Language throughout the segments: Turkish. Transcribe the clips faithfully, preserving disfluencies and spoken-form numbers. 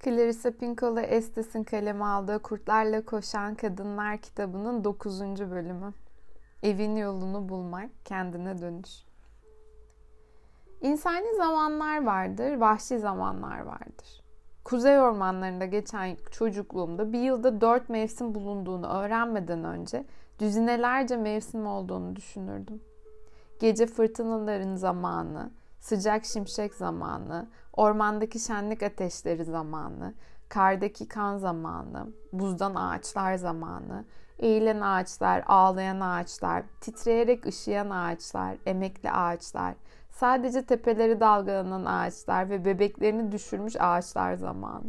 Clarissa Pinkola Estes'in kaleme aldığı Kurtlarla Koşan Kadınlar kitabının dokuzuncu bölümü. Evin yolunu bulmak, kendine dönüş. İnsani zamanlar vardır, vahşi zamanlar vardır. Kuzey ormanlarında geçen çocukluğumda bir yılda dört mevsim bulunduğunu öğrenmeden önce düzinelerce mevsim olduğunu düşünürdüm. Gece fırtınaların zamanı, sıcak şimşek zamanı, ormandaki şenlik ateşleri zamanı, kardaki kan zamanı, buzdan ağaçlar zamanı, eğilen ağaçlar, ağlayan ağaçlar, titreyerek ışıyan ağaçlar, emekli ağaçlar, sadece tepeleri dalgalanan ağaçlar ve bebeklerini düşürmüş ağaçlar zamanı.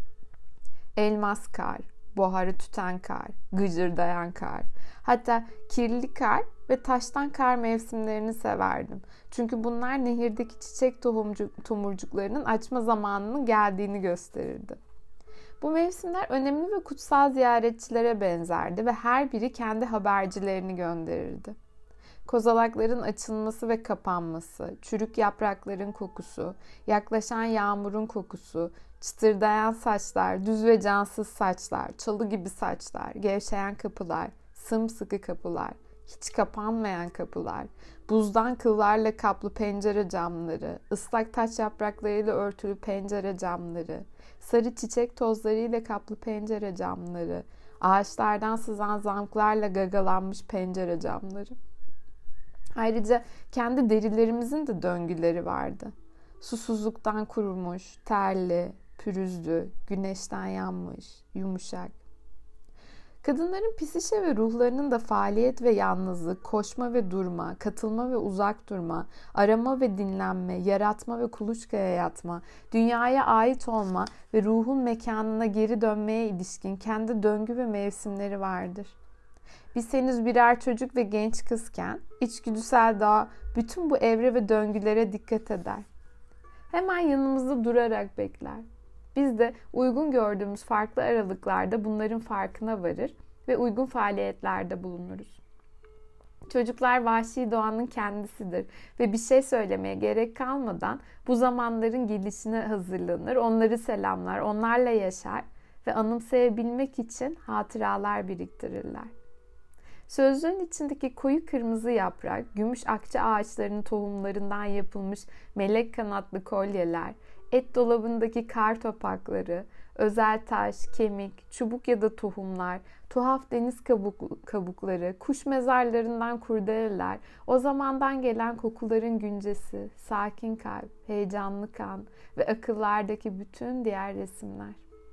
Elmas kar, buharı tüten kar, gıcırdayan kar, hatta kirli kar ve taştan kar mevsimlerini severdim. Çünkü bunlar nehirdeki çiçek tohumcuk, tomurcuklarının açma zamanının geldiğini gösterirdi. Bu mevsimler önemli ve kutsal ziyaretçilere benzerdi ve her biri kendi habercilerini gönderirdi. Kozalakların açılması ve kapanması, çürük yaprakların kokusu, yaklaşan yağmurun kokusu, çıtırdayan saçlar, düz ve cansız saçlar, çalı gibi saçlar, gevşeyen kapılar, sımsıkı kapılar, hiç kapanmayan kapılar, buzdan kıllarla kaplı pencere camları, ıslak taş yapraklarıyla örtülü pencere camları, sarı çiçek tozlarıyla kaplı pencere camları, ağaçlardan sızan zamklarla gagalanmış pencere camları. Ayrıca kendi derilerimizin de döngüleri vardı. Susuzluktan kurumuş, terli, pürüzlü, güneşten yanmış, yumuşak. Kadınların psişe ve ruhlarının da faaliyet ve yalnızlık, koşma ve durma, katılma ve uzak durma, arama ve dinlenme, yaratma ve kuluçkaya yatma, dünyaya ait olma ve ruhun mekanına geri dönmeye ilişkin kendi döngü ve mevsimleri vardır. Biz henüz birer çocuk ve genç kızken içgüdüsel doğa bütün bu evre ve döngülere dikkat eder. Hemen yanımızda durarak bekler. Biz de uygun gördüğümüz farklı aralıklarda bunların farkına varır ve uygun faaliyetlerde bulunuruz. Çocuklar vahşi doğanın kendisidir ve bir şey söylemeye gerek kalmadan bu zamanların gelişine hazırlanır, onları selamlar, onlarla yaşar ve anımsayabilmek için hatıralar biriktirirler. Sözlüğün içindeki koyu kırmızı yaprak, gümüş akça ağaçlarının tohumlarından yapılmış melek kanatlı kolyeler, et dolabındaki kar topakları, özel taş, kemik, çubuk ya da tohumlar, tuhaf deniz kabuk, kabukları, kuş mezarlarından kurdeleler, o zamandan gelen kokuların güncesi, sakin kalp, heyecanlı kan ve akıllardaki bütün diğer resimler.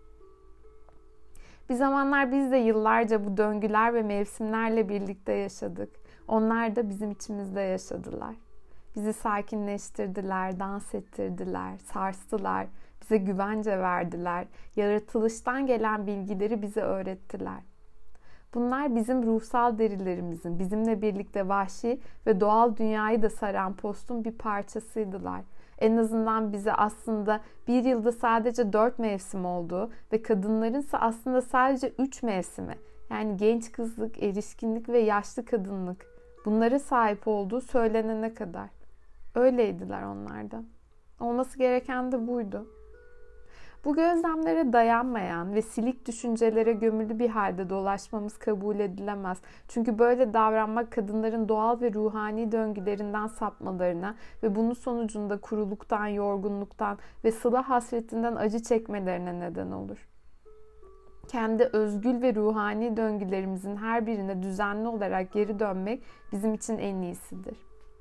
Bir zamanlar biz de yıllarca bu döngüler ve mevsimlerle birlikte yaşadık. Onlar da bizim içimizde yaşadılar. Bizi sakinleştirdiler, dans ettirdiler, sarstılar, bize güvence verdiler, yaratılıştan gelen bilgileri bize öğrettiler. Bunlar bizim ruhsal derilerimizin, bizimle birlikte vahşi ve doğal dünyayı da saran postun bir parçasıydılar. En azından bize aslında bir yılda sadece dört mevsim olduğu ve kadınlarınsa aslında sadece üç mevsimi, yani genç kızlık, erişkinlik ve yaşlı kadınlık, bunlara sahip olduğu söylenene kadar. Öyleydiler onlar da. Olması gereken de buydu. Bu gözlemlere dayanmayan ve silik düşüncelere gömülü bir halde dolaşmamız kabul edilemez. Çünkü böyle davranmak kadınların doğal ve ruhani döngülerinden sapmalarına ve bunun sonucunda kuruluktan, yorgunluktan ve sıla hasretinden acı çekmelerine neden olur. Kendi özgül ve ruhani döngülerimizin her birine düzenli olarak geri dönmek bizim için en iyisidir.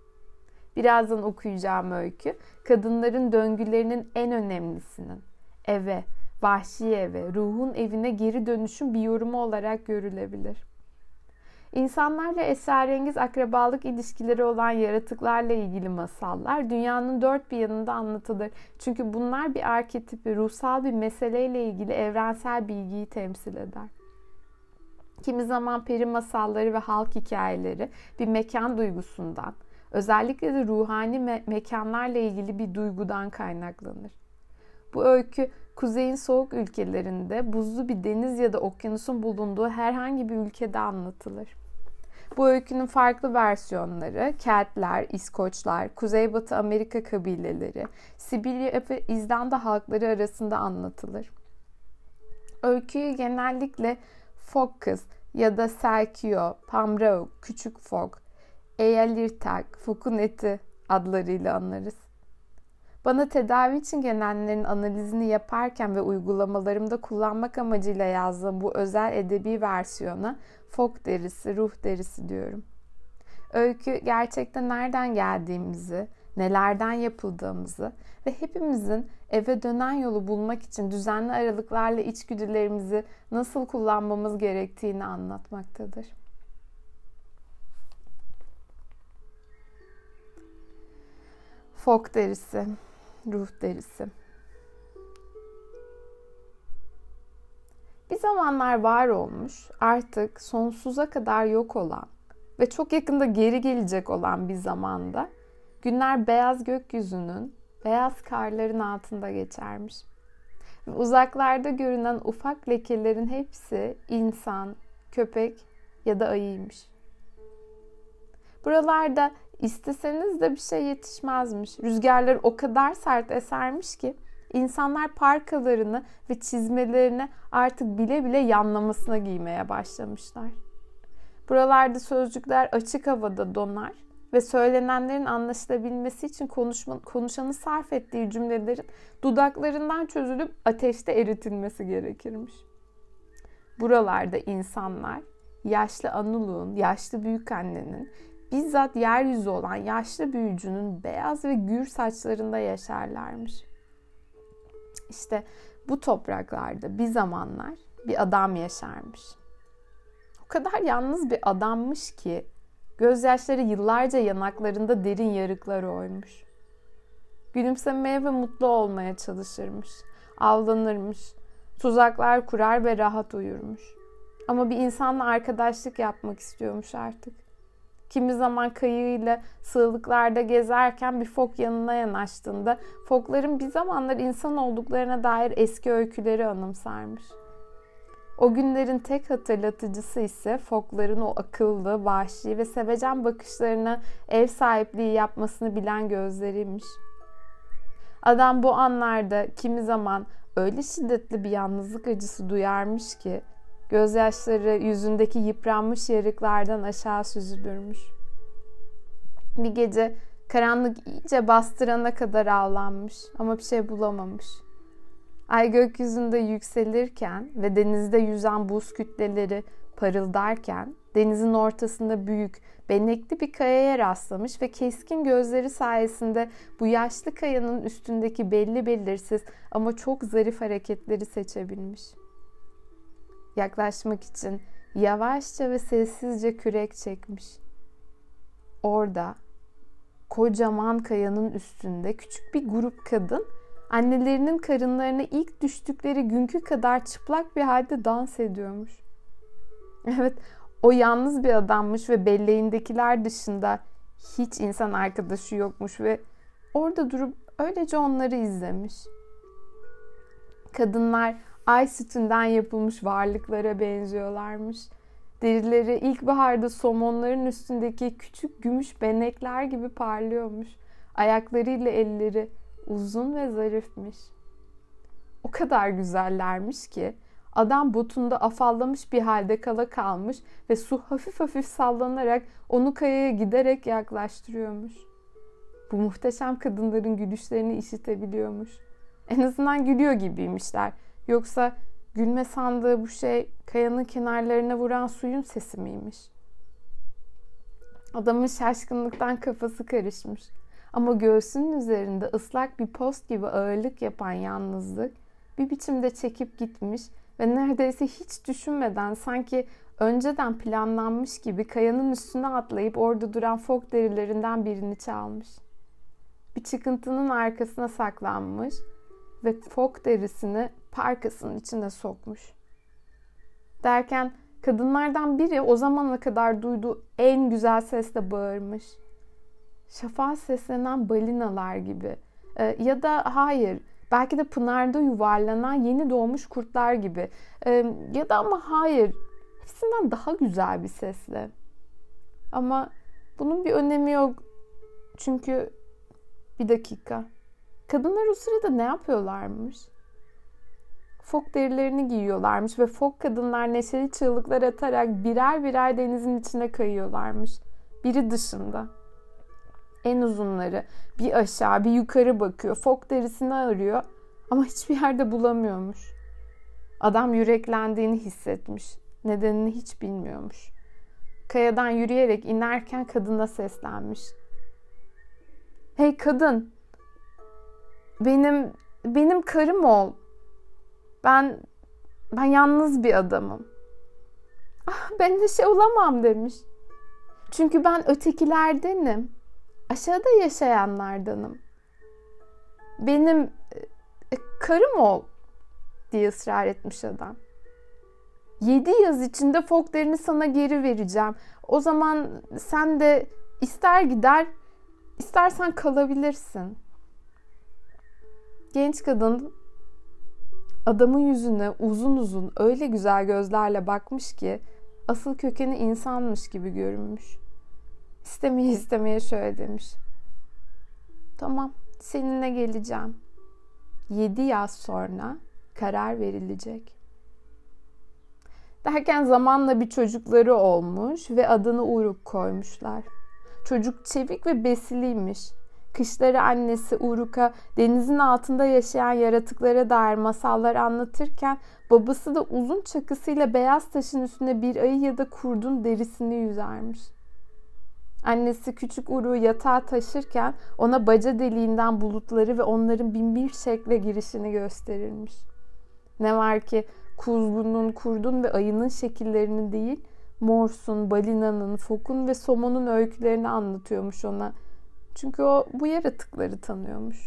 Birazdan okuyacağım öykü, kadınların döngülerinin en önemlisinin, eve, vahşi eve, ruhun evine geri dönüşün bir yorumu olarak görülebilir. İnsanlarla esrarengiz akrabalık ilişkileri olan yaratıklarla ilgili masallar dünyanın dört bir yanında anlatılır. Çünkü bunlar bir arketipi, ruhsal bir meseleyle ilgili evrensel bilgiyi temsil eder. Kimi zaman peri masalları ve halk hikayeleri bir mekan duygusundan, özellikle de ruhani me- mekanlarla ilgili bir duygudan kaynaklanır. Bu öykü, kuzeyin soğuk ülkelerinde buzlu bir deniz ya da okyanusun bulunduğu herhangi bir ülkede anlatılır. Bu öykünün farklı versiyonları, Keltler, İskoçlar, Kuzeybatı Amerika kabileleri, Sibirya ve İzlanda halkları arasında anlatılır. Öyküyü genellikle fok kız ya da Selkio, Pamrauk, küçük fok, Eyalirtak, fokun eti adlarıyla anlarız. Bana tedavi için gelenlerin analizini yaparken ve uygulamalarımda kullanmak amacıyla yazdığım bu özel edebi versiyona fok derisi, ruh derisi diyorum. Öykü gerçekten nereden geldiğimizi, nelerden yapıldığımızı ve hepimizin eve dönen yolu bulmak için düzenli aralıklarla içgüdülerimizi nasıl kullanmamız gerektiğini anlatmaktadır. Fok derisi, ruh derisi. Bir zamanlar var olmuş, artık sonsuza kadar yok olan ve çok yakında geri gelecek olan bir zamanda günler beyaz gökyüzünün, beyaz karların altında geçermiş. Ve uzaklarda görünen ufak lekelerin hepsi insan, köpek ya da ayıymış. Buralarda isteseniz de bir şey yetişmezmiş. Rüzgarlar o kadar sert esermiş ki insanlar parkalarını ve çizmelerini artık bile bile yanlamasına giymeye başlamışlar. Buralarda sözcükler açık havada donar ve söylenenlerin anlaşılabilmesi için konuşma, konuşanın sarf ettiği cümlelerin dudaklarından çözülüp ateşte eritilmesi gerekirmiş. Buralarda insanlar yaşlı Anuluğun, yaşlı büyükannenin, bizzat yeryüzü olan yaşlı büyücünün beyaz ve gür saçlarında yaşarlarmış. İşte bu topraklarda bir zamanlar bir adam yaşarmış. O kadar yalnız bir adammış ki gözyaşları yıllarca yanaklarında derin yarıklar oymuş. Gülümsemeye ve mutlu olmaya çalışırmış. Avlanırmış. Tuzaklar kurar ve rahat uyurmuş. Ama bir insanla arkadaşlık yapmak istiyormuş artık. Kimi zaman kayığıyla sığlıklarda gezerken bir fok yanına yanaştığında fokların bir zamanlar insan olduklarına dair eski öyküleri anımsarmış. O günlerin tek hatırlatıcısı ise fokların o akıllı, vahşi ve sevecen bakışlarına ev sahipliği yapmasını bilen gözleriymiş. Adam bu anlarda kimi zaman öyle şiddetli bir yalnızlık acısı duyarmış ki gözyaşları yüzündeki yıpranmış yarıklardan aşağı süzülürmüş. Bir gece karanlık iyice bastırana kadar ağlanmış ama bir şey bulamamış. Ay gökyüzünde yükselirken ve denizde yüzen buz kütleleri parıldarken denizin ortasında büyük, benekli bir kayaya rastlamış ve keskin gözleri sayesinde bu yaşlı kayanın üstündeki belli belirsiz ama çok zarif hareketleri seçebilmiş. Yaklaşmak için yavaşça ve sessizce kürek çekmiş. Orada kocaman kayanın üstünde küçük bir grup kadın annelerinin karınlarına ilk düştükleri günkü kadar çıplak bir halde dans ediyormuş. Evet, o yalnız bir adammış ve belleğindekiler dışında hiç insan arkadaşı yokmuş ve orada durup öylece onları izlemiş. Kadınlar ay sütünden yapılmış varlıklara benziyorlarmış. Derileri ilkbaharda somonların üstündeki küçük gümüş benekler gibi parlıyormuş. Ayaklarıyla elleri uzun ve zarifmiş. O kadar güzellermiş ki adam botunda afallamış bir halde kala kalmış ve su hafif hafif sallanarak onu kayaya giderek yaklaştırıyormuş. Bu muhteşem kadınların gülüşlerini işitebiliyormuş. En azından gülüyor gibiymişler. Yoksa gülme sandığı bu şey kayanın kenarlarına vuran suyun sesi miymiş? Adamın şaşkınlıktan kafası karışmış. Ama göğsünün üzerinde ıslak bir post gibi ağırlık yapan yalnızlık bir biçimde çekip gitmiş ve neredeyse hiç düşünmeden sanki önceden planlanmış gibi kayanın üstüne atlayıp orada duran fok derilerinden birini çalmış. Bir çıkıntının arkasına saklanmış ve fok derisini parkasının içine sokmuş. Derken kadınlardan biri o zamana kadar duyduğu en güzel sesle bağırmış. Şafağa seslenen balinalar gibi. Ee, ya da hayır, belki de pınarda yuvarlanan yeni doğmuş kurtlar gibi. Ee, ya da ama hayır, hepsinden daha güzel bir sesle. Ama bunun bir önemi yok. Çünkü bir dakika. Kadınlar o sırada ne yapıyorlarmış? Fok derilerini giyiyorlarmış ve fok kadınlar neşeli çığlıklar atarak birer birer denizin içine kayıyorlarmış. Biri dışında. En uzunları bir aşağı bir yukarı bakıyor. Fok derisini arıyor ama hiçbir yerde bulamıyormuş. Adam yüreklendiğini hissetmiş. Nedenini hiç bilmiyormuş. Kayadan yürüyerek inerken kadına seslenmiş. Hey kadın, benim benim karım ol. Ben ben yalnız bir adamım. Ah, ben de şey olamam demiş. Çünkü ben ötekilerdenim. Aşağıda yaşayanlardanım. Benim e, karım ol diye ısrar etmiş adam. Yedi yaz içinde fok derini sana geri vereceğim. O zaman sen de ister gider, istersen kalabilirsin. Genç kadın adamın yüzüne uzun uzun öyle güzel gözlerle bakmış ki asıl kökeni insanmış gibi görünmüş. İstemeye istemeye şöyle demiş. Tamam, seninle geleceğim. Yedi yaz sonra karar verilecek. Derken zamanla bir çocukları olmuş ve adını Uruk koymuşlar. Çocuk çevik ve besiliymiş. Kışları annesi Uruk'a denizin altında yaşayan yaratıklara dair masallar anlatırken babası da uzun çakısıyla beyaz taşın üstüne bir ayı ya da kurdun derisini yüzermiş. Annesi küçük Uruk'u yatağa taşırken ona baca deliğinden bulutları ve onların bin bir şekle girişini gösterirmiş. Ne var ki kuzgunun, kurdun ve ayının şekillerini değil, morsun, balinanın, fokun ve somonun öykülerini anlatıyormuş ona. Çünkü o bu yaratıkları tanıyormuş.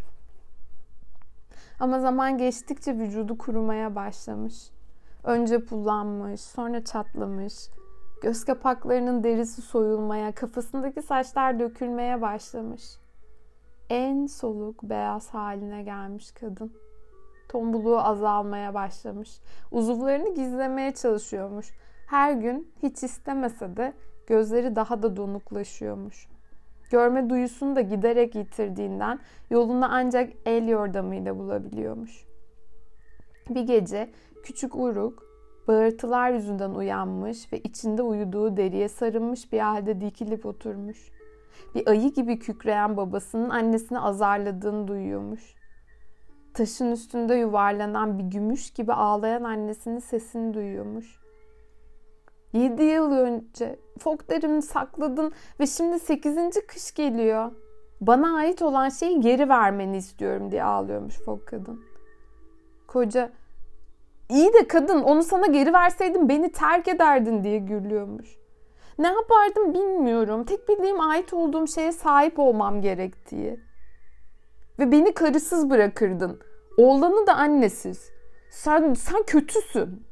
Ama zaman geçtikçe vücudu kurumaya başlamış. Önce pullanmış, sonra çatlamış. Göz kapaklarının derisi soyulmaya, kafasındaki saçlar dökülmeye başlamış. En soluk beyaz haline gelmiş kadın. Tombuluğu azalmaya başlamış. Uzuvlarını gizlemeye çalışıyormuş. Her gün hiç istemese de gözleri daha da donuklaşıyormuş. Görme duyusunu da giderek yitirdiğinden yolunu ancak el yordamıyla bulabiliyormuş. Bir gece küçük Uruk bağırtılar yüzünden uyanmış ve içinde uyuduğu deriye sarılmış bir halde dikilip oturmuş. Bir ayı gibi kükreyen babasının annesini azarladığını duyuyormuş. Taşın üstünde yuvarlanan bir gümüş gibi ağlayan annesinin sesini duyuyormuş. Yedi yıl önce fok derini sakladın ve şimdi sekizinci kış geliyor. Bana ait olan şeyi geri vermeni istiyorum diye ağlıyormuş fok kadın. Koca, iyi de kadın onu sana geri verseydim beni terk ederdin diye gürlüyormuş. Ne yapardım bilmiyorum. Tek bildiğim ait olduğum şeye sahip olmam gerektiği. Ve beni karısız bırakırdın. Oğlanı da annesiz. Sen, sen kötüsün.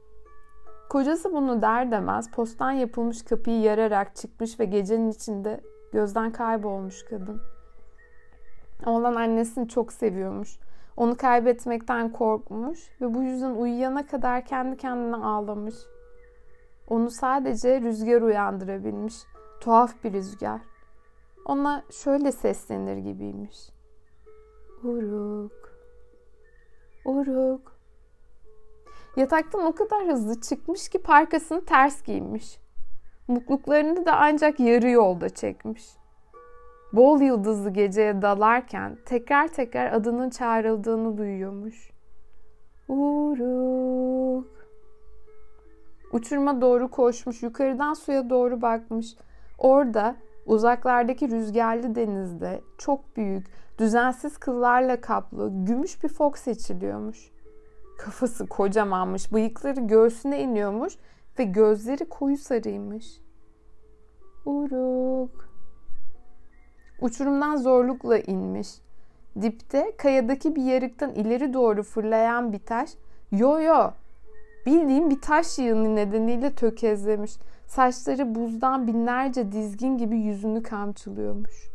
Kocası bunu der demez postan yapılmış kapıyı yararak çıkmış ve gecenin içinde gözden kaybolmuş kadın. Oğlan annesini çok seviyormuş. Onu kaybetmekten korkmuş ve bu yüzden uyuyana kadar kendi kendine ağlamış. Onu sadece rüzgar uyandırabilmiş. Tuhaf bir rüzgar. Ona şöyle seslenir gibiymiş. Uruk, Uruk. Yataktan o kadar hızlı çıkmış ki parkasını ters giymiş. Mukluklarını da ancak yarı yolda çekmiş. Bol yıldızlı geceye dalarken tekrar tekrar adının çağrıldığını duyuyormuş. Uruk. Uçuruma doğru koşmuş, yukarıdan suya doğru bakmış. Orada uzaklardaki rüzgarlı denizde çok büyük, düzensiz kıllarla kaplı gümüş bir fok seçiliyormuş. Kafası kocamanmış, bıyıkları göğsüne iniyormuş ve gözleri koyu sarıymış. Uruk. Uçurumdan zorlukla inmiş. Dipte kayadaki bir yarıktan ileri doğru fırlayan bir taş, yo yo, bildiğim bir taş yığını nedeniyle tökezlemiş. Saçları buzdan binlerce dizgin gibi yüzünü kamçılıyormuş.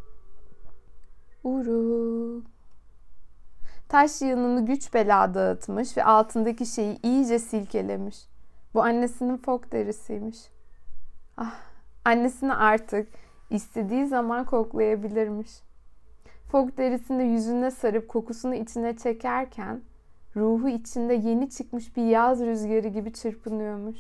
Uruk. Taş yığınını güç bela dağıtmış ve altındaki şeyi iyice silkelemiş. Bu annesinin fok derisiymiş. Ah, annesini artık istediği zaman koklayabilirmiş. Fok derisini yüzüne sarıp kokusunu içine çekerken Ruhu içinde yeni çıkmış bir yaz rüzgarı gibi çırpınıyormuş.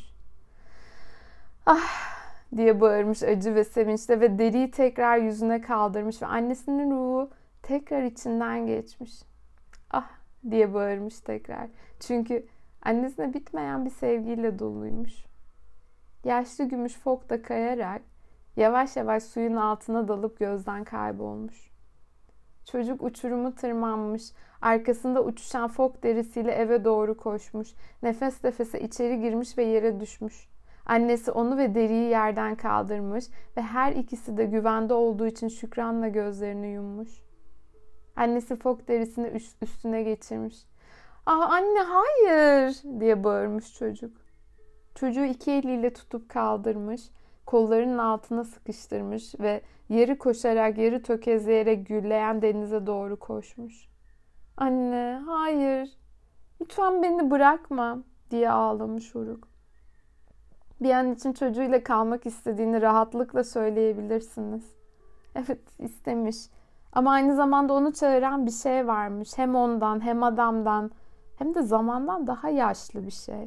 Ah diye bağırmış acı ve sevinçle ve deriyi tekrar yüzüne kaldırmış ve annesinin ruhu tekrar içinden geçmiş. Ah diye bağırmış tekrar. Çünkü annesine bitmeyen bir sevgiyle doluymuş. Yaşlı gümüş fok da kayarak yavaş yavaş suyun altına dalıp gözden kaybolmuş. Çocuk uçurumu tırmanmış, arkasında uçuşan fok derisiyle eve doğru koşmuş. Nefes nefese içeri girmiş ve yere düşmüş. Annesi onu ve deriyi yerden kaldırmış ve her ikisi de güvende olduğu için şükranla gözlerini yummuş. Annesi fok derisini üstüne geçirmiş. "Ah anne hayır!" diye bağırmış çocuk. Çocuğu iki eliyle tutup kaldırmış, kollarının altına sıkıştırmış ve yarı koşarak yarı tökezleyerek gürleyen denize doğru koşmuş. "Anne, hayır, lütfen beni bırakma," diye ağlamış Uruk. Bir an için çocuğuyla kalmak istediğini rahatlıkla söyleyebilirsiniz. Evet, istemiş. Ama aynı zamanda onu çağıran bir şey varmış. Hem ondan, hem adamdan, hem de zamandan daha yaşlı bir şey.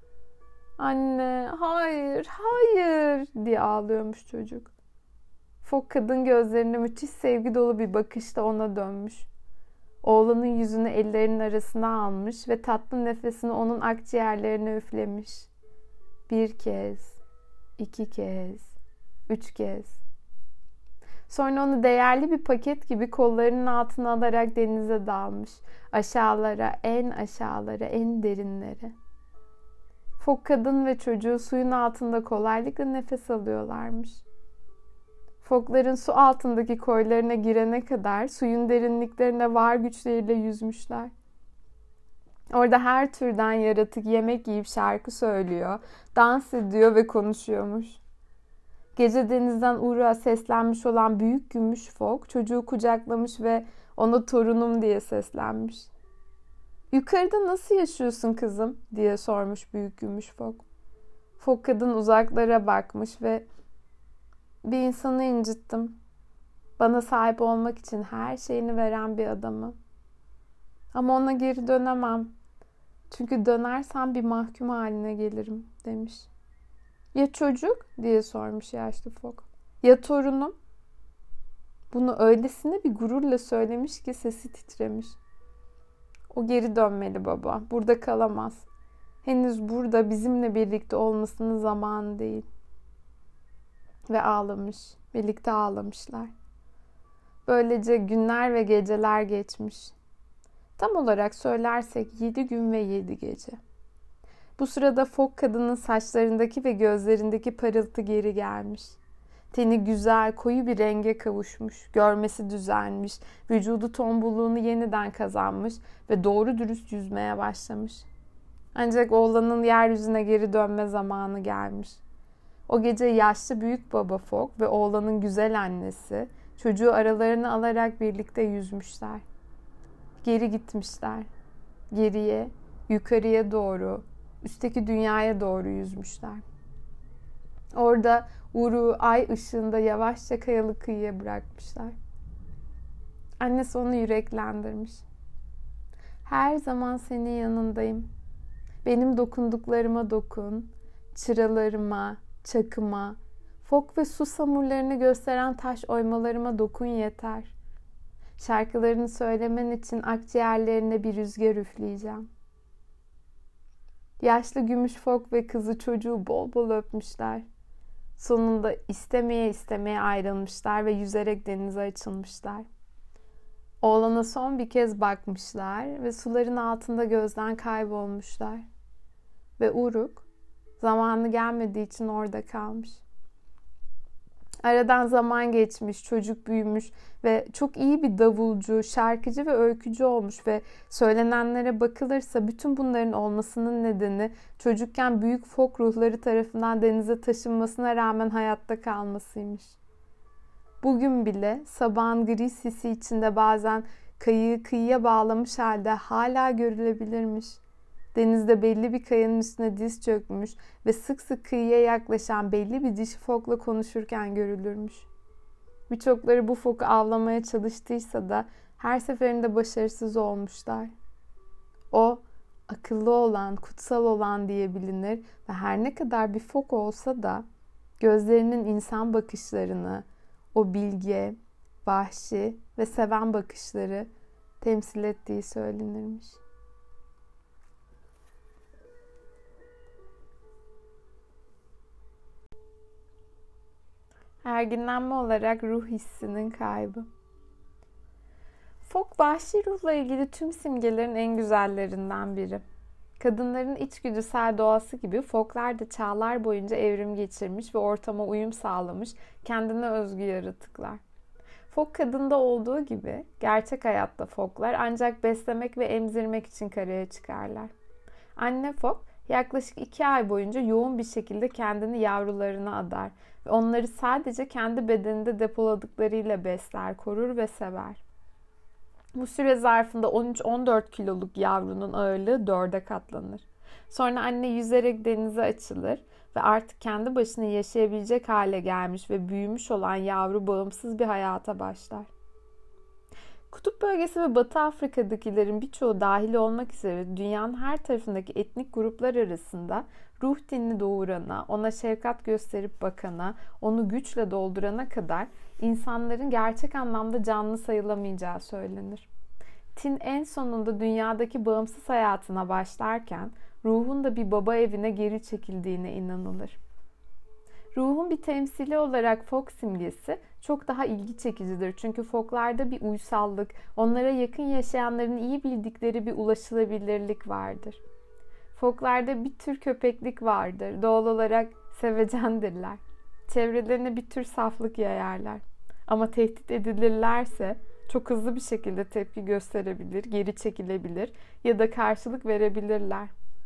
"Anne, hayır, hayır," diye ağlıyormuş çocuk. Fok kadın gözlerine müthiş sevgi dolu bir bakışla ona dönmüş. Oğlanın yüzünü ellerinin arasına almış ve tatlı nefesini onun akciğerlerine üflemiş. Bir kez, iki kez, üç kez. Sonra onu değerli bir paket gibi kollarının altına alarak denize dalmış. Aşağılara, en aşağılara, en derinlere. Fok kadın ve çocuğu suyun altında kolaylıkla nefes alıyorlarmış. Fokların su altındaki koylarına girene kadar suyun derinliklerine var güçleriyle yüzmüşler. Orada her türden yaratık yemek yiyip şarkı söylüyor, dans ediyor ve konuşuyormuş. Gece denizden Uruk'a seslenmiş olan büyük gümüş fok çocuğu kucaklamış ve ona torunum diye seslenmiş. "Yukarıda nasıl yaşıyorsun kızım?" diye sormuş büyük gümüş fok. Fok kadın uzaklara bakmış ve "Bir insanı incittim. Bana sahip olmak için her şeyini veren bir adamı. Ama ona geri dönemem. Çünkü dönersem bir mahkum haline gelirim," demiş. "Ya çocuk?" diye sormuş yaşlı fok. "Ya torunum?" Bunu öylesine bir gururla söylemiş ki sesi titremiş. "O geri dönmeli baba. Burada kalamaz. Henüz burada bizimle birlikte olmasının zamanı değil." Ve ağlamış. Birlikte ağlamışlar. Böylece günler ve geceler geçmiş. Tam olarak söylersek yedi gün ve yedi gece. Bu sırada fok kadının saçlarındaki ve gözlerindeki parıltı geri gelmiş. Teni güzel, koyu bir renge kavuşmuş, görmesi düzelmiş, vücudu tombulluğunu yeniden kazanmış ve doğru dürüst yüzmeye başlamış. Ancak oğlanın yeryüzüne geri dönme zamanı gelmiş. O gece yaşlı büyük baba fok ve oğlanın güzel annesi çocuğu aralarına alarak birlikte yüzmüşler. Geri gitmişler. Geriye, yukarıya doğru, üstteki dünyaya doğru yüzmüşler. Orada Uruk'u ay ışığında yavaşça kayalı kıyıya bırakmışlar. Annesi onu yüreklendirmiş. "Her zaman senin yanındayım. Benim dokunduklarıma dokun, çıralarıma, çakıma, fok ve su samurlarını gösteren taş oymalarıma dokun yeter. Şarkılarını söylemen için akciğerlerine bir rüzgar üfleyeceğim." Yaşlı gümüş fok ve kızı çocuğu bol bol öpmüşler. Sonunda istemeye istemeye ayrılmışlar ve yüzerek denize açılmışlar. Oğlana son bir kez bakmışlar ve suların altında gözden kaybolmuşlar. Ve Uruk zamanı gelmediği için orada kalmış. Aradan zaman geçmiş, çocuk büyümüş ve çok iyi bir davulcu, şarkıcı ve öykücü olmuş ve söylenenlere bakılırsa bütün bunların olmasının nedeni çocukken büyük fok ruhları tarafından denize taşınmasına rağmen hayatta kalmasıymış. Bugün bile sabahın gri sisi içinde bazen kayığı kıyıya bağlamış halde hala görülebilirmiş. Denizde belli bir kayanın üstüne diz çökmüş ve sık sık kıyıya yaklaşan belli bir dişi fokla konuşurken görülürmüş. Birçokları bu foku avlamaya çalıştıysa da her seferinde başarısız olmuşlar. O, akıllı olan, kutsal olan diye bilinir ve her ne kadar bir fok olsa da gözlerinin insan bakışlarını, o bilge, vahşi ve seven bakışları temsil ettiği söylenirmiş. Erginlenme olarak ruh hissinin kaybı. Fok, vahşi ruhla ilgili tüm simgelerin en güzellerinden biri. Kadınların içgüdüsel doğası gibi foklar da çağlar boyunca evrim geçirmiş ve ortama uyum sağlamış kendine özgü yaratıklar. Fok kadında olduğu gibi gerçek hayatta foklar ancak beslemek ve emzirmek için karaya çıkarlar. Anne fok yaklaşık iki ay boyunca yoğun bir şekilde kendini yavrularına adar ve onları sadece kendi bedeninde depoladıklarıyla besler, korur ve sever. Bu süre zarfında on üç on dört kiloluk yavrunun ağırlığı dörde katlanır. Sonra anne yüzerek denize açılır ve artık kendi başına yaşayabilecek hale gelmiş ve büyümüş olan yavru bağımsız bir hayata başlar. Kutup bölgesi ve Batı Afrika'dakilerin birçoğu dahil olmak üzere dünyanın her tarafındaki etnik gruplar arasında ruh dinini doğurana, ona şefkat gösterip bakana, onu güçle doldurana kadar insanların gerçek anlamda canlı sayılamayacağı söylenir. Tin en sonunda dünyadaki bağımsız hayatına başlarken ruhun da bir baba evine geri çekildiğine inanılır. Ruhun bir temsili olarak fok simgesi çok daha ilgi çekicidir. Çünkü foklarda bir uysallık, onlara yakın yaşayanların iyi bildikleri bir ulaşılabilirlik vardır. Foklarda bir tür köpeklik vardır. Doğal olarak sevecendirler. Çevrelerine bir tür saflık yayarlar. Ama tehdit edilirlerse çok hızlı bir şekilde tepki gösterebilir, geri çekilebilir ya da karşılık verebilirler.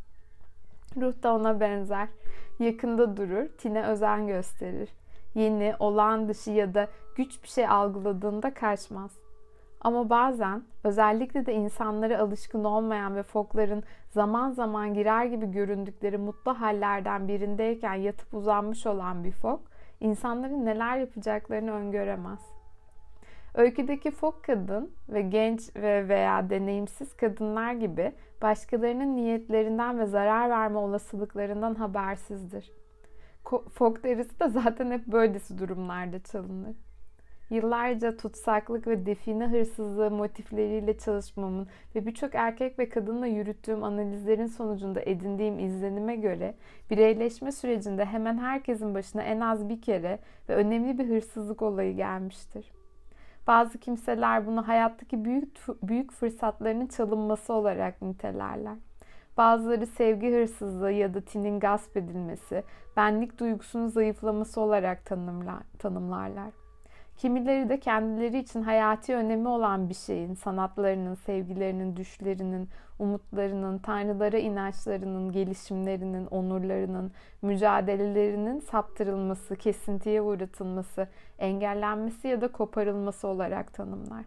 Ruh da ona benzer. Yakında durur, tine özen gösterir. Yeni, olağan dışı ya da güç bir şey algıladığında kaçmaz. Ama bazen, özellikle de insanlara alışkın olmayan ve fokların zaman zaman girer gibi göründükleri mutlu hallerden birindeyken yatıp uzanmış olan bir fok, insanların neler yapacaklarını öngöremez. Öyküdeki fok kadın ve genç ve veya deneyimsiz kadınlar gibi başkalarının niyetlerinden ve zarar verme olasılıklarından habersizdir. Fok derisi de zaten hep böylesi durumlarda çalınır. Yıllarca tutsaklık ve define hırsızlığı motifleriyle çalışmamın ve birçok erkek ve kadınla yürüttüğüm analizlerin sonucunda edindiğim izlenime göre bireyleşme sürecinde hemen herkesin başına en az bir kere ve önemli bir hırsızlık olayı gelmiştir. Bazı kimseler bunu hayattaki büyük büyük fırsatlarının çalınması olarak nitelerler. Bazıları sevgi hırsızlığı ya da tinin gasp edilmesi, benlik duygusunun zayıflaması olarak tanımlar, tanımlarlar. Kimileri de kendileri için hayati önemi olan bir şeyin, sanatlarının, sevgilerinin, düşlerinin, umutlarının, tanrılara inançlarının, gelişimlerinin, onurlarının, mücadelelerinin saptırılması, kesintiye uğratılması, engellenmesi ya da koparılması olarak tanımlar.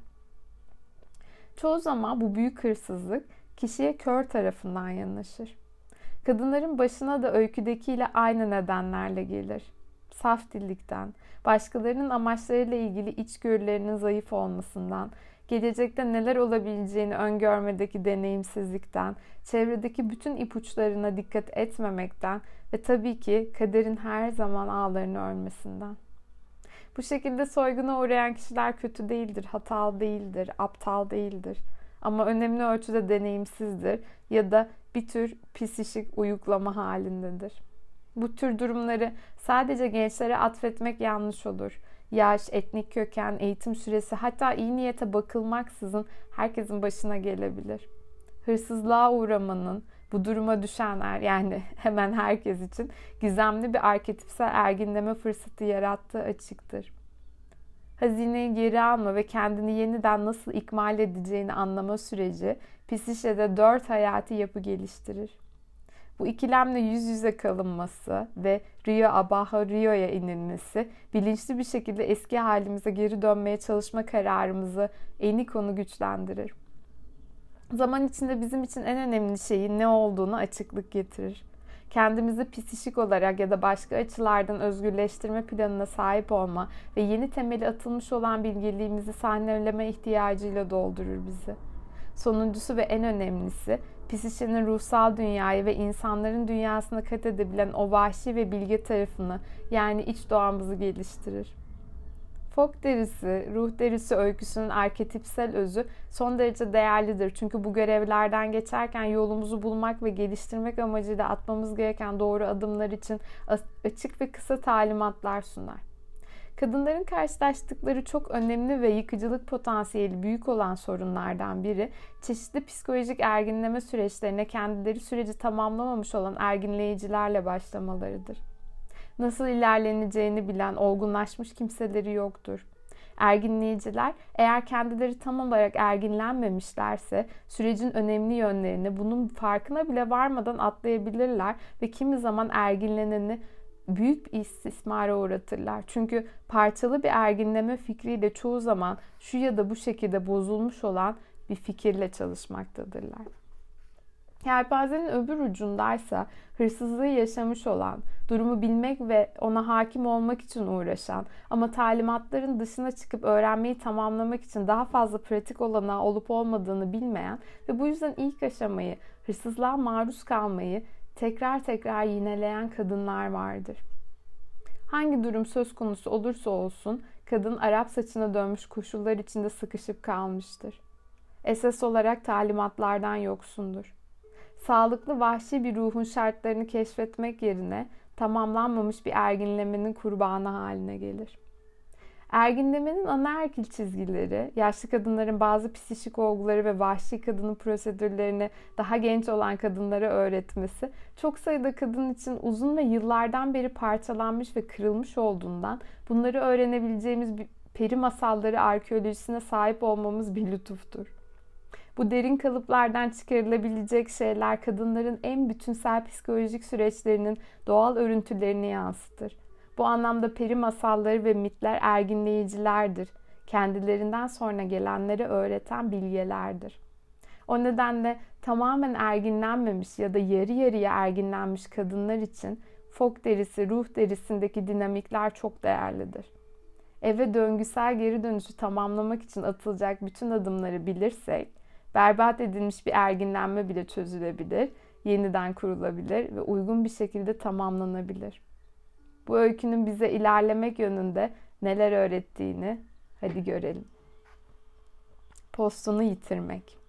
Çoğu zaman bu büyük hırsızlık kişiye kör tarafından yanaşır. Kadınların başına da öyküdekiyle aynı nedenlerle gelir. Saf dillikten, başkalarının amaçlarıyla ilgili içgörülerinin zayıf olmasından, gelecekte neler olabileceğini öngörmedeki deneyimsizlikten, çevredeki bütün ipuçlarına dikkat etmemekten ve tabii ki kaderin her zaman ağlarını örmesinden. Bu şekilde soyguna uğrayan kişiler kötü değildir, hatalı değildir, aptal değildir. Ama önemli ölçüde deneyimsizdir ya da bir tür psişik uyuklama halindedir. Bu tür durumları sadece gençlere atfetmek yanlış olur. Yaş, etnik köken, eğitim süresi, hatta iyi niyete bakılmaksızın herkesin başına gelebilir. Hırsızlığa uğramanın bu duruma düşenler, yani hemen herkes için gizemli bir arketipsel erginleme fırsatı yarattığı açıktır. Hazineyi geri alma ve kendini yeniden nasıl ikmal edeceğini anlama süreci psişede dört hayati yapı geliştirir. Bu ikilemle yüz yüze kalınması ve Rio Abajo Rio'ya inilmesi, bilinçli bir şekilde eski halimize geri dönmeye çalışma kararımızı eni konu güçlendirir. Zaman içinde bizim için en önemli şeyin ne olduğunu açıklık getirir. Kendimizi psişik olarak ya da başka açılardan özgürleştirme planına sahip olma ve yeni temeli atılmış olan bilgeliğimizi sahneleme ihtiyacıyla doldurur bizi. Sonuncusu ve en önemlisi, psişenin ruhsal dünyayı ve insanların dünyasını kat edebilen o vahşi ve bilge tarafını, yani iç doğamızı geliştirir. Fok derisi, ruh derisi öyküsünün arketipsel özü son derece değerlidir. Çünkü bu görevlerden geçerken yolumuzu bulmak ve geliştirmek amacıyla atmamız gereken doğru adımlar için açık ve kısa talimatlar sunar. Kadınların karşılaştıkları çok önemli ve yıkıcılık potansiyeli büyük olan sorunlardan biri, çeşitli psikolojik erginleme süreçlerine kendileri süreci tamamlamamış olan erginleyicilerle başlamalarıdır. Nasıl ilerleneceğini bilen, olgunlaşmış kimseleri yoktur. Erginleyiciler, eğer kendileri tam olarak erginlenmemişlerse, sürecin önemli yönlerini bunun farkına bile varmadan atlayabilirler ve kimi zaman erginleneni büyük bir istismara uğratırlar. Çünkü parçalı bir erginleme fikriyle çoğu zaman şu ya da bu şekilde bozulmuş olan bir fikirle çalışmaktadırlar. Yelpazenin öbür ucundaysa hırsızlığı yaşamış olan, durumu bilmek ve ona hakim olmak için uğraşan ama talimatların dışına çıkıp öğrenmeyi tamamlamak için daha fazla pratik olanağı olup olmadığını bilmeyen ve bu yüzden ilk aşamayı, hırsızlığa maruz kalmayı tekrar tekrar yineleyen kadınlar vardır. Hangi durum söz konusu olursa olsun, kadın Arap saçına dönmüş koşullar içinde sıkışıp kalmıştır. Esas olarak talimatlardan yoksundur. Sağlıklı vahşi bir ruhun şartlarını keşfetmek yerine tamamlanmamış bir erginlemenin kurbanı haline gelir. Erginlemenin anaerkil çizgileri, yaşlı kadınların bazı psikik olguları ve vahşi kadının prosedürlerini daha genç olan kadınlara öğretmesi, çok sayıda kadın için uzun ve yıllardan beri parçalanmış ve kırılmış olduğundan bunları öğrenebileceğimiz bir peri masalları arkeolojisine sahip olmamız bir lütuftur. Bu derin kalıplardan çıkarılabilecek şeyler kadınların en bütünsel psikolojik süreçlerinin doğal örüntülerini yansıtır. Bu anlamda peri masalları ve mitler erginleyicilerdir. Kendilerinden sonra gelenlere öğreten bilgelerdir. O nedenle tamamen erginlenmemiş ya da yarı yarıya erginlenmiş kadınlar için fok derisi, ruh derisindeki dinamikler çok değerlidir. Eve döngüsel geri dönüşü tamamlamak için atılacak bütün adımları bilirsek, berbat edilmiş bir erginlenme bile çözülebilir, yeniden kurulabilir ve uygun bir şekilde tamamlanabilir. Bu öykünün bize ilerlemek yönünde neler öğrettiğini hadi görelim. Postunu yitirmek.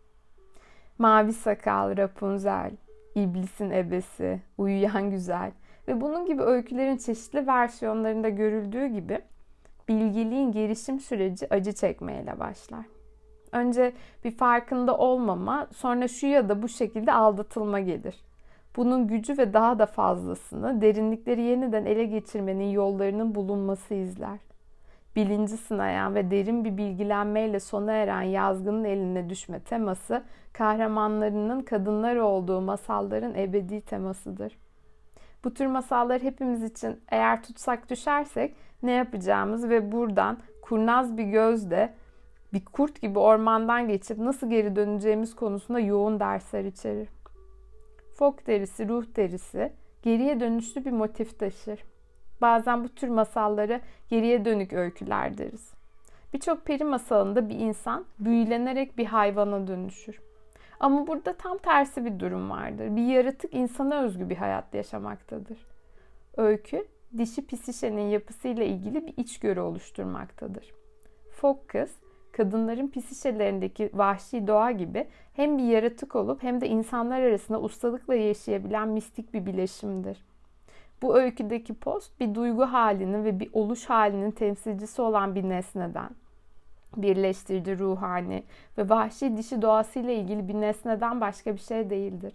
Mavi sakal, Rapunzel, İblisin ebesi, uyuyan güzel ve bunun gibi öykülerin çeşitli versiyonlarında görüldüğü gibi bilgeliğin gelişim süreci acı çekmeyle başlar. Önce bir farkında olmama, sonra şu ya da bu şekilde aldatılma gelir. Bunun gücü ve daha da fazlasını derinlikleri yeniden ele geçirmenin yollarının bulunması izler. Bilinci sınayan ve derin bir bilgilenmeyle sona eren yazgının eline düşme teması, kahramanlarının kadınlar olduğu masalların ebedi temasıdır. Bu tür masallar hepimiz için eğer tutsak düşersek ne yapacağımız ve buradan kurnaz bir gözle bir kurt gibi ormandan geçip nasıl geri döneceğimiz konusunda yoğun dersler içerir. Fok derisi, ruh derisi geriye dönüşlü bir motif taşır. Bazen bu tür masalları geriye dönük öyküler deriz. Birçok peri masalında bir insan büyülenerek bir hayvana dönüşür. Ama burada tam tersi bir durum vardır. Bir yaratık insana özgü bir hayat yaşamaktadır. Öykü, dişi psişenin yapısıyla ilgili bir içgörü oluşturmaktadır. Fok kız, kadınların psişelerindeki vahşi doğa gibi hem bir yaratık olup hem de insanlar arasında ustalıkla yaşayabilen mistik bir bileşimdir. Bu öyküdeki post bir duygu halinin ve bir oluş halinin temsilcisi olan bir nesneden, birleştirici ruhani ve vahşi dişi doğasıyla ilgili bir nesneden başka bir şey değildir.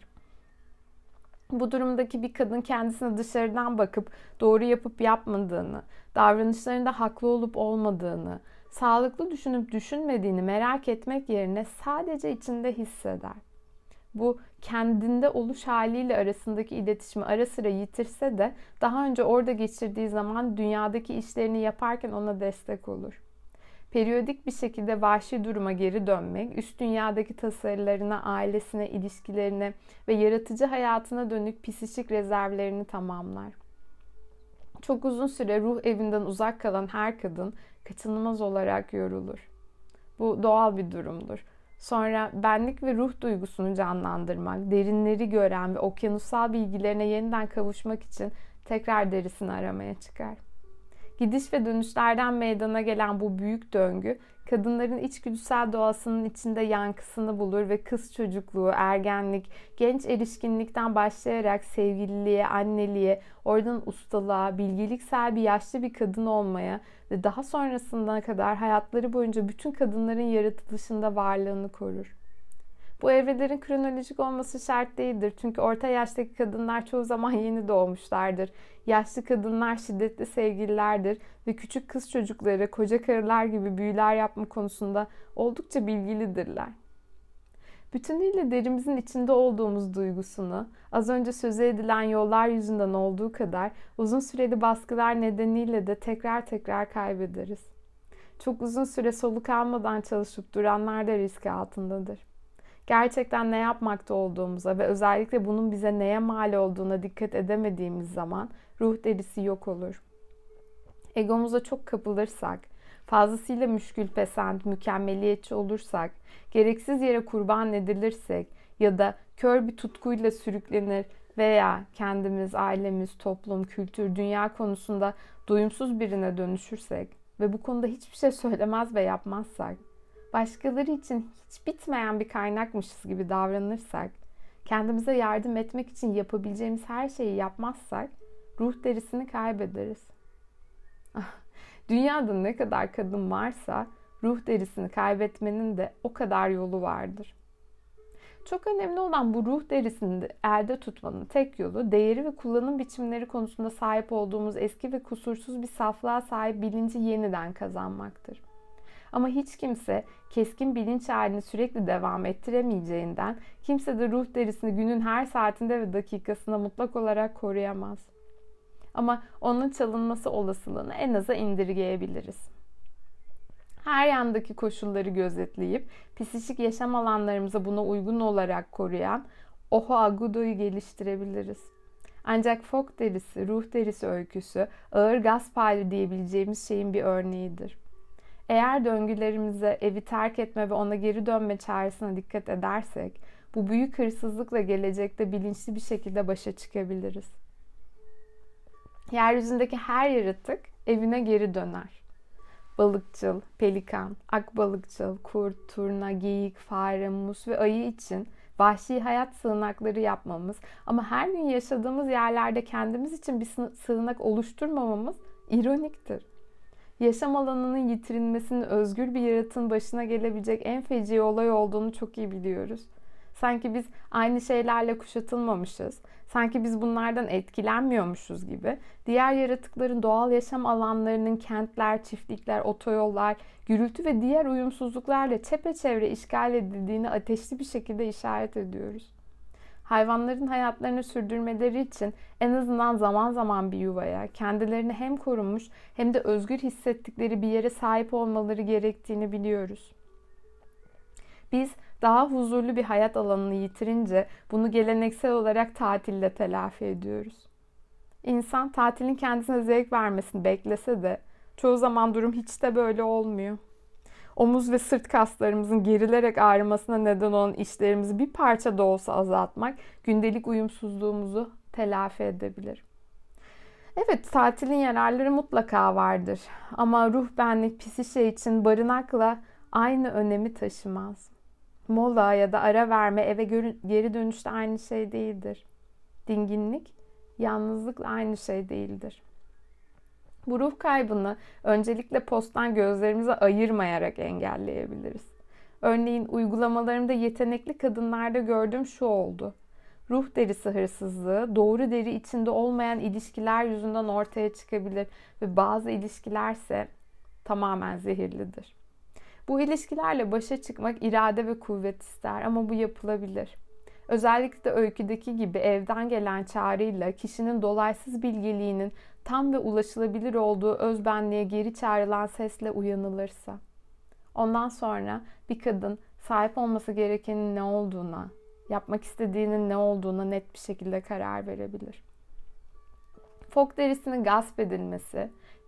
Bu durumdaki bir kadın kendisine dışarıdan bakıp doğru yapıp yapmadığını, davranışlarında haklı olup olmadığını, sağlıklı düşünüp düşünmediğini merak etmek yerine sadece içinde hisseder. Bu kendinde oluş haliyle arasındaki iletişimi ara sıra yitirse de daha önce orada geçirdiği zaman dünyadaki işlerini yaparken ona destek olur. Periyodik bir şekilde vahşi duruma geri dönmek, üst dünyadaki tasarılarına, ailesine, ilişkilerine ve yaratıcı hayatına dönük psikik rezervlerini tamamlar. Çok uzun süre ruh evinden uzak kalan her kadın kaçınılmaz olarak yorulur. Bu doğal bir durumdur. Sonra benlik ve ruh duygusunu canlandırmak, derinleri gören ve okyanusal bilgilerine yeniden kavuşmak için tekrar derisini aramaya çıkar. Gidiş ve dönüşlerden meydana gelen bu büyük döngü, kadınların içgüdüsel doğasının içinde yankısını bulur ve kız çocukluğu, ergenlik, genç erişkinlikten başlayarak sevgililiğe, anneliğe, oradan ustalığa, bilgeliksel bir yaşlı bir kadın olmaya ve daha sonrasına kadar hayatları boyunca bütün kadınların yaratılışında varlığını korur. Bu evrelerin kronolojik olması şart değildir. Çünkü orta yaştaki kadınlar çoğu zaman yeni doğmuşlardır. Yaşlı kadınlar şiddetli sevgililerdir ve küçük kız çocukları koca karılar gibi büyüler yapma konusunda oldukça bilgilidirler. Bütünüyle derimizin içinde olduğumuz duygusunu, az önce sözü edilen yollar yüzünden olduğu kadar uzun süreli baskılar nedeniyle de tekrar tekrar kaybederiz. Çok uzun süre soluk almadan çalışıp duranlar da risk altındadır. Gerçekten ne yapmakta olduğumuza ve özellikle bunun bize neye mal olduğuna dikkat edemediğimiz zaman ruh derisi yok olur. Egomuza çok kapılırsak, fazlasıyla müşkülpesent, mükemmeliyetçi olursak, gereksiz yere kurban edilirsek ya da kör bir tutkuyla sürüklenir veya kendimiz, ailemiz, toplum, kültür, dünya konusunda doyumsuz birine dönüşürsek ve bu konuda hiçbir şey söylemez ve yapmazsak, başkaları için hiç bitmeyen bir kaynakmışız gibi davranırsak, kendimize yardım etmek için yapabileceğimiz her şeyi yapmazsak ruh derisini kaybederiz. Dünyada ne kadar kadın varsa ruh derisini kaybetmenin de o kadar yolu vardır. Çok önemli olan bu ruh derisini elde tutmanın tek yolu değeri ve kullanım biçimleri konusunda sahip olduğumuz eski ve kusursuz bir saflığa sahip bilinci yeniden kazanmaktır. Ama hiç kimse keskin bilinç halini sürekli devam ettiremeyeceğinden kimse de ruh derisini günün her saatinde ve dakikasında mutlak olarak koruyamaz. Ama onun çalınması olasılığını en aza indirgeyebiliriz. Her yandaki koşulları gözetleyip psikik yaşam alanlarımıza buna uygun olarak koruyan Oho Agudo'yu geliştirebiliriz. Ancak Fok derisi, ruh derisi öyküsü ağır gasp hali diyebileceğimiz şeyin bir örneğidir. Eğer döngülerimize, evi terk etme ve ona geri dönme çağrısına dikkat edersek, bu büyük hırsızlıkla gelecekte bilinçli bir şekilde başa çıkabiliriz. Yeryüzündeki her yaratık evine geri döner. Balıkçıl, pelikan, akbalıkçıl, kurt, turna, geyik, fare, mus ve ayı için vahşi hayat sığınakları yapmamız ama her gün yaşadığımız yerlerde kendimiz için bir sığınak oluşturmamamız ironiktir. Yaşam alanının yitirilmesinin özgür bir yaratığın başına gelebilecek en feci olay olduğunu çok iyi biliyoruz. Sanki biz aynı şeylerle kuşatılmamışız, sanki biz bunlardan etkilenmiyormuşuz gibi diğer yaratıkların doğal yaşam alanlarının kentler, çiftlikler, otoyollar, gürültü ve diğer uyumsuzluklarla çepeçevre işgal edildiğini ateşli bir şekilde işaret ediyoruz. Hayvanların hayatlarını sürdürmeleri için en azından zaman zaman bir yuvaya, kendilerini hem korunmuş hem de özgür hissettikleri bir yere sahip olmaları gerektiğini biliyoruz. Biz daha huzurlu bir hayat alanını yitirince bunu geleneksel olarak tatille telafi ediyoruz. İnsan tatilin kendisine zevk vermesini beklese de çoğu zaman durum hiç de böyle olmuyor. Omuz ve sırt kaslarımızın gerilerek ağrımasına neden olan işlerimizi bir parça da olsa azaltmak gündelik uyumsuzluğumuzu telafi edebilir. Evet, tatilin yararları mutlaka vardır ama ruh, benlik, psişe için barınakla aynı önemi taşımaz. Mola ya da ara verme, eve geri dönüşte aynı şey değildir. Dinginlik, yalnızlıkla aynı şey değildir. Bu ruh kaybını öncelikle posttan gözlerimize ayırmayarak engelleyebiliriz. Örneğin uygulamalarımda yetenekli kadınlarda gördüğüm şu oldu. Ruh derisi hırsızlığı, doğru deri içinde olmayan ilişkiler yüzünden ortaya çıkabilir ve bazı ilişkilerse tamamen zehirlidir. Bu ilişkilerle başa çıkmak irade ve kuvvet ister ama bu yapılabilir. Özellikle de öyküdeki gibi evden gelen çağrıyla kişinin dolaysız bilgeliğinin tam ve ulaşılabilir olduğu özbenliğe geri çağrılan sesle uyanılırsa. Ondan sonra bir kadın sahip olması gerekenin ne olduğuna, yapmak istediğinin ne olduğuna net bir şekilde karar verebilir. Fok derisinin gasp edilmesi,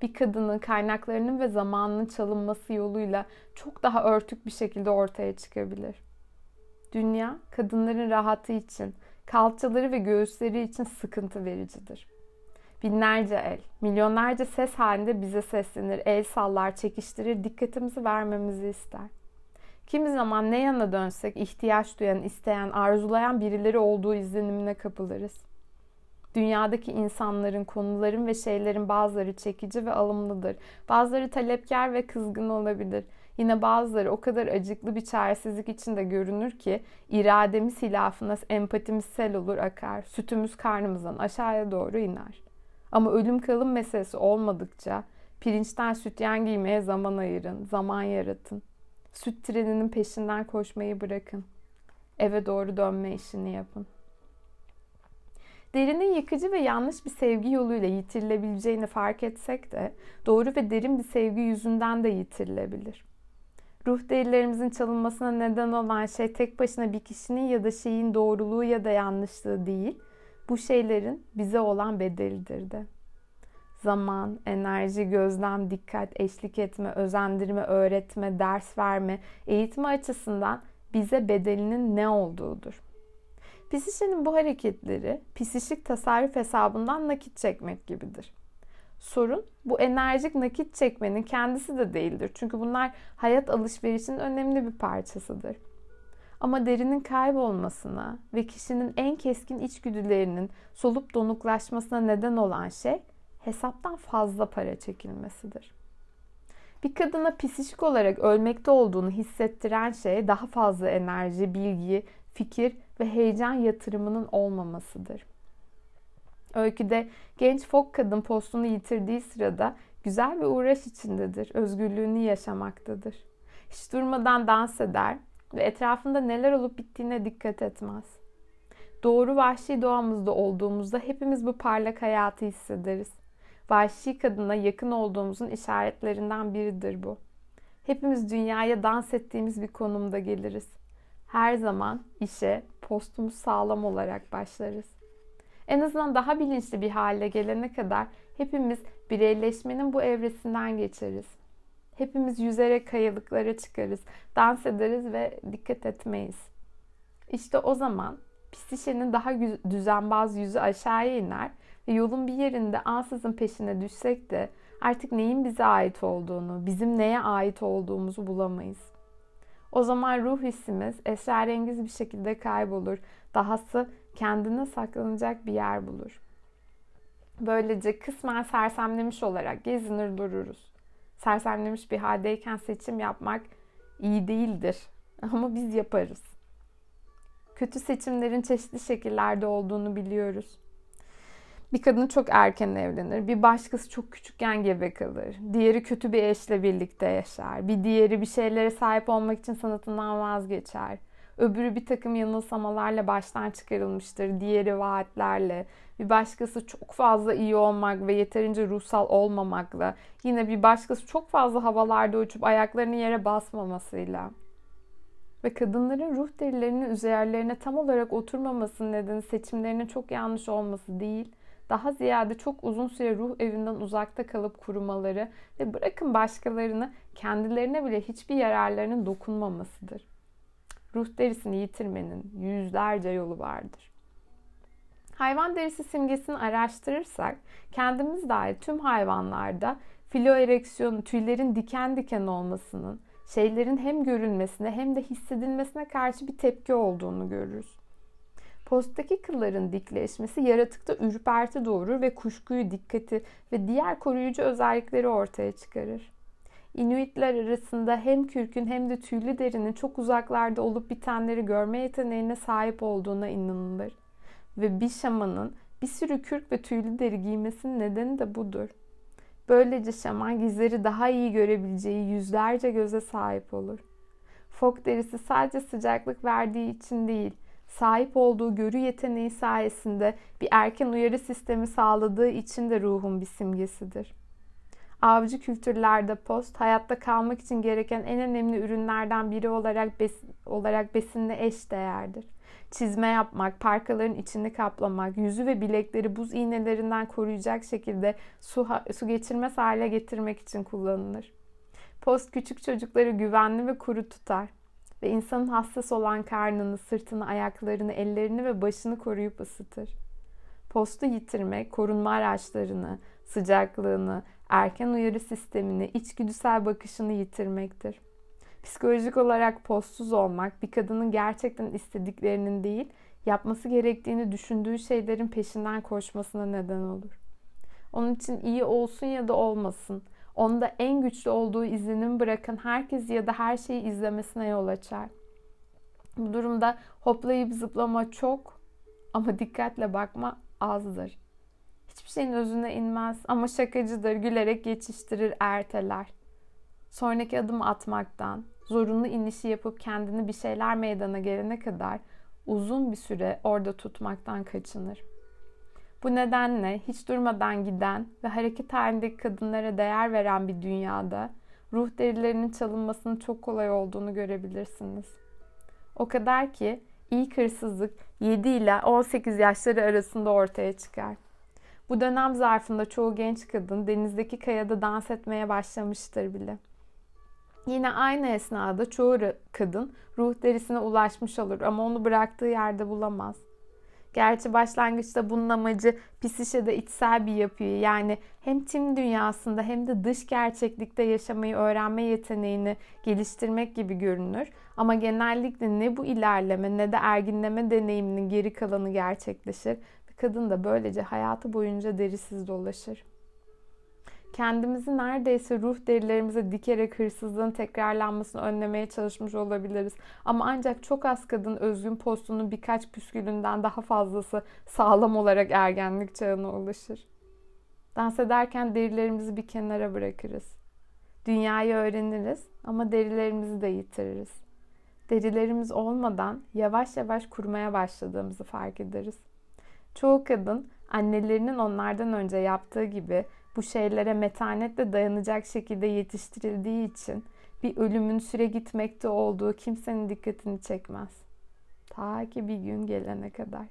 bir kadının kaynaklarının ve zamanının çalınması yoluyla çok daha örtük bir şekilde ortaya çıkabilir. Dünya, kadınların rahatı için, kalçaları ve göğüsleri için sıkıntı vericidir. Binlerce el, milyonlarca ses halinde bize seslenir, el sallar, çekiştirir, dikkatimizi vermemizi ister. Kimi zaman ne yana dönsek ihtiyaç duyan, isteyen, arzulayan birileri olduğu izlenimine kapılırız. Dünyadaki insanların, konuların ve şeylerin bazıları çekici ve alımlıdır. Bazıları talepkar ve kızgın olabilir. Yine bazıları o kadar acıklı bir çaresizlik içinde görünür ki irademiz hilafına empatimiz sel olur akar. Sütümüz karnımızdan aşağıya doğru iner. Ama ölüm kalım meselesi olmadıkça pirinçten sütyen giymeye zaman ayırın, zaman yaratın. Süt treninin peşinden koşmayı bırakın. Eve doğru dönme işini yapın. Derinin yıkıcı ve yanlış bir sevgi yoluyla yitirilebileceğini fark etsek de doğru ve derin bir sevgi yüzünden de yitirilebilir. Ruh derilerimizin çalınmasına neden olan şey tek başına bir kişinin ya da şeyin doğruluğu ya da yanlışlığı değil, bu şeylerin bize olan bedelidir de. Zaman, enerji, gözlem, dikkat, eşlik etme, özendirme, öğretme, ders verme, eğitme açısından bize bedelinin ne olduğudur. Psişenin bu hareketleri, psişik tasarruf hesabından nakit çekmek gibidir. Sorun, bu enerjik nakit çekmenin kendisi de değildir. Çünkü bunlar hayat alışverişinin önemli bir parçasıdır. Ama derinin kaybolmasına ve kişinin en keskin içgüdülerinin solup donuklaşmasına neden olan şey, hesaptan fazla para çekilmesidir. Bir kadına psişik olarak ölmekte olduğunu hissettiren şey daha fazla enerji, bilgi, fikir ve heyecan yatırımının olmamasıdır. Öyküde genç fok kadın postunu yitirdiği sırada güzel bir uğraş içindedir, özgürlüğünü yaşamaktadır. Hiç durmadan dans eder ve etrafında neler olup bittiğine dikkat etmez. Doğru vahşi doğamızda olduğumuzda hepimiz bu parlak hayatı hissederiz. Vahşi kadına yakın olduğumuzun işaretlerinden biridir bu. Hepimiz dünyaya dans ettiğimiz bir konumda geliriz. Her zaman işe postumuz sağlam olarak başlarız. En azından daha bilinçli bir hale gelene kadar hepimiz bireyleşmenin bu evresinden geçeriz. Hepimiz yüzerek kayalıklara çıkarız, dans ederiz ve dikkat etmeyiz. İşte o zaman psişenin daha düzenbaz yüzü aşağıya iner ve yolun bir yerinde ansızın peşine düşsek de artık neyin bize ait olduğunu, bizim neye ait olduğumuzu bulamayız. O zaman ruh hissimiz esrarengiz bir şekilde kaybolur. Dahası kendine saklanacak bir yer bulur. Böylece kısmen sersemlemiş olarak gezinir dururuz. Sersemlemiş bir haldeyken seçim yapmak iyi değildir. Ama biz yaparız. Kötü seçimlerin çeşitli şekillerde olduğunu biliyoruz. Bir kadın çok erken evlenir. Bir başkası çok küçükken gebe kalır. Diğeri kötü bir eşle birlikte yaşar. Bir diğeri bir şeylere sahip olmak için sanatından vazgeçer. Öbürü bir takım yanılsamalarla baştan çıkarılmıştır. Diğeri vaatlerle. Bir başkası çok fazla iyi olmak ve yeterince ruhsal olmamakla. Yine bir başkası çok fazla havalarda uçup ayaklarını yere basmamasıyla. Ve kadınların ruh derilerinin üzerlerine tam olarak oturmamasının nedeni seçimlerinin çok yanlış olması değil, daha ziyade çok uzun süre ruh evinden uzakta kalıp kurumaları ve bırakın başkalarını kendilerine bile hiçbir yararlarının dokunmamasıdır. Ruh derisini yitirmenin yüzlerce yolu vardır. Hayvan derisi simgesini araştırırsak kendimiz dahil tüm hayvanlarda filoereksiyonu, tüylerin diken diken olmasının, şeylerin hem görülmesine hem de hissedilmesine karşı bir tepki olduğunu görürüz. Posttaki kılların dikleşmesi yaratıkta ürperti doğurur ve kuşkuyu, dikkati ve diğer koruyucu özellikleri ortaya çıkarır. İnuitler arasında hem kürkün hem de tüylü derinin çok uzaklarda olup bitenleri görme yeteneğine sahip olduğuna inanılır. Ve bir şamanın bir sürü kürk ve tüylü deri giymesinin nedeni de budur. Böylece şaman gizleri daha iyi görebileceği yüzlerce göze sahip olur. Fok derisi sadece sıcaklık verdiği için değil, sahip olduğu görü yeteneği sayesinde bir erken uyarı sistemi sağladığı için de ruhun bir simgesidir. Avcı kültürlerde post, hayatta kalmak için gereken en önemli ürünlerden biri olarak, bes olarak besinle eş değerdir. Çizme yapmak, parkaların içini kaplamak, yüzü ve bilekleri buz iğnelerinden koruyacak şekilde su, su geçirmez hale getirmek için kullanılır. Post küçük çocukları güvenli ve kuru tutar ve insanın hassas olan karnını, sırtını, ayaklarını, ellerini ve başını koruyup ısıtır. Postu yitirmek, korunma araçlarını, sıcaklığını, erken uyarı sistemini, içgüdüsel bakışını yitirmektir. Psikolojik olarak postsuz olmak, bir kadının gerçekten istediklerinin değil, yapması gerektiğini düşündüğü şeylerin peşinden koşmasına neden olur. Onun için iyi olsun ya da olmasın, onda en güçlü olduğu izlenim bırakan herkes ya da her şeyi izlemesine yol açar. Bu durumda hoplayıp zıplama çok ama dikkatle bakma azdır. Hiçbir şeyin özüne inmez ama şakacıdır, gülerek geçiştirir, erteler. Sonraki adımı atmaktan, zorunlu inişi yapıp kendini bir şeyler meydana gelene kadar uzun bir süre orada tutmaktan kaçınır. Bu nedenle hiç durmadan giden ve hareket halindeki kadınlara değer veren bir dünyada ruh derilerinin çalınmasının çok kolay olduğunu görebilirsiniz. O kadar ki ilk hırsızlık yedi ile on sekiz yaşları arasında ortaya çıkar. Bu dönem zarfında çoğu genç kadın denizdeki kayada dans etmeye başlamıştır bile. Yine aynı esnada çoğu kadın ruh derisine ulaşmış olur ama onu bıraktığı yerde bulamaz. Gerçi başlangıçta bunun amacı psişede içsel bir yapıyı, yani hem tim dünyasında hem de dış gerçeklikte yaşamayı öğrenme yeteneğini geliştirmek gibi görünür. Ama genellikle ne bu ilerleme ne de erginleme deneyiminin geri kalanı gerçekleşir ve kadın da böylece hayatı boyunca derisiz dolaşır. Kendimizi neredeyse ruh derilerimize dikerek hırsızlığın tekrarlanmasını önlemeye çalışmış olabiliriz. Ama ancak çok az kadın özgün postunun birkaç püskülünden daha fazlası sağlam olarak ergenlik çağına ulaşır. Dans ederken derilerimizi bir kenara bırakırız. Dünyayı öğreniriz ama derilerimizi de yitiririz. Derilerimiz olmadan yavaş yavaş kurumaya başladığımızı fark ederiz. Çoğu kadın annelerinin onlardan önce yaptığı gibi bu şeylere metanetle dayanacak şekilde yetiştirildiği için bir ölümün süre gitmekte olduğu kimsenin dikkatini çekmez. Ta ki bir gün gelene kadar.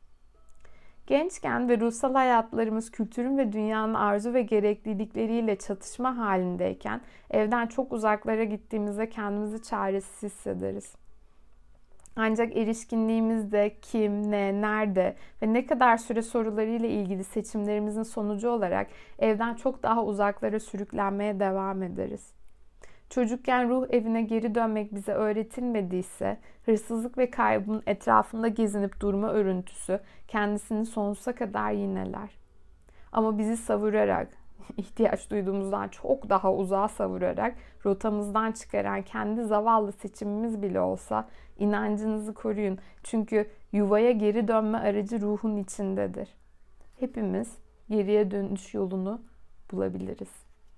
Gençken ve ruhsal hayatlarımız kültürün ve dünyanın arzu ve gereklilikleriyle çatışma halindeyken evden çok uzaklara gittiğimizde kendimizi çaresiz hissederiz. Ancak erişkinliğimizde kim, ne, nerede ve ne kadar süre sorularıyla ilgili seçimlerimizin sonucu olarak evden çok daha uzaklara sürüklenmeye devam ederiz. Çocukken ruh evine geri dönmek bize öğretilmediyse, hırsızlık ve kaybın etrafında gezinip durma örüntüsü kendisini sonsuza kadar yineler. Ama bizi savurarak, ihtiyaç duyduğumuzdan çok daha uzağa savurarak rotamızdan çıkaran kendi zavallı seçimimiz bile olsa inancınızı koruyun. Çünkü yuvaya geri dönme aracı ruhun içindedir. Hepimiz geriye dönüş yolunu bulabiliriz.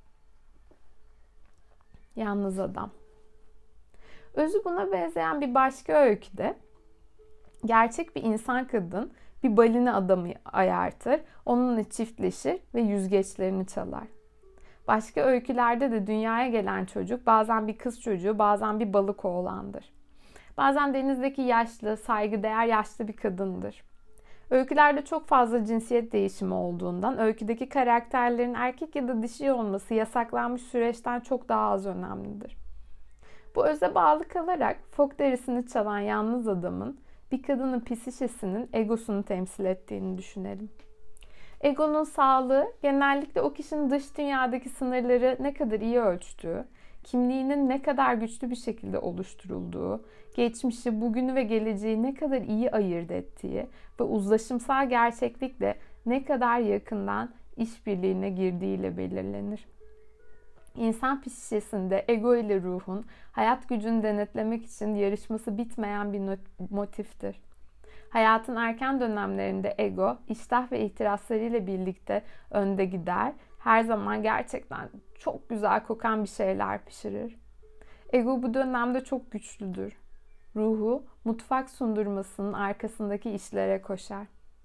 Yalnız Adam. Özü buna benzeyen bir başka öyküde gerçek bir insan kadın bir balina adamı ayartır, onunla çiftleşir ve yüzgeçlerini çalar. Başka öykülerde de dünyaya gelen çocuk bazen bir kız çocuğu, bazen bir balık oğlandır. Bazen denizdeki yaşlı, saygıdeğer yaşlı bir kadındır. Öykülerde çok fazla cinsiyet değişimi olduğundan öyküdeki karakterlerin erkek ya da dişi olması yasaklanmış süreçten çok daha az önemlidir. Bu öze bağlı kalarak fok derisini çalan yalnız adamın bir kadının psişesinin egosunu temsil ettiğini düşünelim. Egonun sağlığı genellikle o kişinin dış dünyadaki sınırları ne kadar iyi ölçtüğü, kimliğinin ne kadar güçlü bir şekilde oluşturulduğu, geçmişi, bugünü ve geleceği ne kadar iyi ayırt ettiği ve uzlaşımsal gerçeklikle ne kadar yakından işbirliğine girdiğiyle belirlenir. İnsan psişesinde ego ile ruhun hayat gücünü denetlemek için yarışması bitmeyen bir motiftir. Hayatın erken dönemlerinde ego, iştah ve ihtiraslarıyla birlikte önde gider, her zaman gerçekten çok güzel kokan bir şeyler pişirir. Ego bu dönemde çok güçlüdür. Ruhu, mutfak sundurmasının arkasındaki işlere koşar.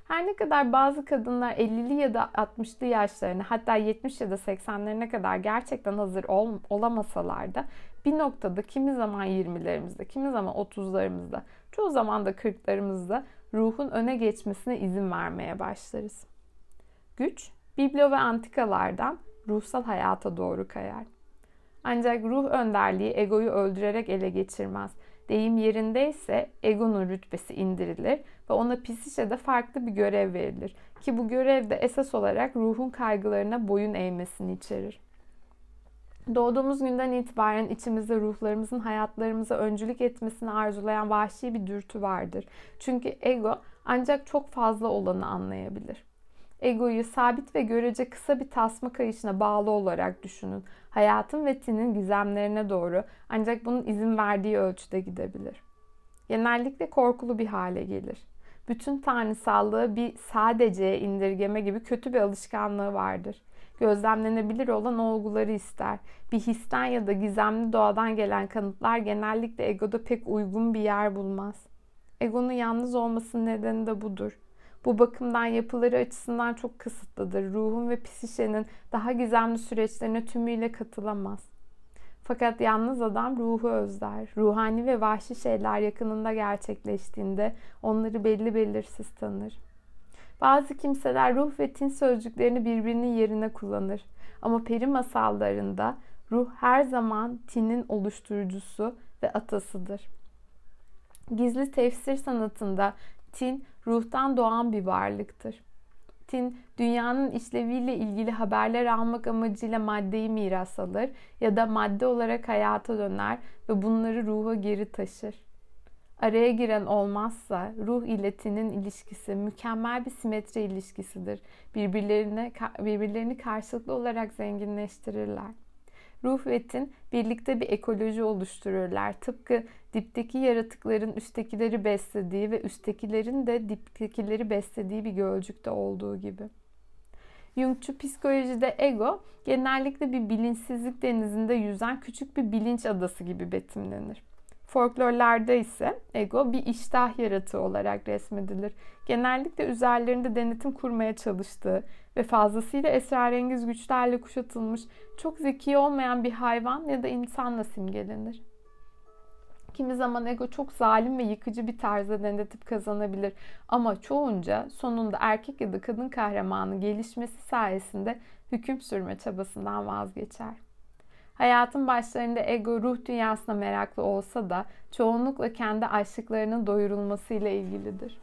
Her ne kadar bazı kadınlar ellili ya da altmışlı yaşlarına, hatta yetmiş ya da seksenlerine kadar gerçekten hazır ol, olamasalar da bir noktada, kimi zaman yirmilerimizde, kimi zaman otuzlarımızda, çoğu zaman da kırklarımızda ruhun öne geçmesine izin vermeye başlarız. Güç, biblo ve antikalardan ruhsal hayata doğru kayar. Ancak ruh önderliği egoyu öldürerek ele geçirmez. Deyim yerindeyse egonun rütbesi indirilir ve ona psişede farklı bir görev verilir ki bu görev de esas olarak ruhun kaygılarına boyun eğmesini içerir. Doğduğumuz günden itibaren içimizde ruhlarımızın hayatlarımıza öncülük etmesini arzulayan vahşi bir dürtü vardır. Çünkü ego ancak çok fazla olanı anlayabilir. Egoyu sabit ve görece kısa bir tasma kayışına bağlı olarak düşünün. Hayatın ve tinin gizemlerine doğru, ancak bunun izin verdiği ölçüde gidebilir. Genellikle korkulu bir hale gelir. Bütün tanrısallığı bir sadece indirgeme gibi kötü bir alışkanlığı vardır. Gözlemlenebilir olan olguları ister. Bir histen ya da gizemli doğadan gelen kanıtlar genellikle egoda pek uygun bir yer bulmaz. Egonun yalnız olmasının nedeni de budur. Bu bakımdan yapıları açısından çok kısıtlıdır. Ruhun ve psişenin daha gizemli süreçlerine tümüyle katılamaz. Fakat yalnız adam ruhu özler. Ruhani ve vahşi şeyler yakınında gerçekleştiğinde onları belli belirsiz tanır. Bazı kimseler ruh ve tin sözcüklerini birbirinin yerine kullanır. Ama peri masallarında ruh her zaman tinin oluşturucusu ve atasıdır. Gizli tefsir sanatında tin ruhtan doğan bir varlıktır. Tin, dünyanın işleviyle ilgili haberler almak amacıyla maddeyi miras alır ya da madde olarak hayata döner ve bunları ruha geri taşır. Araya giren olmazsa ruh ile tinin ilişkisi mükemmel bir simetri ilişkisidir. Birbirlerine, birbirlerini karşılıklı olarak zenginleştirirler. Ruh ve tin birlikte bir ekoloji oluştururlar. Tıpkı dipteki yaratıkların üsttekileri beslediği ve üsttekilerin de diptekileri beslediği bir gölcükte olduğu gibi. Jungçu psikolojide ego genellikle bir bilinçsizlik denizinde yüzen küçük bir bilinç adası gibi betimlenir. Folklorlarda ise ego bir iştah yaratığı olarak resmedilir. Genellikle üzerlerinde denetim kurmaya çalıştığı ve fazlasıyla esrarengiz güçlerle kuşatılmış, çok zeki olmayan bir hayvan ya da insanla simgelenir. Kimi zaman ego çok zalim ve yıkıcı bir tarzda denetip kazanabilir ama çoğunca sonunda erkek ya da kadın kahramanın gelişmesi sayesinde hüküm sürme çabasından vazgeçer. Hayatın başlarında ego ruh dünyasına meraklı olsa da çoğunlukla kendi açlıklarının doyurulmasıyla ilgilidir.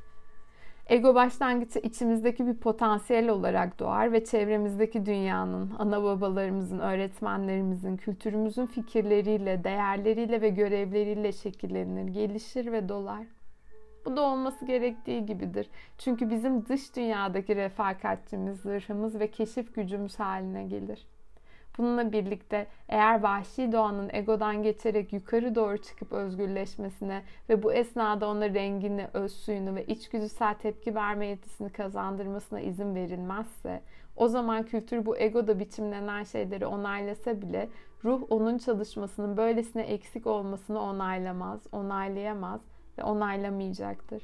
Ego başlangıçta içimizdeki bir potansiyel olarak doğar ve çevremizdeki dünyanın, ana babalarımızın, öğretmenlerimizin, kültürümüzün fikirleriyle, değerleriyle ve görevleriyle şekillenir, gelişir ve dolar. Bu da olması gerektiği gibidir. Çünkü bizim dış dünyadaki refakatçimiz, zırhımız ve keşif gücümüz haline gelir. Bununla birlikte eğer vahşi doğanın egodan geçerek yukarı doğru çıkıp özgürleşmesine ve bu esnada ona rengini, öz suyunu ve içgüdüsel tepki verme yetisini kazandırmasına izin verilmezse, o zaman kültür bu egoda biçimlenen şeyleri onaylasa bile ruh onun çalışmasının böylesine eksik olmasını onaylamaz, onaylayamaz ve onaylamayacaktır.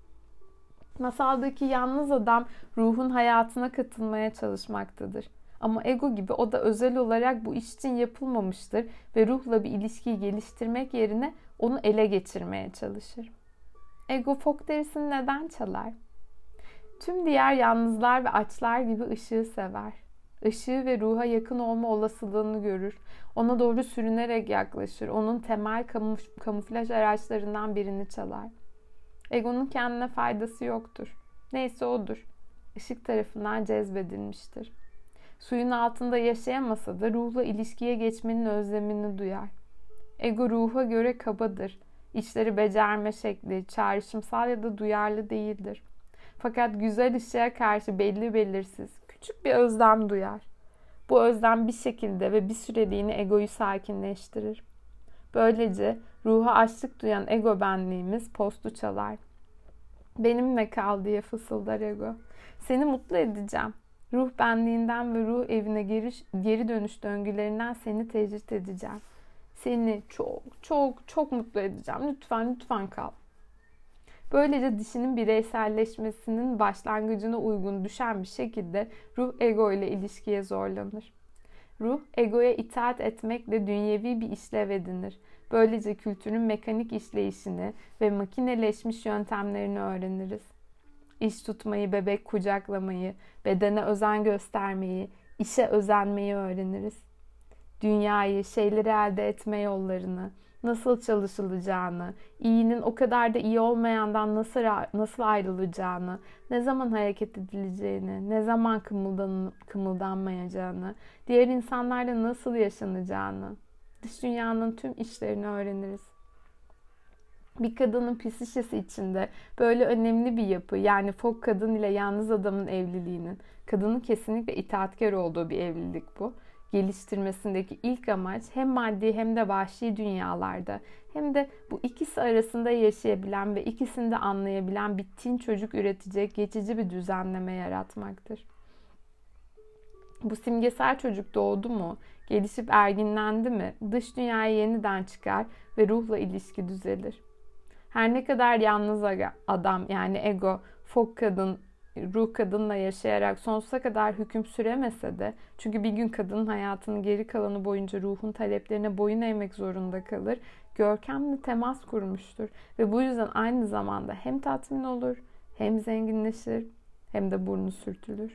Masaldaki yalnız adam ruhun hayatına katılmaya çalışmaktadır. Ama ego gibi o da özel olarak bu iş için yapılmamıştır ve ruhla bir ilişkiyi geliştirmek yerine onu ele geçirmeye çalışır. Ego fok derisini neden çalar? Tüm diğer yalnızlar ve açlar gibi ışığı sever. Işığı ve ruha yakın olma olasılığını görür. Ona doğru sürünerek yaklaşır. Onun temel kamuf- kamuflaj araçlarından birini çalar. Egonun kendine faydası yoktur. Neyse odur. Işık tarafından cezbedilmiştir. Suyun altında yaşayamasa da ruhla ilişkiye geçmenin özlemini duyar. Ego ruha göre kabadır. İşleri becerme şekli, çağrışımsal ya da duyarlı değildir. Fakat güzel ışığa karşı belli belirsiz, küçük bir özlem duyar. Bu özlem bir şekilde ve bir süreliğine egoyu sakinleştirir. Böylece ruha açlık duyan ego benliğimiz postu çalar. Benimle kal diye fısıldar ego. Seni mutlu edeceğim. Ruh benliğinden ve ruh evine geri, geri dönüş döngülerinden seni tecrit edeceğim. Seni çok çok çok mutlu edeceğim. Lütfen lütfen kal. Böylece dişinin bireyselleşmesinin başlangıcına uygun düşen bir şekilde ruh ego ile ilişkiye zorlanır. Ruh, egoya itaat etmekle dünyevi bir işlev edinir. Böylece kültürün mekanik işleyişini ve makineleşmiş yöntemlerini öğreniriz. İş tutmayı, bebek kucaklamayı, bedene özen göstermeyi, işe özenmeyi öğreniriz. Dünyayı, şeyleri elde etme yollarını, nasıl çalışılacağını, iyinin o kadar da iyi olmayandan nasıl nasıl ayrılacağını, ne zaman hareket edileceğini, ne zaman kımıldan, kımıldanmayacağını, diğer insanlarla nasıl yaşanacağını, dış dünyanın tüm işlerini öğreniriz. Bir kadının psişesi içinde böyle önemli bir yapı, yani fok kadın ile yalnız adamın evliliğinin, kadının kesinlikle itaatkar olduğu bir evlilik bu, geliştirmesindeki ilk amaç hem maddi hem de vahşi dünyalarda hem de bu ikisi arasında yaşayabilen ve ikisini de anlayabilen bir teen çocuk üretecek geçici bir düzenleme yaratmaktır. Bu simgesel çocuk doğdu mu, gelişip erginlendi mi, dış dünyaya yeniden çıkar ve ruhla ilişki düzelir. Her ne kadar yalnız adam, yani ego, fok kadın, ruh kadınla yaşayarak sonsuza kadar hüküm süremese de, çünkü bir gün kadının hayatının geri kalanı boyunca ruhun taleplerine boyun eğmek zorunda kalır, görkemli temas kurmuştur ve bu yüzden aynı zamanda hem tatmin olur, hem zenginleşir, hem de burnu sürtülür.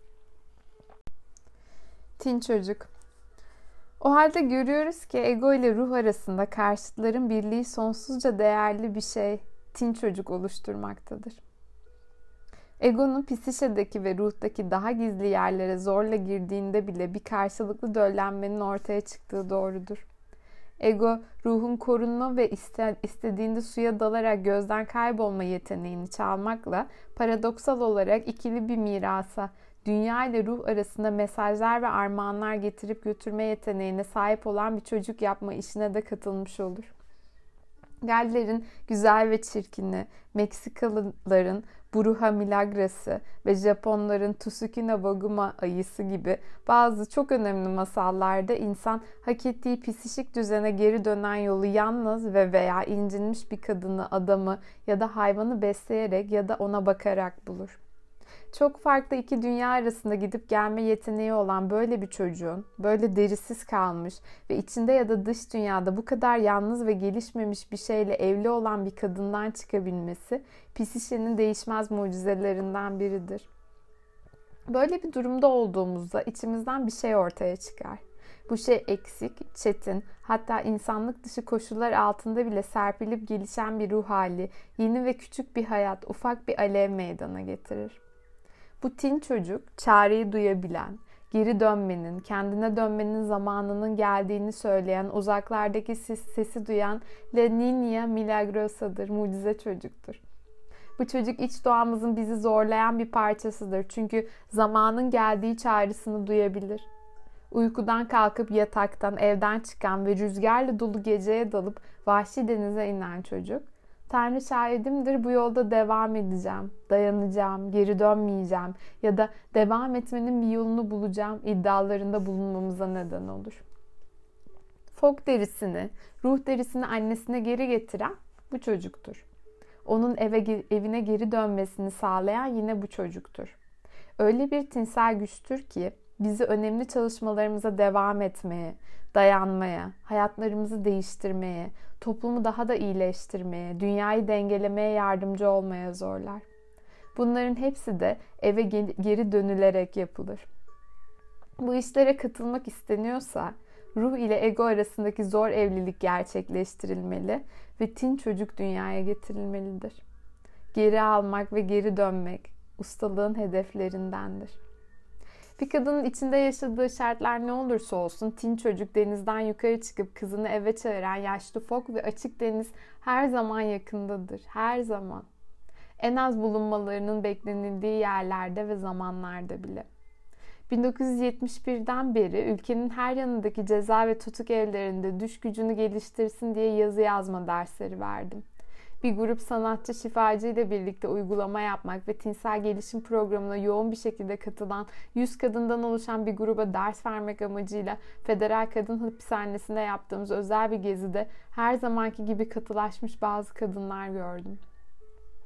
Teen çocuk. O halde görüyoruz ki ego ile ruh arasında karşıtların birliği sonsuzca değerli bir şey, teen çocuk oluşturmaktadır. Egonun psişedeki ve ruhtaki daha gizli yerlere zorla girdiğinde bile bir karşılıklı döllenmenin ortaya çıktığı doğrudur. Ego, ruhun korunma ve istediğinde suya dalarak gözden kaybolma yeteneğini çalmakla paradoksal olarak ikili bir mirasa, dünya ile ruh arasında mesajlar ve armağanlar getirip götürme yeteneğine sahip olan bir çocuk yapma işine de katılmış olur. Galler'in Güzel ve Çirkini, Meksikalıların Bruja Milagrası ve Japonların Tsukina Waguma ayısı gibi bazı çok önemli masallarda insan hak ettiği psişik düzene geri dönen yolu yalnız ve veya incinmiş bir kadını, adamı ya da hayvanı besleyerek ya da ona bakarak bulur. Çok farklı iki dünya arasında gidip gelme yeteneği olan böyle bir çocuğun, böyle derisiz kalmış ve içinde ya da dış dünyada bu kadar yalnız ve gelişmemiş bir şeyle evli olan bir kadından çıkabilmesi, psişenin değişmez mucizelerinden biridir. Böyle bir durumda olduğumuzda içimizden bir şey ortaya çıkar. Bu şey eksik, çetin, hatta insanlık dışı koşullar altında bile serpilip gelişen bir ruh hali, yeni ve küçük bir hayat, ufak bir alev meydana getirir. Bu teen çocuk, çareyi duyabilen, geri dönmenin, kendine dönmenin zamanının geldiğini söyleyen, uzaklardaki ses, sesi duyan La Niña Milagrosa'dır, mucize çocuktur. Bu çocuk iç doğamızın bizi zorlayan bir parçasıdır. Çünkü zamanın geldiği çağrısını duyabilir. Uykudan kalkıp yataktan, evden çıkan ve rüzgarla dolu geceye dalıp vahşi denize inen çocuk, Tanrı şahidimdir, bu yolda devam edeceğim, dayanacağım, geri dönmeyeceğim ya da devam etmenin bir yolunu bulacağım iddialarında bulunmamıza neden olur. Fok derisini, ruh derisini annesine geri getiren bu çocuktur. Onun eve evine geri dönmesini sağlayan yine bu çocuktur. Öyle bir tinsel güçtür ki bizi önemli çalışmalarımıza devam etmeye, dayanmaya, hayatlarımızı değiştirmeye, toplumu daha da iyileştirmeye, dünyayı dengelemeye yardımcı olmaya zorlar. Bunların hepsi de eve geri dönülerek yapılır. Bu işlere katılmak isteniyorsa ruh ile ego arasındaki zor evlilik gerçekleştirilmeli ve teen çocuk dünyaya getirilmelidir. Geri almak ve geri dönmek ustalığın hedeflerindendir. Bir kadının içinde yaşadığı şartlar ne olursa olsun teen çocuk denizden yukarı çıkıp kızını eve çağıran yaşlı fok ve açık deniz her zaman yakındadır. Her zaman. En az bulunmalarının beklenildiği yerlerde ve zamanlarda bile. bin dokuz yüz yetmiş birden beri ülkenin her yanındaki ceza ve tutuk evlerinde düş gücünü geliştirsin diye yazı yazma dersleri verdim. Bir grup sanatçı şifacı ile birlikte uygulama yapmak ve tinsel gelişim programına yoğun bir şekilde katılan yüz kadından oluşan bir gruba ders vermek amacıyla Federal Kadın Hapishanesi'nde yaptığımız özel bir gezide her zamanki gibi katılaşmış bazı kadınlar gördüm.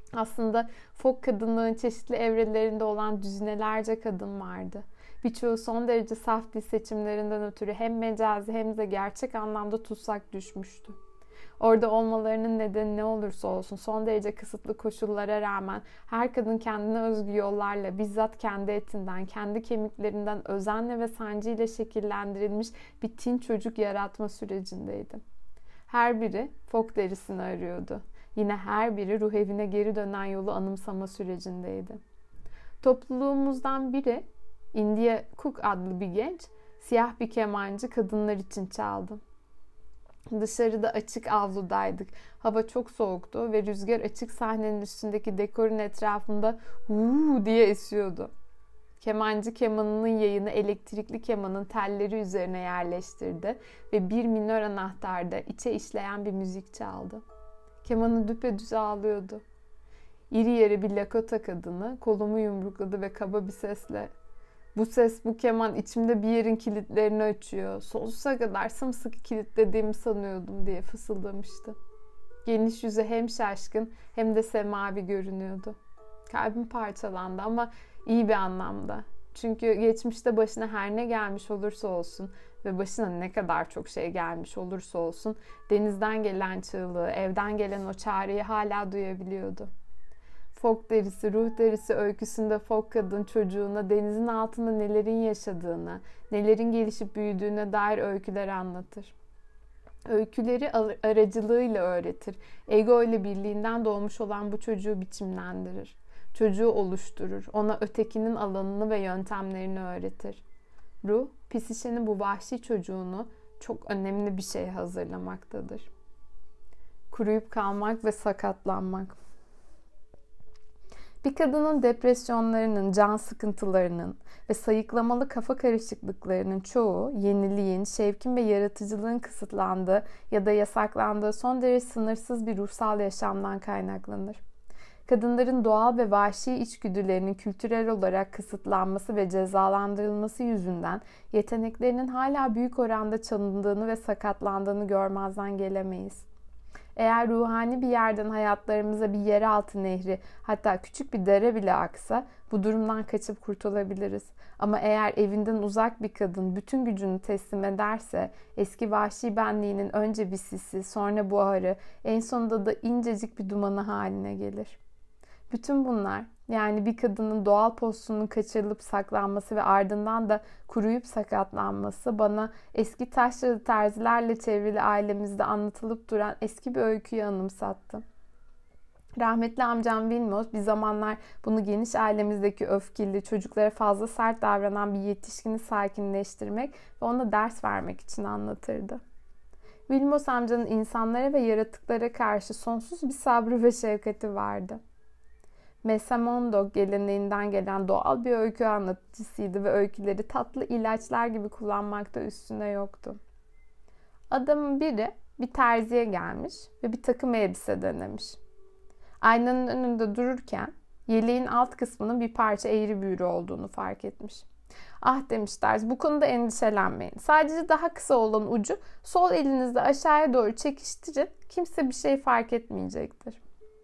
Aslında folk kadınlığın çeşitli evrelerinde olan düzinelerce kadın vardı. Birçoğu son derece saf dil seçimlerinden ötürü hem mecazi hem de gerçek anlamda tutsak düşmüştü. Orada olmalarının nedeni ne olursa olsun son derece kısıtlı koşullara rağmen her kadın kendine özgü yollarla bizzat kendi etinden, kendi kemiklerinden özenle ve sancıyla şekillendirilmiş bir tin çocuk yaratma sürecindeydi. Her biri folk derisini arıyordu. Yine her biri ruh evine geri dönen yolu anımsama sürecindeydi. Topluluğumuzdan biri, India Cook adlı bir genç, siyah bir kemancı kadınlar için çaldı. Dışarıda açık avludaydık. Hava çok soğuktu ve rüzgar açık sahnenin üstündeki dekorun etrafında "Uuu" diye esiyordu. Kemancı kemanının yayını elektrikli kemanın telleri üzerine yerleştirdi ve bir minör anahtarda içe işleyen bir müzik çaldı. Kemanı düpedüz ağlıyordu. İri yarı bir Lakota kadını kolumu yumrukladı ve kaba bir sesle "Bu ses, bu keman içimde bir yerin kilitlerini açıyor. Sonsuza kadar sımsıkı kilitlediğimi sanıyordum" diye fısıldamıştı. Geniş yüzü hem şaşkın hem de semavi görünüyordu. Kalbim parçalandı ama iyi bir anlamda. Çünkü geçmişte başına her ne gelmiş olursa olsun ve başına ne kadar çok şey gelmiş olursa olsun denizden gelen çığlığı, evden gelen o çağrıyı hala duyabiliyordu. Folk derisi, ruh derisi öyküsünde folk kadın çocuğuna denizin altında nelerin yaşadığını, nelerin gelişip büyüdüğüne dair öyküler anlatır. Öyküleri aracılığıyla öğretir. Ego ile birliğinden doğmuş olan bu çocuğu biçimlendirir. Çocuğu oluşturur. Ona ötekinin alanını ve yöntemlerini öğretir. Ruh, psişenin bu vahşi çocuğunu çok önemli bir şey hazırlamaktadır. Kuruyup kalmak ve sakatlanmak. Bir kadının depresyonlarının, can sıkıntılarının ve sayıklamalı kafa karışıklıklarının çoğu yeniliğin, şevkin ve yaratıcılığın kısıtlandığı ya da yasaklandığı son derece sınırsız bir ruhsal yaşamdan kaynaklanır. Kadınların doğal ve vahşi içgüdülerinin kültürel olarak kısıtlanması ve cezalandırılması yüzünden yeteneklerinin hala büyük oranda çalındığını ve sakatlandığını görmezden gelemeyiz. Eğer ruhani bir yerden hayatlarımıza bir yeraltı nehri, hatta küçük bir dere bile aksa bu durumdan kaçıp kurtulabiliriz. Ama eğer evinden uzak bir kadın bütün gücünü teslim ederse eski vahşi benliğinin önce bir sisi, sonra buharı, en sonunda da incecik bir dumanı haline gelir. Bütün bunlar, yani bir kadının doğal postunun kaçırılıp saklanması ve ardından da kuruyup sakatlanması bana eski taşralı terzilerle çevrili ailemizde anlatılıp duran eski bir öyküyü anımsattı. Rahmetli amcam Vilmos bir zamanlar bunu geniş ailemizdeki öfkeli, çocuklara fazla sert davranan bir yetişkini sakinleştirmek ve ona ders vermek için anlatırdı. Vilmos amcanın insanlara ve yaratıklara karşı sonsuz bir sabrı ve şefkati vardı. Mesamondo geleneğinden gelen doğal bir öykü anlatıcısıydı ve öyküleri tatlı ilaçlar gibi kullanmakta üstüne yoktu. Adamın biri bir terziye gelmiş ve bir takım elbise denemiş. Aynanın önünde dururken yeleğin alt kısmının bir parça eğri büğrü olduğunu fark etmiş. "Ah," demiş terzi, "bu konuda endişelenmeyin. Sadece daha kısa olan ucu sol elinizle aşağıya doğru çekiştirin. Kimse bir şey fark etmeyecektir."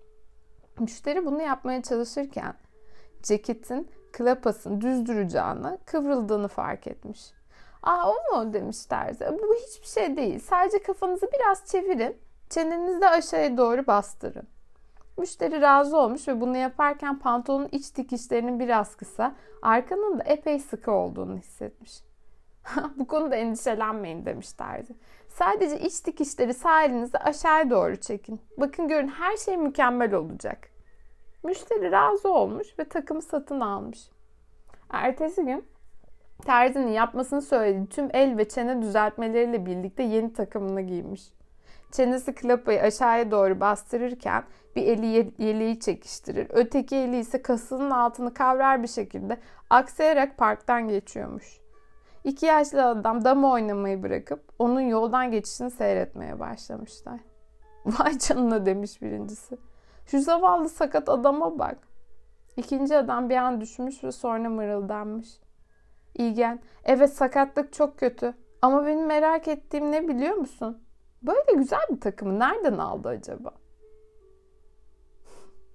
Müşteri bunu yapmaya çalışırken ceketin klapasını düz duracağını, kıvrıldığını fark etmiş. "Aa, o mu?" demiş terzi. "Bu hiçbir şey değil. Sadece kafanızı biraz çevirin. Çenenizi de aşağıya doğru bastırın." Müşteri razı olmuş ve bunu yaparken pantolonun iç dikişlerinin biraz kısa, arkanın da epey sıkı olduğunu hissetmiş. "Bu konuda endişelenmeyin," demiş terzi. "Sadece iç dikişleri sağ elinizle aşağıya doğru çekin. Bakın görün, her şey mükemmel olacak." Müşteri razı olmuş ve takımı satın almış. Ertesi gün terzinin yapmasını söylediği tüm el ve çene düzeltmeleriyle birlikte yeni takımını giymiş. Çenesi klapayı aşağıya doğru bastırırken bir eli yeleği çekiştirir, öteki eli ise kasının altını kavrar bir şekilde aksayarak parktan geçiyormuş. İki yaşlı adam dama oynamayı bırakıp onun yoldan geçişini seyretmeye başlamışlar. "Vay canına," demiş birincisi. "Şu zavallı sakat adama bak." İkinci adam bir an düşmüş ve sonra mırıldanmış. "İlgen, evet sakatlık çok kötü ama benim merak ettiğim ne biliyor musun? Böyle güzel bir takımı nereden aldı acaba?"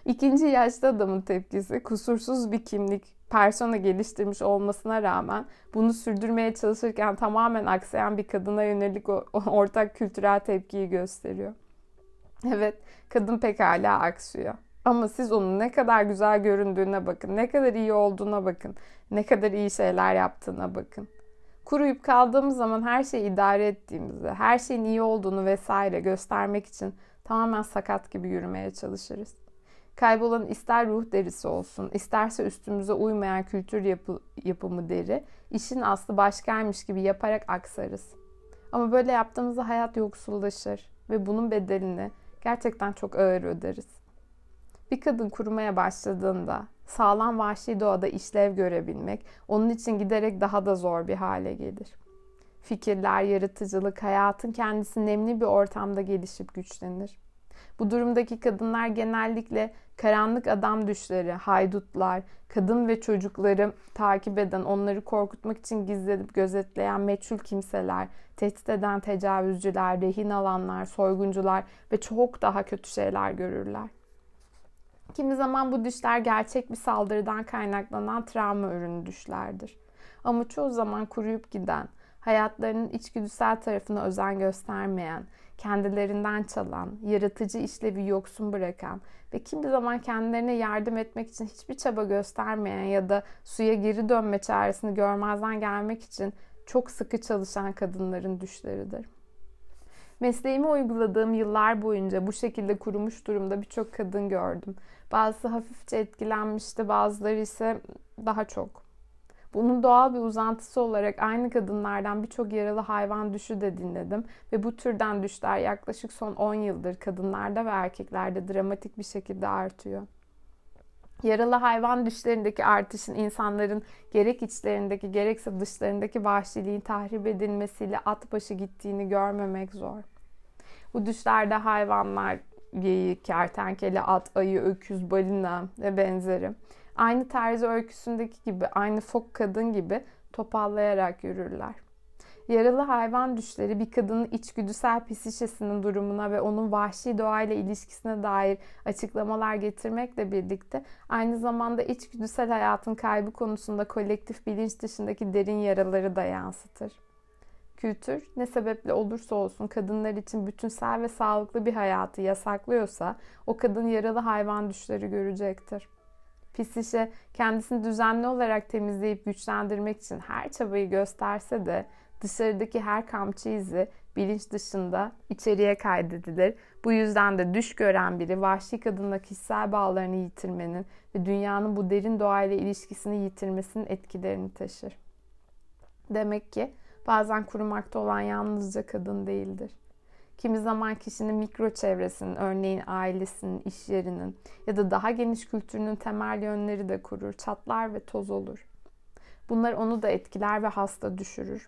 İkinci yaşlı adamın tepkisi kusursuz bir kimlik, persona geliştirmiş olmasına rağmen bunu sürdürmeye çalışırken tamamen aksayan bir kadına yönelik o, o ortak kültürel tepkiyi gösteriyor. Evet, kadın pekala aksıyor. Ama siz onun ne kadar güzel göründüğüne bakın, ne kadar iyi olduğuna bakın, ne kadar iyi şeyler yaptığına bakın. Kuruyup kaldığımız zaman her şeyi idare ettiğimizi, her şeyin iyi olduğunu vesaire göstermek için tamamen sakat gibi yürümeye çalışırız. Kaybolan ister ruh derisi olsun, isterse üstümüze uymayan kültür yapı, yapımı deri, işin aslı başkaymış gibi yaparak aksarız. Ama böyle yaptığımızda hayat yoksullaşır ve bunun bedelini gerçekten çok ağır öderiz. Bir kadın kurumaya başladığında sağlam vahşi doğada işlev görebilmek onun için giderek daha da zor bir hale gelir. Fikirler, yaratıcılık, hayatın kendisi nemli bir ortamda gelişip güçlenir. Bu durumdaki kadınlar genellikle karanlık adam düşleri, haydutlar, kadın ve çocukları takip eden, onları korkutmak için gizlenip gözetleyen meçhul kimseler, tehdit eden tecavüzcüler, rehin alanlar, soyguncular ve çok daha kötü şeyler görürler. Kimi zaman bu düşler gerçek bir saldırıdan kaynaklanan travma ürünü düşlerdir. Ama çoğu zaman kuruyup giden, hayatlarının içgüdüsel tarafına özen göstermeyen, kendilerinden çalan, yaratıcı işlevi yoksun bırakan ve kimi zaman kendilerine yardım etmek için hiçbir çaba göstermeyen ya da suya geri dönme çaresini görmezden gelmek için çok sıkı çalışan kadınların düşleridir. Mesleğimi uyguladığım yıllar boyunca bu şekilde kurumuş durumda birçok kadın gördüm. Bazısı hafifçe etkilenmişti, bazıları ise daha çok. Bunun doğal bir uzantısı olarak aynı kadınlardan birçok yaralı hayvan düşü de dinledim ve bu türden düşler yaklaşık son on yıldır kadınlarda ve erkeklerde dramatik bir şekilde artıyor. Yaralı hayvan düşlerindeki artışın insanların gerek içlerindeki gerekse dışlarındaki vahşiliğin tahrip edilmesiyle at başı gittiğini görmemek zor. Bu düşlerde hayvanlar, geyik, kertenkele, at, ayı, öküz, balina ve benzeri aynı terzi öyküsündeki gibi, aynı fok kadın gibi topallayarak yürürler. Yaralı hayvan düşleri bir kadının içgüdüsel psişesinin durumuna ve onun vahşi doğayla ilişkisine dair açıklamalar getirmekle birlikte aynı zamanda içgüdüsel hayatın kaybı konusunda kolektif bilinç dışındaki derin yaraları da yansıtır. Kültür ne sebeple olursa olsun kadınlar için bütünsel ve sağlıklı bir hayatı yasaklıyorsa o kadın yaralı hayvan düşleri görecektir. Psişe kendisini düzenli olarak temizleyip güçlendirmek için her çabayı gösterse de dışarıdaki her kamçı izi bilinç dışında içeriye kaydedilir. Bu yüzden de düş gören biri vahşi kadınla kişisel bağlarını yitirmenin ve dünyanın bu derin doğayla ilişkisini yitirmesinin etkilerini taşır. Demek ki bazen kurumakta olan yalnızca kadın değildir. Kimi zaman kişinin mikro çevresinin, örneğin ailesinin, iş yerinin ya da daha geniş kültürünün temel yönleri de kurur, çatlar ve toz olur. Bunlar onu da etkiler ve hasta düşürür.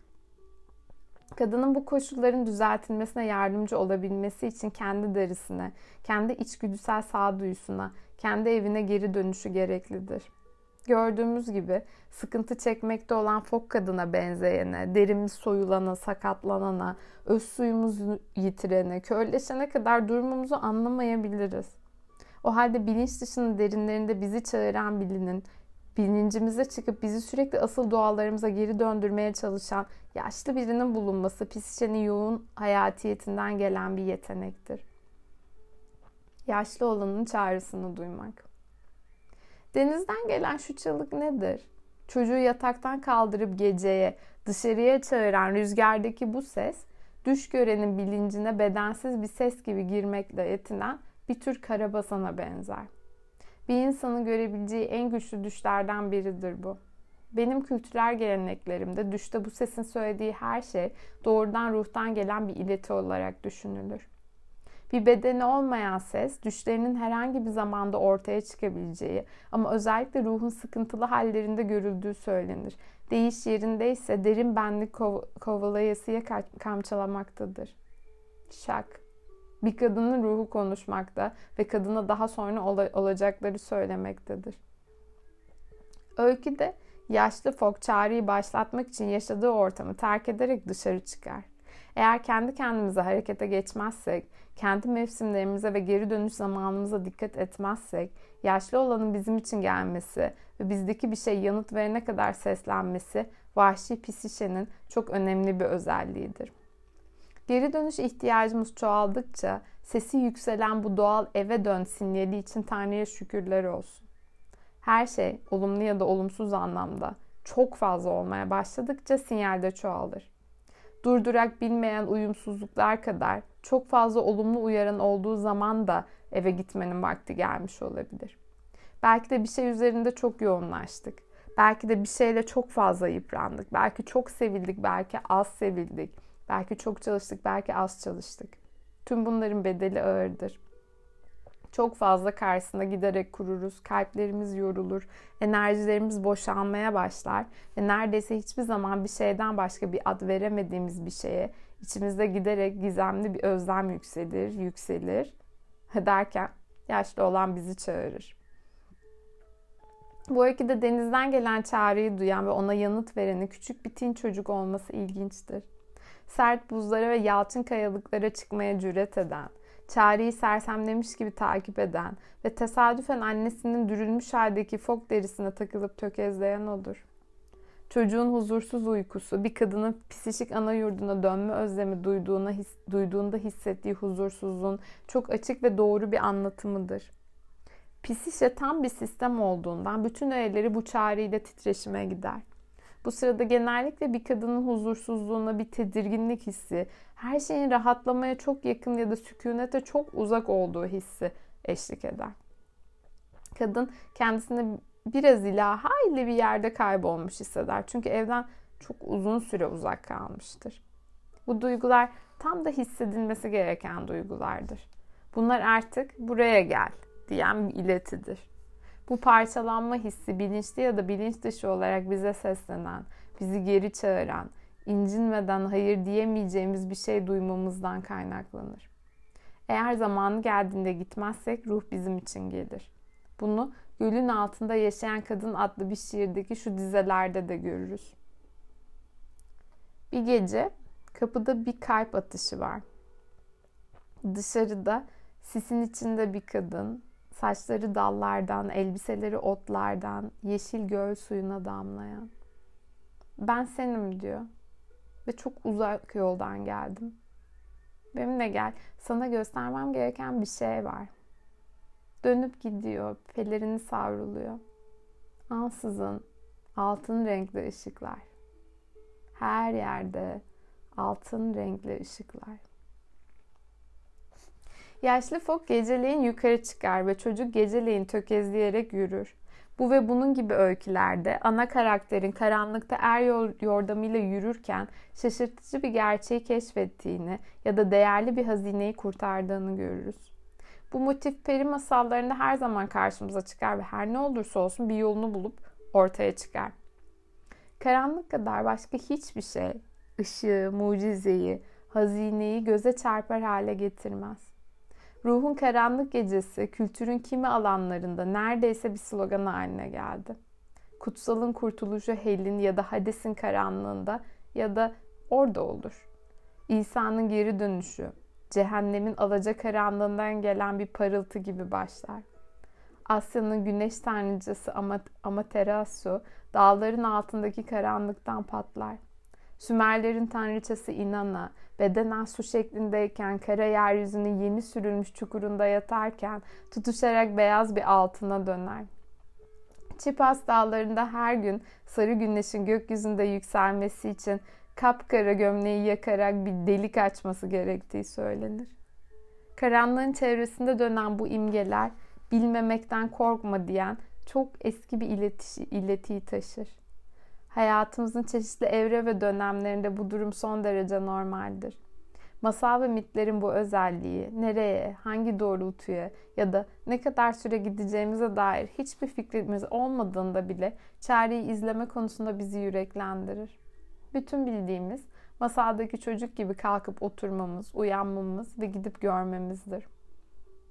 Kadının bu koşulların düzeltilmesine yardımcı olabilmesi için kendi derisine, kendi içgüdüsel sağduyusuna, kendi evine geri dönüşü gereklidir. Gördüğümüz gibi sıkıntı çekmekte olan fok kadına benzeyene, derimiz soyulana, sakatlanana, öz suyumuzu yitirene, körleşene kadar durumumuzu anlamayabiliriz. O halde bilinç dışının derinlerinde bizi çağıran bilinin, bilincimize çıkıp bizi sürekli asıl doğalarımıza geri döndürmeye çalışan yaşlı birinin bulunması psişenin yoğun hayatiyetinden gelen bir yetenektir. Yaşlı olanın çağrısını duymak. Denizden gelen şu çığlık nedir? Çocuğu yataktan kaldırıp geceye, dışarıya çağıran rüzgardaki bu ses, düş görenin bilincine bedensiz bir ses gibi girmekle yetinen bir tür karabasana benzer. Bir insanın görebileceği en güçlü düşlerden biridir bu. Benim kültürel geleneklerimde düşte bu sesin söylediği her şey doğrudan ruhtan gelen bir ileti olarak düşünülür. Bir bedeni olmayan ses, düşlerinin herhangi bir zamanda ortaya çıkabileceği ama özellikle ruhun sıkıntılı hallerinde görüldüğü söylenir. Deyiş yerindeyse derin benlik kov- kovalayasıya kamçalamaktadır. Şak. Bir kadının ruhu konuşmakta ve kadına daha sonra ol- olacakları söylemektedir. Öyküde yaşlı fok çağrıyı başlatmak için yaşadığı ortamı terk ederek dışarı çıkar. Eğer kendi kendimize harekete geçmezsek, kendi mevsimlerimize ve geri dönüş zamanımıza dikkat etmezsek, yaşlı olanın bizim için gelmesi ve bizdeki bir şey yanıt verene kadar seslenmesi vahşi psişenin çok önemli bir özelliğidir. Geri dönüş ihtiyacımız çoğaldıkça sesi yükselen bu doğal eve dön sinyali için Tanrı'ya şükürler olsun. Her şey olumlu ya da olumsuz anlamda çok fazla olmaya başladıkça sinyal de çoğalır. Durdurak bilmeyen uyumsuzluklar kadar çok fazla olumlu uyaran olduğu zaman da eve gitmenin vakti gelmiş olabilir. Belki de bir şey üzerinde çok yoğunlaştık. Belki de bir şeyle çok fazla yıprandık. Belki çok sevildik, belki az sevildik. Belki çok çalıştık, belki az çalıştık. Tüm bunların bedeli ağırdır. Çok fazla karşısında giderek kururuz, kalplerimiz yorulur, enerjilerimiz boşalmaya başlar ve neredeyse hiçbir zaman bir şeyden başka bir ad veremediğimiz bir şeye içimizde giderek gizemli bir özlem yükselir, yükselir derken yaşlı olan bizi çağırır. Bu öyküde denizden gelen çağrıyı duyan ve ona yanıt verenin küçük bir tin çocuk olması ilginçtir. Sert buzlara ve yalçın kayalıklara çıkmaya cüret eden, çağrıyı sersemlemiş gibi takip eden ve tesadüfen annesinin dürülmüş haldeki fok derisine takılıp tökezleyen odur. Çocuğun huzursuz uykusu, bir kadının psişik ana yurduna dönme özlemi duyduğuna, his, duyduğunda hissettiği huzursuzluğun çok açık ve doğru bir anlatımıdır. Psişe tam bir sistem olduğundan bütün öğeleri bu çağrıyla titreşime gider. Bu sırada genellikle bir kadının huzursuzluğuna bir tedirginlik hissi, her şeyin rahatlamaya çok yakın ya da sükunete çok uzak olduğu hissi eşlik eder. Kadın kendisini biraz ila hayli bir yerde kaybolmuş hisseder. Çünkü evden çok uzun süre uzak kalmıştır. Bu duygular tam da hissedilmesi gereken duygulardır. Bunlar artık buraya gel diyen bir iletidir. Bu parçalanma hissi bilinçli ya da bilinç dışı olarak bize seslenen, bizi geri çağıran, incinmeden hayır diyemeyeceğimiz bir şey duymamızdan kaynaklanır. Eğer zamanı geldiğinde gitmezsek ruh bizim için gelir. Bunu Gölün Altında Yaşayan Kadın adlı bir şiirdeki şu dizelerde de görürüz. Bir gece kapıda bir kalp atışı var. Dışarıda sisin içinde bir kadın, saçları dallardan, elbiseleri otlardan, yeşil göl suyuna damlayan. Ben senim diyor ve çok uzak yoldan geldim. Benimle gel, sana göstermem gereken bir şey var. Dönüp gidiyor, pelerini savruluyor. Ansızın altın renkli ışıklar. Her yerde altın renkli ışıklar. Yaşlı fok geceleyin yukarı çıkar ve çocuk geceleyin tökezleyerek yürür. Bu ve bunun gibi öykülerde ana karakterin karanlıkta er yordamıyla yürürken şaşırtıcı bir gerçeği keşfettiğini ya da değerli bir hazineyi kurtardığını görürüz. Bu motif peri masallarında her zaman karşımıza çıkar ve her ne olursa olsun bir yolunu bulup ortaya çıkar. Karanlık kadar başka hiçbir şey ışığı, mucizeyi, hazineyi göze çarpar hale getirmez. Ruhun karanlık gecesi kültürün kimi alanlarında neredeyse bir slogan haline geldi. Kutsalın kurtuluşu Hel'in ya da Hades'in karanlığında ya da orada olur. İsa'nın geri dönüşü, cehennemin alacakaranlığından gelen bir parıltı gibi başlar. Asya'nın güneş tanrıcası Amaterasu dağların altındaki karanlıktan patlar. Sümerlerin tanrıçası Inanna, bedenen su şeklindeyken kara yeryüzünün yeni sürülmüş çukurunda yatarken tutuşarak beyaz bir altına döner. Çipas dağlarında her gün sarı güneşin gökyüzünde yükselmesi için kapkara gömleği yakarak bir delik açması gerektiği söylenir. Karanlığın çevresinde dönen bu imgeler bilmemekten korkma diyen çok eski bir ileti, iletiyi taşır. Hayatımızın çeşitli evre ve dönemlerinde bu durum son derece normaldir. Masal ve mitlerin bu özelliği nereye, hangi doğrultuya ya da ne kadar süre gideceğimize dair hiçbir fikrimiz olmadığında bile çareyi izleme konusunda bizi yüreklendirir. Bütün bildiğimiz masaldaki çocuk gibi kalkıp oturmamız, uyanmamız ve gidip görmemizdir.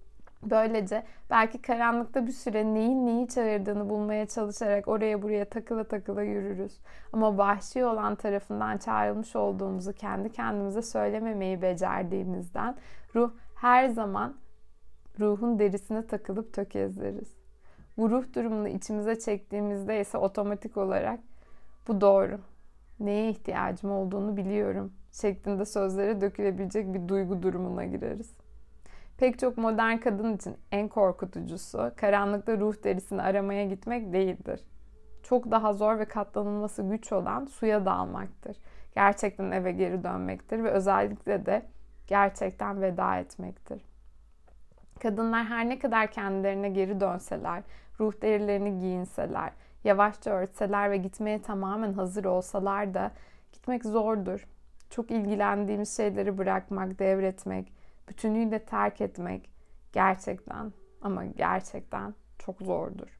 Böylece belki karanlıkta bir süre neyin neyi çağırdığını bulmaya çalışarak oraya buraya takıla takıla yürürüz. Ama vahşi olan tarafından çağrılmış olduğumuzu kendi kendimize söylememeyi becerdiğimizden ruh her zaman ruhun derisine takılıp tökezleriz. Bu ruh durumunu içimize çektiğimizde ise otomatik olarak bu doğru, neye ihtiyacım olduğunu biliyorum şeklinde sözlere dökülebilecek bir duygu durumuna gireriz. Pek çok modern kadın için en korkutucusu karanlıkta ruh derisini aramaya gitmek değildir. Çok daha zor ve katlanılması güç olan suya dalmaktır. Gerçekten eve geri dönmektir ve özellikle de gerçekten veda etmektir. Kadınlar her ne kadar kendilerine geri dönseler, ruh derilerini giyinseler, yavaşça örtseler ve gitmeye tamamen hazır olsalar da gitmek zordur. Çok ilgilendiğimiz şeyleri bırakmak, devretmek, bütünüyle terk etmek gerçekten ama gerçekten çok zordur.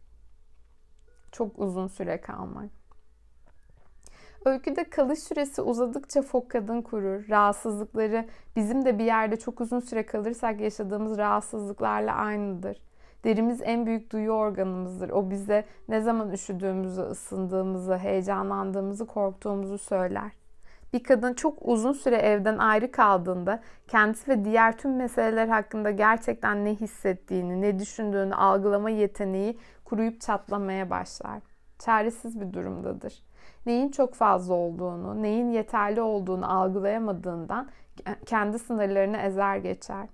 Çok uzun süre kalmak. Öyküde kalış süresi uzadıkça fok kadın kurur. Rahatsızlıkları bizim de bir yerde çok uzun süre kalırsak yaşadığımız rahatsızlıklarla aynıdır. Derimiz en büyük duyu organımızdır. O bize ne zaman üşüdüğümüzü, ısındığımızı, heyecanlandığımızı, korktuğumuzu söyler. Bir kadın çok uzun süre evden ayrı kaldığında kendisi ve diğer tüm meseleler hakkında gerçekten ne hissettiğini, ne düşündüğünü algılama yeteneği kuruyup çatlamaya başlar. Çaresiz bir durumdadır. Neyin çok fazla olduğunu, neyin yeterli olduğunu algılayamadığından kendi sınırlarını ezer geçer.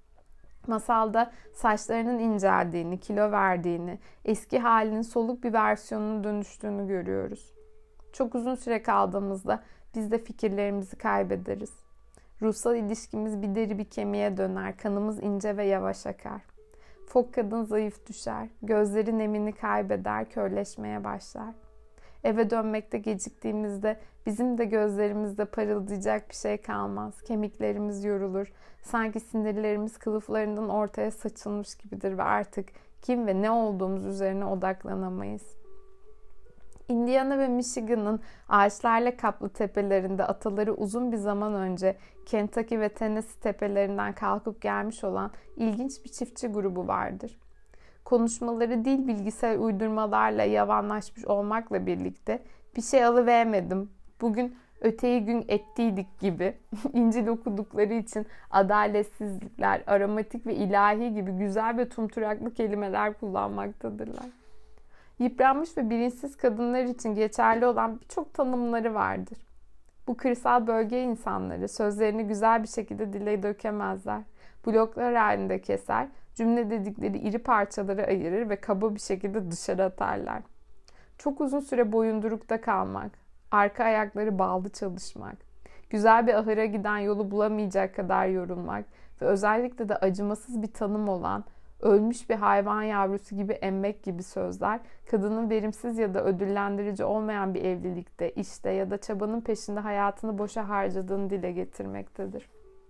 Masalda saçlarının inceldiğini, kilo verdiğini, eski halinin soluk bir versiyonuna dönüştüğünü görüyoruz. Çok uzun süre kaldığımızda biz de fikirlerimizi kaybederiz. Ruhsal ilişkimiz bir deri bir kemiğe döner, kanımız ince ve yavaş akar. Fok kadın zayıf düşer, gözleri nemini kaybeder, körleşmeye başlar. Eve dönmekte geciktiğimizde bizim de gözlerimizde parıldayacak bir şey kalmaz. Kemiklerimiz yorulur. Sanki sinirlerimiz kılıflarından ortaya saçılmış gibidir ve artık kim ve ne olduğumuz üzerine odaklanamayız. Indiana ve Michigan'ın ağaçlarla kaplı tepelerinde ataları uzun bir zaman önce Kentucky ve Tennessee tepelerinden kalkıp gelmiş olan ilginç bir çiftçi grubu vardır. Konuşmaları dil bilgisayar uydurmalarla yavanlaşmış olmakla birlikte bir şey alıvermedim, bugün öteyi gün ettiydik gibi İncil okudukları için adaletsizlikler, aromatik ve ilahi gibi güzel ve tumturaklı kelimeler kullanmaktadırlar. Yıpranmış ve bilinçsiz kadınlar için geçerli olan birçok tanımları vardır. Bu kırsal bölge insanları sözlerini güzel bir şekilde dile dökemezler. Bloklar halinde keser, cümle dedikleri iri parçalara ayırır ve kaba bir şekilde dışarı atarlar. Çok uzun süre boyundurukta kalmak, arka ayakları bağlı çalışmak, güzel bir ahıra giden yolu bulamayacak kadar yorulmak ve özellikle de acımasız bir tanım olan ölmüş bir hayvan yavrusu gibi emmek gibi sözler, kadının verimsiz ya da ödüllendirici olmayan bir evlilikte, işte ya da çabanın peşinde hayatını boşa harcadığını dile getirmektedir.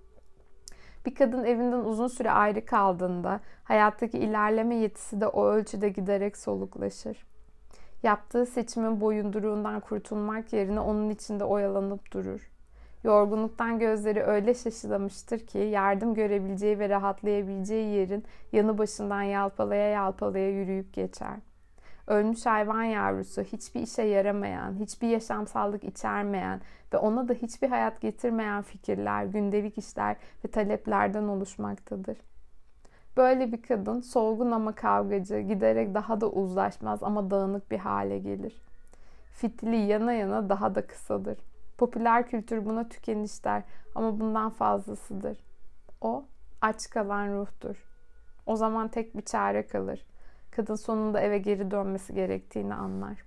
Bir kadın evinden uzun süre ayrı kaldığında hayattaki ilerleme yetisi de o ölçüde giderek soluklaşır. Yaptığı seçimin boyunduruğundan kurtulmak yerine onun içinde oyalanıp durur. Yorgunluktan gözleri öyle şaşılamıştır ki yardım görebileceği ve rahatlayabileceği yerin yanı başından yalpalaya yalpalaya yürüyüp geçer. Ölmüş hayvan yavrusu hiçbir işe yaramayan, hiçbir yaşamsallık içermeyen ve ona da hiçbir hayat getirmeyen fikirler, gündelik işler ve taleplerden oluşmaktadır. Böyle bir kadın solgun ama kavgacı, giderek daha da uzlaşmaz ama dağınık bir hale gelir. Fitili yana yana daha da kısadır. Popüler kültür buna tükeniş der ama bundan fazlasıdır. O, aç kalan ruhtur. O zaman tek bir çare kalır. Kadın sonunda eve geri dönmesi gerektiğini anlar.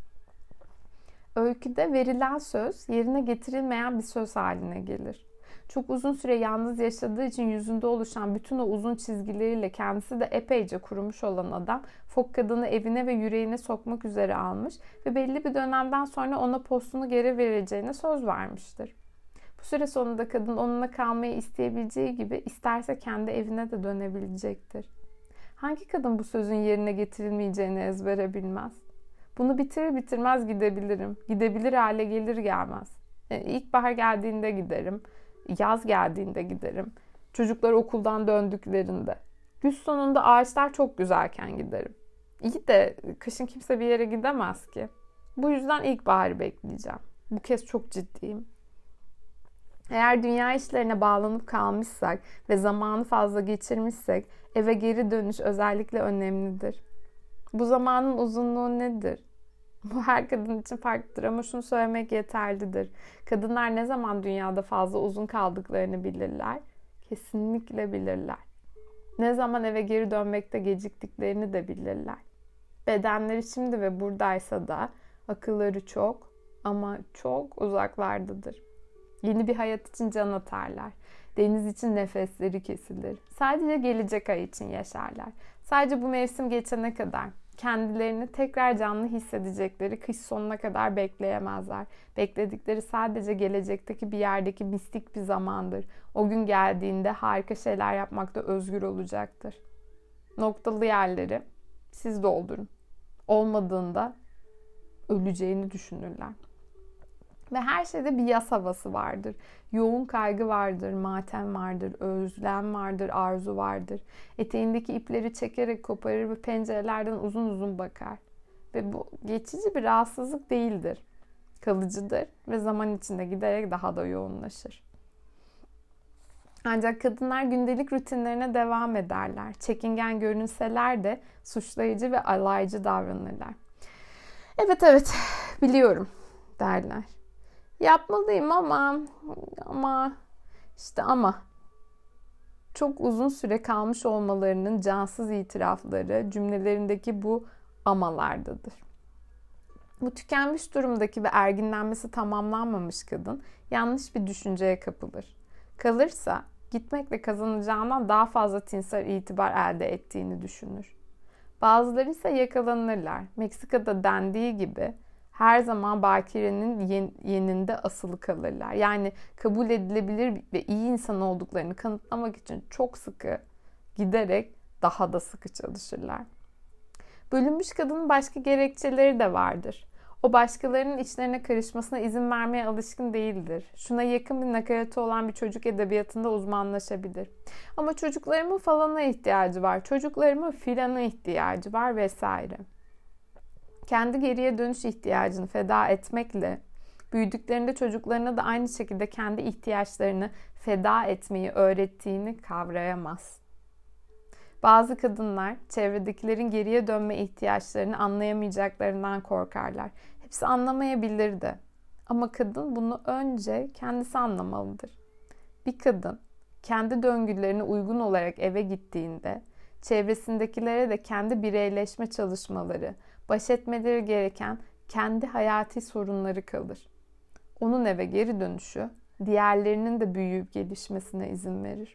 Öyküde verilen söz yerine getirilmeyen bir söz haline gelir. Çok uzun süre yalnız yaşadığı için yüzünde oluşan bütün o uzun çizgileriyle kendisi de epeyce kurumuş olan adam fok kadını evine ve yüreğine sokmak üzere almış ve belli bir dönemden sonra ona postunu geri vereceğine söz vermiştir. Bu süre sonunda kadın onunla kalmayı isteyebileceği gibi isterse kendi evine de dönebilecektir. Hangi kadın bu sözün yerine getirilmeyeceğini ezbere bilmez? Bunu bitirir bitirmez gidebilirim. Gidebilir hale gelir gelmez. Yani ilkbahar geldiğinde giderim. Yaz geldiğinde giderim. Çocuklar okuldan döndüklerinde. Güz sonunda ağaçlar çok güzelken giderim. İyi de kışın kimse bir yere gidemez ki. Bu yüzden ilkbaharı bekleyeceğim. Bu kez çok ciddiyim. Eğer dünya işlerine bağlanıp kalmışsak ve zamanı fazla geçirmişsek eve geri dönüş özellikle önemlidir. Bu zamanın uzunluğu nedir? Bu her kadın için farklıdır ama şunu söylemek yeterlidir. Kadınlar ne zaman dünyada fazla uzun kaldıklarını bilirler. Kesinlikle bilirler. Ne zaman eve geri dönmekte geciktiklerini de bilirler. Bedenleri şimdi ve buradaysa da akılları çok ama çok uzaklardadır. Yeni bir hayat için can atarlar. Deniz için nefesleri kesilir. Sadece gelecek ay için yaşarlar. Sadece bu mevsim geçene kadar kendilerini tekrar canlı hissedecekleri kış sonuna kadar bekleyemezler. Bekledikleri sadece gelecekteki bir yerdeki mistik bir zamandır. O gün geldiğinde harika şeyler yapmakta özgür olacaktır. Noktalı yerleri siz doldurun. Olmadığında öleceğini düşünürler. Ve her şeyde bir yas havası vardır. Yoğun kaygı vardır, matem vardır, özlem vardır, arzu vardır. Eteğindeki ipleri çekerek koparır ve pencerelerden uzun uzun bakar. Ve bu geçici bir rahatsızlık değildir. Kalıcıdır ve zaman içinde giderek daha da yoğunlaşır. Ancak kadınlar gündelik rutinlerine devam ederler. Çekingen görünseler de suçlayıcı ve alaycı davranırlar. Evet evet biliyorum derler. Yapmalıyım ama ama işte ama çok uzun süre kalmış olmalarının cansız itirafları cümlelerindeki bu amalardadır. Bu tükenmiş durumdaki ve erginlenmesi tamamlanmamış kadın yanlış bir düşünceye kapılır. Kalırsa gitmekle kazanacağından daha fazla tinsel itibar elde ettiğini düşünür. Bazıları ise yakalanırlar. Meksika'da dendiği gibi her zaman bakirenin yeninde asılı kalırlar. Yani kabul edilebilir ve iyi insan olduklarını kanıtlamak için çok sıkı giderek daha da sıkı çalışırlar. Bölünmüş kadının başka gerekçeleri de vardır. O başkalarının içlerine karışmasına izin vermeye alışkın değildir. Şuna yakın bir nakaratı olan bir çocuk edebiyatında uzmanlaşabilir. Ama çocuklarımın falana ihtiyacı var, çocuklarımın filana ihtiyacı var vesaire. Kendi geriye dönüş ihtiyacını feda etmekle, büyüdüklerinde çocuklarına da aynı şekilde kendi ihtiyaçlarını feda etmeyi öğrettiğini kavrayamaz. Bazı kadınlar çevredekilerin geriye dönme ihtiyaçlarını anlayamayacaklarından korkarlar. Hepsi anlamayabilir de. Ama kadın bunu önce kendisi anlamalıdır. Bir kadın kendi döngülerine uygun olarak eve gittiğinde çevresindekilere de kendi bireyleşme çalışmaları, baş etmeleri gereken kendi hayati sorunları kalır. Onun eve geri dönüşü diğerlerinin de büyüyüp gelişmesine izin verir.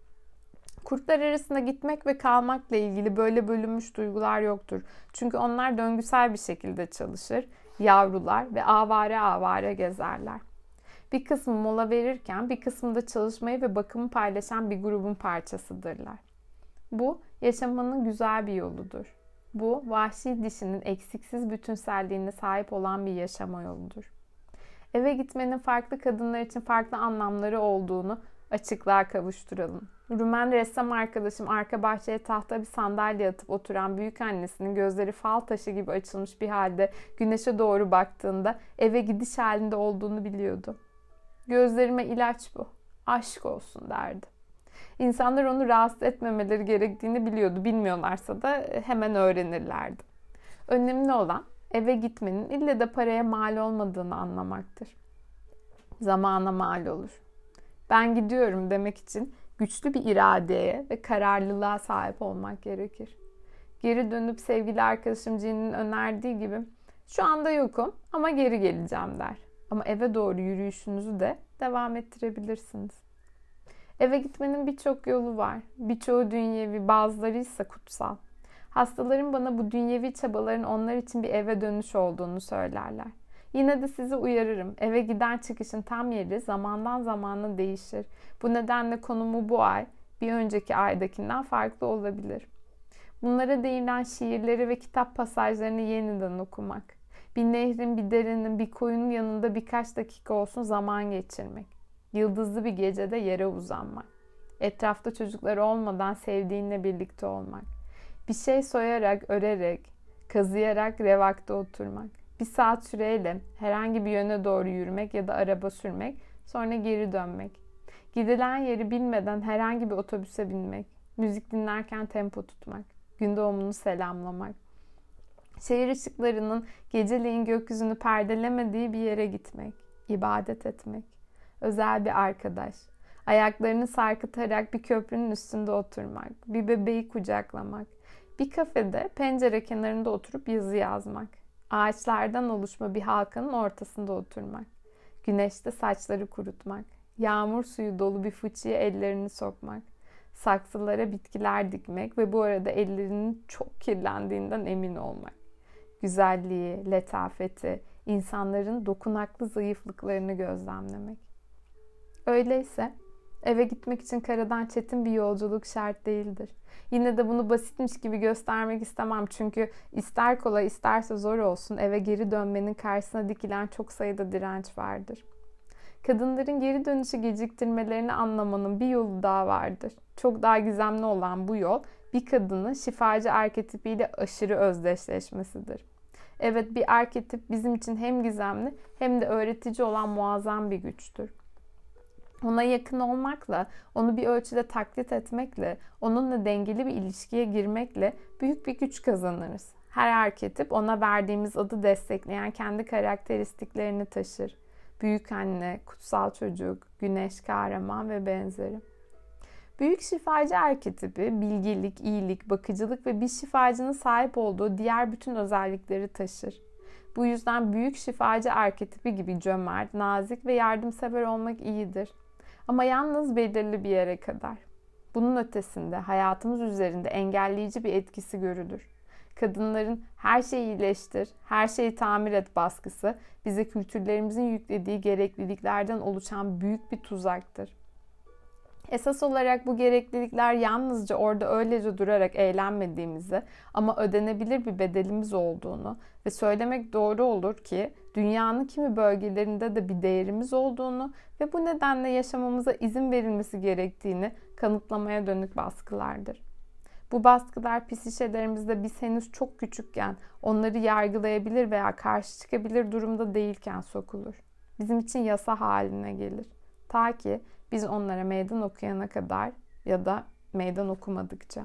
Kurtlar arasında gitmek ve kalmakla ilgili böyle bölünmüş duygular yoktur. Çünkü onlar döngüsel bir şekilde çalışır, yavrular ve avare avare gezerler. Bir kısmı mola verirken bir kısmı da çalışmayı ve bakımı paylaşan bir grubun parçasıdırlar. Bu yaşamanın güzel bir yoludur. Bu vahşi dişinin eksiksiz bütünselliğine sahip olan bir yaşama yoludur. Eve gitmenin farklı kadınlar için farklı anlamları olduğunu açıklığa kavuşturalım. Rumen ressam arkadaşım arka bahçeye tahta bir sandalye atıp oturan büyük annesinin gözleri fal taşı gibi açılmış bir halde güneşe doğru baktığında eve gidiş halinde olduğunu biliyordu. Gözlerime ilaç bu, aşk olsun derdi. İnsanlar onu rahatsız etmemeleri gerektiğini biliyordu. Bilmiyorlarsa da hemen öğrenirlerdi. Önemli olan eve gitmenin ille de paraya mal olmadığını anlamaktır. Zamana mal olur. Ben gidiyorum demek için güçlü bir iradeye ve kararlılığa sahip olmak gerekir. Geri dönüp sevgili arkadaşım Jean'in önerdiği gibi şu anda yokum ama geri geleceğim der. Ama eve doğru yürüyüşünüzü de devam ettirebilirsiniz. Eve gitmenin birçok yolu var. Birçoğu dünyevi, bazıları ise kutsal. Hastalarım bana bu dünyevi çabaların onlar için bir eve dönüş olduğunu söylerler. Yine de sizi uyarırım. Eve giden çıkışın tam yeri zamandan zamana değişir. Bu nedenle konumu bu ay bir önceki aydakinden farklı olabilir. Bunlara değinen şiirleri ve kitap pasajlarını yeniden okumak. Bir nehrin, bir derenin, bir koyunun yanında birkaç dakika olsun zaman geçirmek. Yıldızlı bir gecede yere uzanmak. Etrafta çocukları olmadan sevdiğinle birlikte olmak. Bir şey soyarak, örerek, kazıyarak revakta oturmak. Bir saat süreyle herhangi bir yöne doğru yürümek ya da araba sürmek, sonra geri dönmek. Gidilen yeri bilmeden herhangi bir otobüse binmek. Müzik dinlerken tempo tutmak. Gün doğumunu selamlamak. Şehir ışıklarının geceleyin gökyüzünü perdelemediği bir yere gitmek. İbadet etmek. Özel bir arkadaş. Ayaklarını sarkıtarak bir köprünün üstünde oturmak. Bir bebeği kucaklamak. Bir kafede pencere kenarında oturup yazı yazmak. Ağaçlardan oluşma bir halkanın ortasında oturmak. Güneşte saçları kurutmak. Yağmur suyu dolu bir fıçıya ellerini sokmak. Saksılara bitkiler dikmek ve bu arada ellerinin çok kirlendiğinden emin olmak. Güzelliği, letafeti, insanların dokunaklı zayıflıklarını gözlemlemek. Öyleyse eve gitmek için karadan çetin bir yolculuk şart değildir. Yine de bunu basitmiş gibi göstermek istemem çünkü ister kolay isterse zor olsun eve geri dönmenin karşısına dikilen çok sayıda direnç vardır. Kadınların geri dönüşü geciktirmelerini anlamanın bir yolu daha vardır. Çok daha gizemli olan bu yol bir kadının şifacı arketipiyle aşırı özdeşleşmesidir. Evet, bir arketip bizim için hem gizemli hem de öğretici olan muazzam bir güçtür. Ona yakın olmakla, onu bir ölçüde taklit etmekle, onunla dengeli bir ilişkiye girmekle büyük bir güç kazanırız. Her arketip ona verdiğimiz adı destekleyen kendi karakteristiklerini taşır. Büyük anne, kutsal çocuk, güneş kahraman ve benzeri. Büyük şifacı arketipi bilgilik, iyilik, bakıcılık ve bir şifacının sahip olduğu diğer bütün özellikleri taşır. Bu yüzden büyük şifacı arketipi gibi cömert, nazik ve yardımsever olmak iyidir. Ama yalnız belirli bir yere kadar. Bunun ötesinde hayatımız üzerinde engelleyici bir etkisi görülür. Kadınların her şeyi iyileştir, her şeyi tamir et baskısı bize kültürlerimizin yüklediği gerekliliklerden oluşan büyük bir tuzaktır. Esas olarak bu gereklilikler yalnızca orada öylece durarak eğlenmediğimizi ama ödenebilir bir bedelimiz olduğunu ve söylemek doğru olur ki dünyanın kimi bölgelerinde de bir değerimiz olduğunu ve bu nedenle yaşamamıza izin verilmesi gerektiğini kanıtlamaya dönük baskılardır. Bu baskılar psişelerimizde biz henüz çok küçükken onları yargılayabilir veya karşı çıkabilir durumda değilken sokulur. Bizim için yasa haline gelir. Ta ki biz onlara meydan okuyana kadar ya da meydan okumadıkça.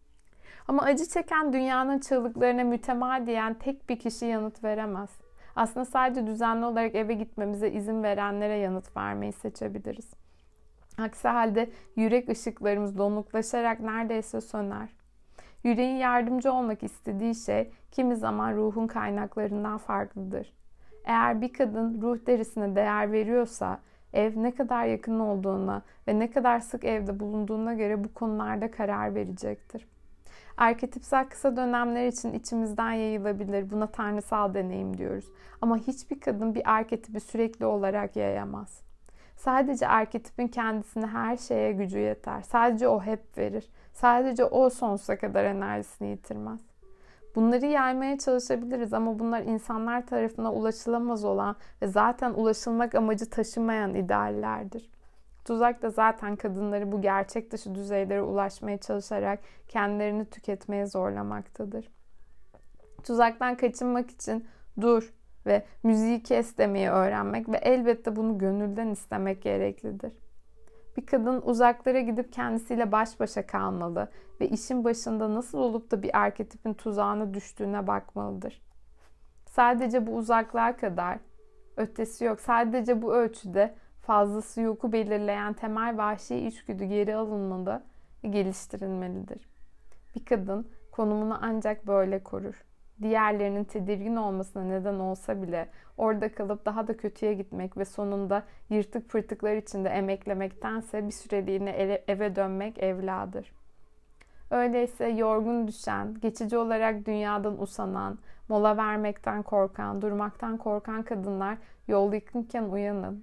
Ama acı çeken dünyanın çığlıklarına mütemadiyen tek bir kişi yanıt veremez. Aslında sadece düzenli olarak eve gitmemize izin verenlere yanıt vermeyi seçebiliriz. Aksi halde yürek ışıklarımız donuklaşarak neredeyse söner. Yüreğin yardımcı olmak istediği şey kimi zaman ruhun kaynaklarından farklıdır. Eğer bir kadın ruh derisine değer veriyorsa, ev ne kadar yakın olduğuna ve ne kadar sık evde bulunduğuna göre bu konularda karar verecektir. Arketipsel kısa dönemler için içimizden yayılabilir. Buna tanrısal deneyim diyoruz. Ama hiçbir kadın bir arketipi sürekli olarak yayamaz. Sadece arketipin kendisine her şeye gücü yeter. Sadece o hep verir. Sadece o sonsuza kadar enerjisini yitirmez. Bunları yaymaya çalışabiliriz ama bunlar insanlar tarafından ulaşılamaz olan ve zaten ulaşılmak amacı taşımayan ideallerdir. Tuzak da zaten kadınları bu gerçek dışı düzeylere ulaşmaya çalışarak kendilerini tüketmeye zorlamaktadır. Tuzaktan kaçınmak için dur ve müziği kes demeyi öğrenmek ve elbette bunu gönülden istemek gereklidir. Bir kadın uzaklara gidip kendisiyle baş başa kalmalı ve işin başında nasıl olup da bir arketipin tuzağına düştüğüne bakmalıdır. Sadece bu uzaklığa kadar, ötesi yok, sadece bu ölçüde fazlası yoku belirleyen temel vahşi içgüdü geri alınmalı ve geliştirilmelidir. Bir kadın konumunu ancak böyle korur. Diğerlerinin tedirgin olmasına neden olsa bile orada kalıp daha da kötüye gitmek ve sonunda yırtık pırtıklar içinde emeklemektense bir süreliğine eve dönmek evladır. Öyleyse yorgun düşen, geçici olarak dünyadan usanan, mola vermekten korkan, durmaktan korkan kadınlar yol yakınken uyanın.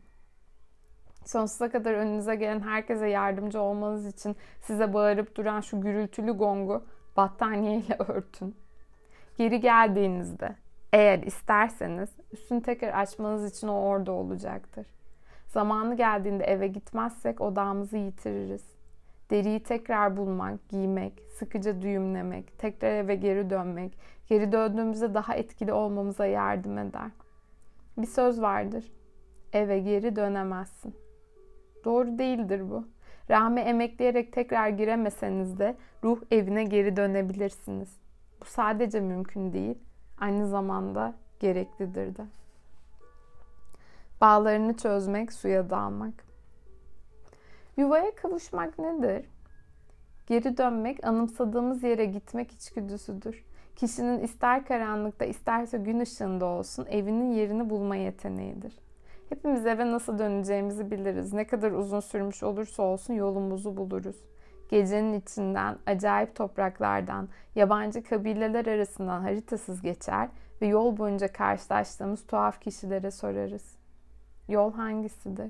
Sonsuza kadar önünüze gelen herkese yardımcı olmanız için size bağırıp duran şu gürültülü gongu battaniyeyle örtün. Geri geldiğinizde eğer isterseniz üstünü tekrar açmanız için o orada olacaktır. Zamanı geldiğinde eve gitmezsek odağımızı yitiririz. Deriyi tekrar bulmak, giymek, sıkıca düğümlemek, tekrar eve geri dönmek, geri döndüğümüzde daha etkili olmamıza yardım eder. Bir söz vardır. Eve geri dönemezsin. Doğru değildir bu. Rahmi emekleyerek tekrar giremeseniz de ruh evine geri dönebilirsiniz. Bu sadece mümkün değil, aynı zamanda gereklidir de. Bağlarını çözmek, suya dalmak. Yuvaya kavuşmak nedir? Geri dönmek, anımsadığımız yere gitmek içgüdüsüdür. Kişinin ister karanlıkta isterse gün ışığında olsun evinin yerini bulma yeteneğidir. Hepimiz eve nasıl döneceğimizi biliriz. Ne kadar uzun sürmüş olursa olsun yolumuzu buluruz. Gecenin içinden, acayip topraklardan, yabancı kabileler arasından haritasız geçer ve yol boyunca karşılaştığımız tuhaf kişilere sorarız. Yol hangisidir?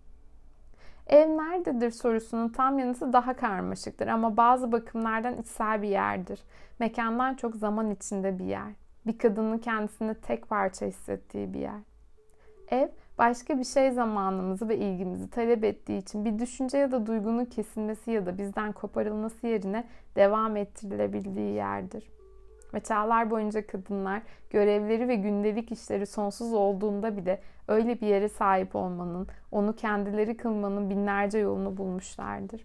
Ev nerededir sorusunun tam yanıtı daha karmaşıktır ama bazı bakımlardan içsel bir yerdir. Mekandan çok zaman içinde bir yer. Bir kadının kendisini tek parça hissettiği bir yer. Ev, başka bir şey zamanımızı ve ilgimizi talep ettiği için bir düşünce ya da duygunun kesilmesi ya da bizden koparılması yerine devam ettirilebildiği yerdir. Ve çağlar boyunca kadınlar görevleri ve gündelik işleri sonsuz olduğunda bile öyle bir yere sahip olmanın, onu kendileri kılmanın binlerce yolunu bulmuşlardır.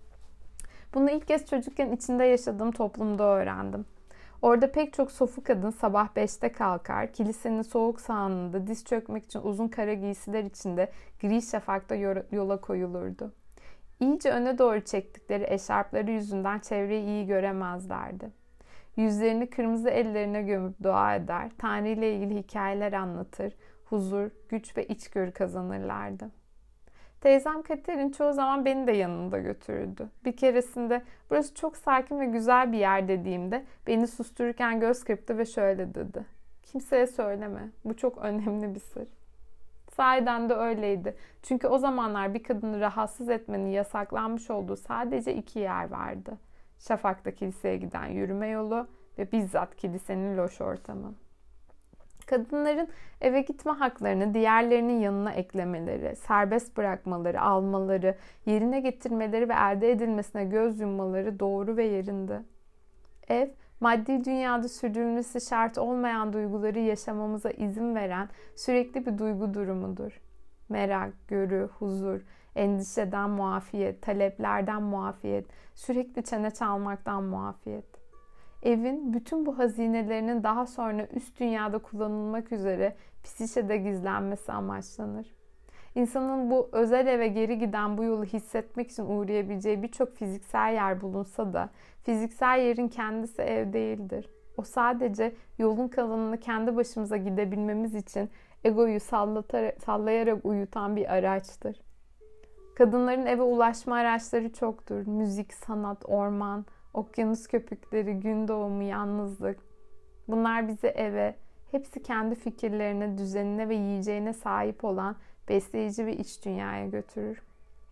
Bunu ilk kez çocukken içinde yaşadığım toplumda öğrendim. Orada pek çok sofu kadın sabah beşte kalkar, kilisenin soğuk sağanında diz çökmek için uzun kara giysiler içinde gri şafakta yola koyulurdu. İyice öne doğru çektikleri eşarpları yüzünden çevreyi iyi göremezlerdi. Yüzlerini kırmızı ellerine gömüp dua eder, Tanrı ile ilgili hikayeler anlatır, huzur, güç ve içgörü kazanırlardı. Teyzem Katerin çoğu zaman beni de yanında götürürdü. Bir keresinde burası çok sakin ve güzel bir yer dediğimde beni sustururken göz kırptı ve şöyle dedi. Kimseye söyleme, bu çok önemli bir sır. Sahiden de öyleydi. Çünkü o zamanlar bir kadını rahatsız etmenin yasaklanmış olduğu sadece iki yer vardı. Şafak'ta kiliseye giden yürüme yolu ve bizzat kilisenin loş ortamı. Kadınların eve gitme haklarını diğerlerinin yanına eklemeleri, serbest bırakmaları, almaları, yerine getirmeleri ve elde edilmesine göz yummaları doğru ve yerinde. Ev, maddi dünyada sürdürülmesi şart olmayan duyguları yaşamamıza izin veren sürekli bir duygu durumudur. Merak, görü, huzur, endişeden muafiyet, taleplerden muafiyet, sürekli çene çalmaktan muafiyet. Evin bütün bu hazinelerinin daha sonra üst dünyada kullanılmak üzere psişede gizlenmesi amaçlanır. İnsanın bu özel eve geri giden bu yolu hissetmek için uğrayabileceği birçok fiziksel yer bulunsa da fiziksel yerin kendisi ev değildir. O sadece yolun kalanını kendi başımıza gidebilmemiz için egoyu sallayarak uyutan bir araçtır. Kadınların eve ulaşma araçları çoktur. Müzik, sanat, orman, okyanus köpükleri, gün doğumu, yalnızlık. Bunlar bizi eve, hepsi kendi fikirlerine, düzenine ve yiyeceğine sahip olan besleyici bir iç dünyaya götürür.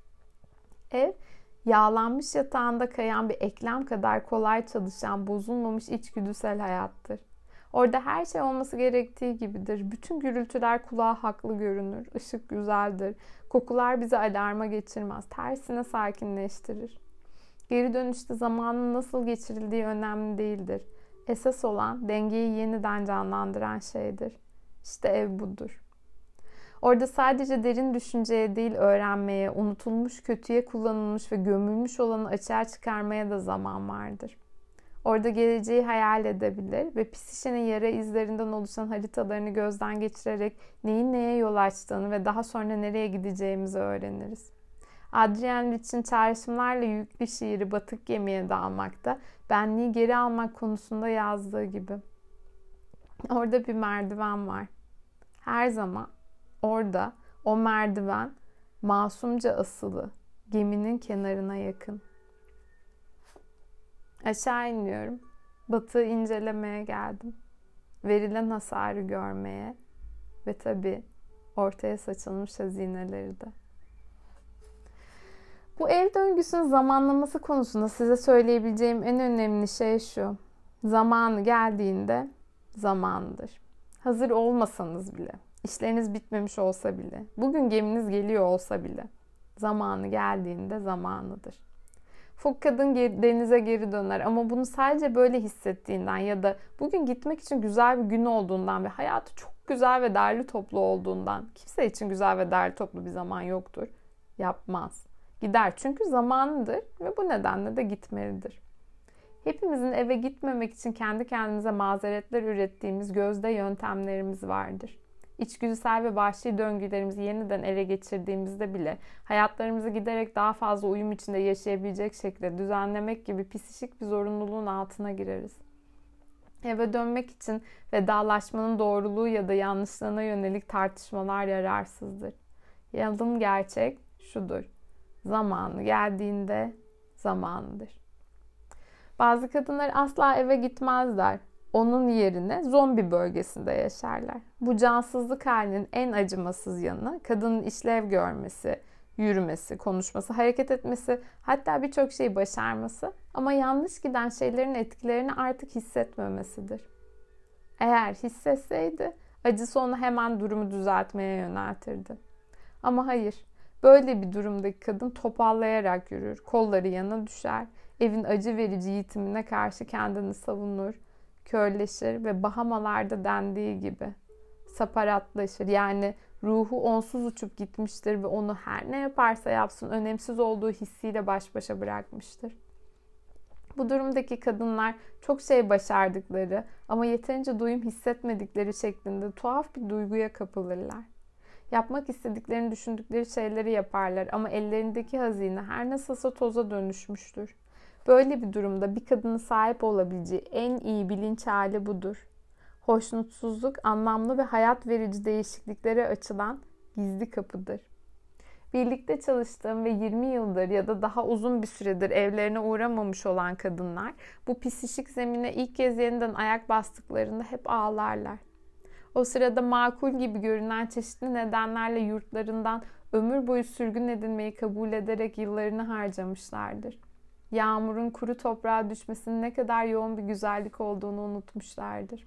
Ev, yağlanmış yatağında kayan bir eklem kadar kolay çalışan, bozulmamış içgüdüsel hayattır. Orada her şey olması gerektiği gibidir. Bütün gürültüler kulağa haklı görünür. Işık güzeldir. Kokular bizi alarma geçirmez. Tersine sakinleştirir. Geri dönüşte zamanın nasıl geçirildiği önemli değildir. Esas olan dengeyi yeniden canlandıran şeydir. İşte ev budur. Orada sadece derin düşünceye değil öğrenmeye, unutulmuş, kötüye kullanılmış ve gömülmüş olanı açığa çıkarmaya da zaman vardır. Orada geleceği hayal edebilir ve psişenin yara izlerinden oluşan haritalarını gözden geçirerek neyin neye yol açtığını ve daha sonra nereye gideceğimizi öğreniriz. Adrian Lich'in çağrışımlarla yüklü şiiri Batık Gemiye Dalmak'ta benliği geri almak konusunda yazdığı gibi. Orada bir merdiven var. Her zaman orada o merdiven masumca asılı, geminin kenarına yakın. Aşağı iniyorum. Batığı incelemeye geldim. Verilen hasarı görmeye ve tabii ortaya saçılmış hazineleri de. Bu ev döngüsünün zamanlaması konusunda size söyleyebileceğim en önemli şey şu. Zamanı geldiğinde zamandır. Hazır olmasanız bile, işleriniz bitmemiş olsa bile, bugün geminiz geliyor olsa bile zamanı geldiğinde zamanıdır. Fok kadın geri, denize geri döner ama bunu sadece böyle hissettiğinden ya da bugün gitmek için güzel bir gün olduğundan ve hayatı çok güzel ve derli toplu olduğundan, kimse için güzel ve derli toplu bir zaman yoktur, yapmaz. Gider çünkü zamanıdır ve bu nedenle de gitmelidir. Hepimizin eve gitmemek için kendi kendimize mazeretler ürettiğimiz gözde yöntemlerimiz vardır. İçgüdüsel ve vahşi döngülerimizi yeniden ele geçirdiğimizde bile hayatlarımızı giderek daha fazla uyum içinde yaşayabilecek şekilde düzenlemek gibi psişik bir zorunluluğun altına gireriz. Eve dönmek için vedalaşmanın doğruluğu ya da yanlışlığına yönelik tartışmalar yararsızdır. Yalın gerçek şudur: zamanı geldiğinde zamanıdır. Bazı kadınlar asla eve gitmezler. Onun yerine zombi bölgesinde yaşarlar. Bu cansızlık halinin en acımasız yanı kadının işlev görmesi, yürümesi, konuşması, hareket etmesi, hatta birçok şeyi başarması ama yanlış giden şeylerin etkilerini artık hissetmemesidir. Eğer hissetseydi acısı onu hemen durumu düzeltmeye yöneltirdi. Ama hayır, böyle bir durumdaki kadın topallayarak yürür, kolları yana düşer, evin acı verici yitimine karşı kendini savunur, körleşir ve Bahamalarda dendiği gibi saparatlaşır. Yani ruhu onsuz uçup gitmiştir ve onu her ne yaparsa yapsın önemsiz olduğu hissiyle baş başa bırakmıştır. Bu durumdaki kadınlar çok şey başardıkları ama yeterince duyum hissetmedikleri şeklinde tuhaf bir duyguya kapılırlar. Yapmak istediklerini düşündükleri şeyleri yaparlar ama ellerindeki hazine her nasılsa toza dönüşmüştür. Böyle bir durumda bir kadının sahip olabileceği en iyi bilinç hali budur. Hoşnutsuzluk, anlamlı ve hayat verici değişikliklere açılan gizli kapıdır. Birlikte çalıştığım ve yirmi yıldır ya da daha uzun bir süredir evlerine uğramamış olan kadınlar bu psişik zemine ilk kez yeniden ayak bastıklarında hep ağlarlar. O sırada makul gibi görünen çeşitli nedenlerle yurtlarından ömür boyu sürgün edilmeyi kabul ederek yıllarını harcamışlardır. Yağmurun kuru toprağa düşmesinin ne kadar yoğun bir güzellik olduğunu unutmuşlardır.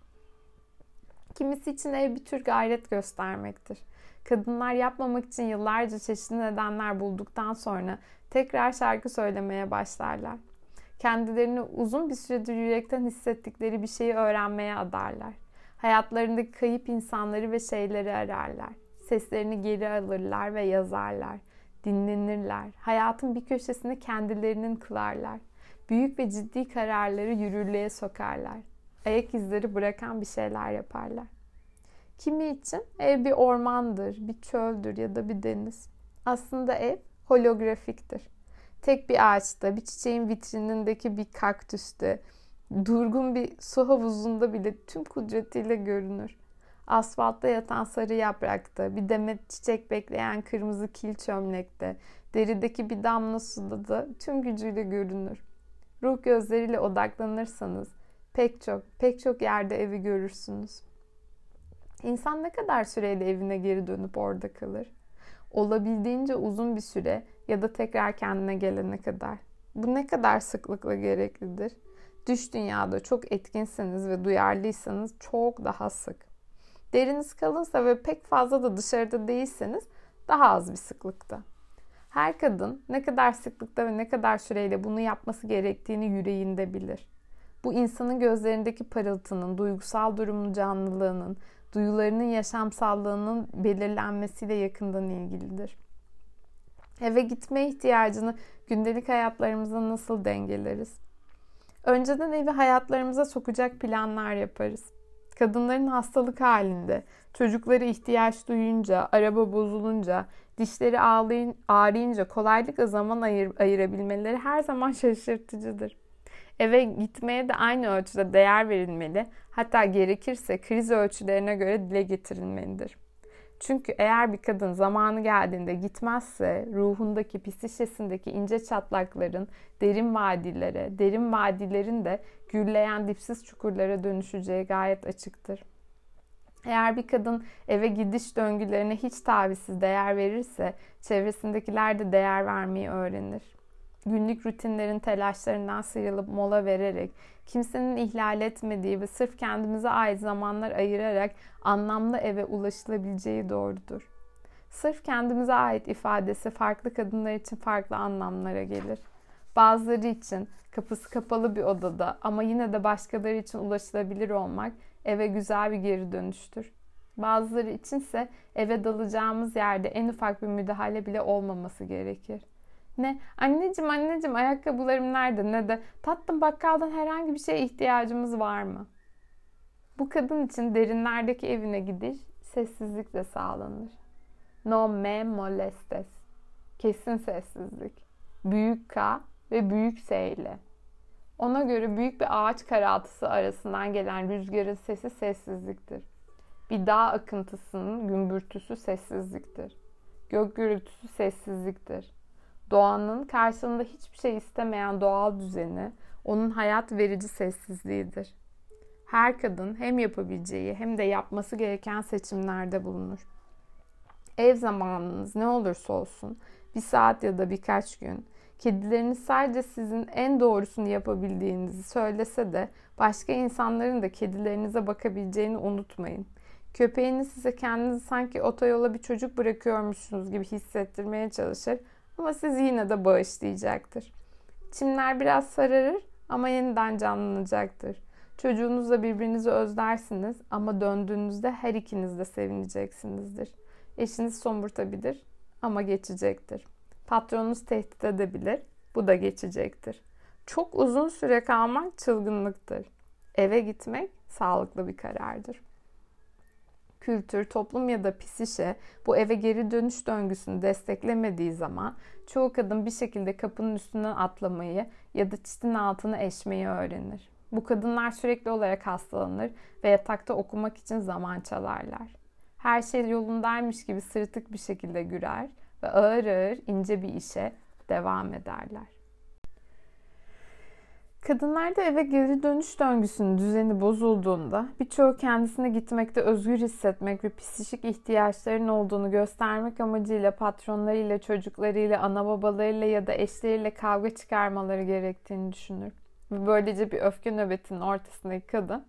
Kimisi için ev bir tür gayret göstermektir. Kadınlar yapmamak için yıllarca çeşitli nedenler bulduktan sonra tekrar şarkı söylemeye başlarlar. Kendilerini uzun bir süredir yürekten hissettikleri bir şeyi öğrenmeye adarlar. Hayatlarındaki kayıp insanları ve şeyleri ararlar. Seslerini geri alırlar ve yazarlar. Dinlenirler. Hayatın bir köşesini kendilerinin kılarlar. Büyük ve ciddi kararları yürürlüğe sokarlar. Ayak izleri bırakan bir şeyler yaparlar. Kimi için ev bir ormandır, bir çöldür ya da bir deniz. Aslında ev holografiktir. Tek bir ağaçta, bir çiçeğin vitrinindeki bir kaktüste, durgun bir su havuzunda bile tüm kudretiyle görünür. Asfaltta yatan sarı yaprakta, bir demet çiçek bekleyen kırmızı kil çömlekte, derideki bir damla suda da tüm gücüyle görünür. Ruh gözleriyle odaklanırsanız pek çok, pek çok yerde evi görürsünüz. İnsan ne kadar süreyle evine geri dönüp orada kalır? Olabildiğince uzun bir süre ya da tekrar kendine gelene kadar. Bu ne kadar sıklıkla gereklidir? Dış dünyada çok etkinseniz ve duyarlıysanız çok daha sık. Deriniz kalınsa ve pek fazla da dışarıda değilseniz daha az bir sıklıkta. Her kadın ne kadar sıklıkta ve ne kadar süreyle bunu yapması gerektiğini yüreğinde bilir. Bu insanın gözlerindeki parıltının, duygusal durumun canlılığının, duyularının yaşamsallığının belirlenmesiyle yakından ilgilidir. Eve gitme ihtiyacını gündelik hayatlarımızda nasıl dengeleriz? Önceden evi hayatlarımıza sokacak planlar yaparız. Kadınların hastalık halinde, çocukları ihtiyaç duyunca, araba bozulunca, dişleri ağlayın, ağrıyınca kolaylıkla zaman ayır, ayırabilmeleri her zaman şaşırtıcıdır. Eve gitmeye de aynı ölçüde değer verilmeli, hatta gerekirse kriz ölçülerine göre dile getirilmelidir. Çünkü eğer bir kadın zamanı geldiğinde gitmezse ruhundaki, psişesindeki ince çatlakların derin vadilere, derin vadilerin de gürleyen dipsiz çukurlara dönüşeceği gayet açıktır. Eğer bir kadın eve gidiş döngülerine hiç tavizsiz değer verirse çevresindekiler de değer vermeyi öğrenir. Günlük rutinlerin telaşlarından sıyrılıp mola vererek, kimsenin ihlal etmediği ve sırf kendimize ait zamanlar ayırarak anlamlı eve ulaşılabileceği doğrudur. Sırf kendimize ait ifadesi farklı kadınlar için farklı anlamlara gelir. Bazıları için kapısı kapalı bir odada ama yine de başkaları için ulaşılabilir olmak eve güzel bir geri dönüştür. Bazıları içinse eve dalacağımız yerde en ufak bir müdahale bile olmaması gerekir. Ne anneciğim anneciğim ayakkabılarım nerede, ne de tatlım bakkaldan herhangi bir şeye ihtiyacımız var mı? Bu kadın için derinlerdeki evine gidiş sessizlikle sağlanır. No me molestes. Kesin sessizlik. Büyük K ve büyük S ile. Ona göre büyük bir ağaç karaltısı arasından gelen rüzgarın sesi sessizliktir. Bir dağ akıntısının gümbürtüsü sessizliktir. Gök gürültüsü sessizliktir. Doğanın karşılığında hiçbir şey istemeyen doğal düzeni, onun hayat verici sessizliğidir. Her kadın hem yapabileceği hem de yapması gereken seçimlerde bulunur. Ev zamanınız ne olursa olsun, bir saat ya da birkaç gün, kedileriniz sadece sizin en doğrusunu yapabildiğinizi söylese de başka insanların da kedilerinize bakabileceğini unutmayın. Köpeğiniz size kendinizi sanki otoyola bir çocuk bırakıyormuşsunuz gibi hissettirmeye çalışır ama siz yine de bağışlayacaktır. Çimler biraz sararır ama yeniden canlanacaktır. Çocuğunuzla birbirinizi özlersiniz ama döndüğünüzde her ikiniz de sevineceksinizdir. Eşiniz somurtabilir ama geçecektir. Patronunuz tehdit edebilir, bu da geçecektir. Çok uzun süre kalmak çılgınlıktır. Eve gitmek sağlıklı bir karardır. Kültür, toplum ya da psişe bu eve geri dönüş döngüsünü desteklemediği zaman çoğu kadın bir şekilde kapının üstünden atlamayı ya da çitin altını eşmeyi öğrenir. Bu kadınlar sürekli olarak hastalanır ve yatakta okumak için zaman çalarlar. Her şey yolundaymış gibi sırıtık bir şekilde güler ve ağır ağır ince bir işe devam ederler. Kadınlarda eve geri dönüş döngüsünün düzeni bozulduğunda birçoğu kendisine gitmekte özgür hissetmek ve psikolojik ihtiyaçların olduğunu göstermek amacıyla patronlarıyla, çocuklarıyla, ana babalarıyla ya da eşleriyle kavga çıkarmaları gerektiğini düşünür. Ve böylece bir öfke nöbetinin ortasındaki kadın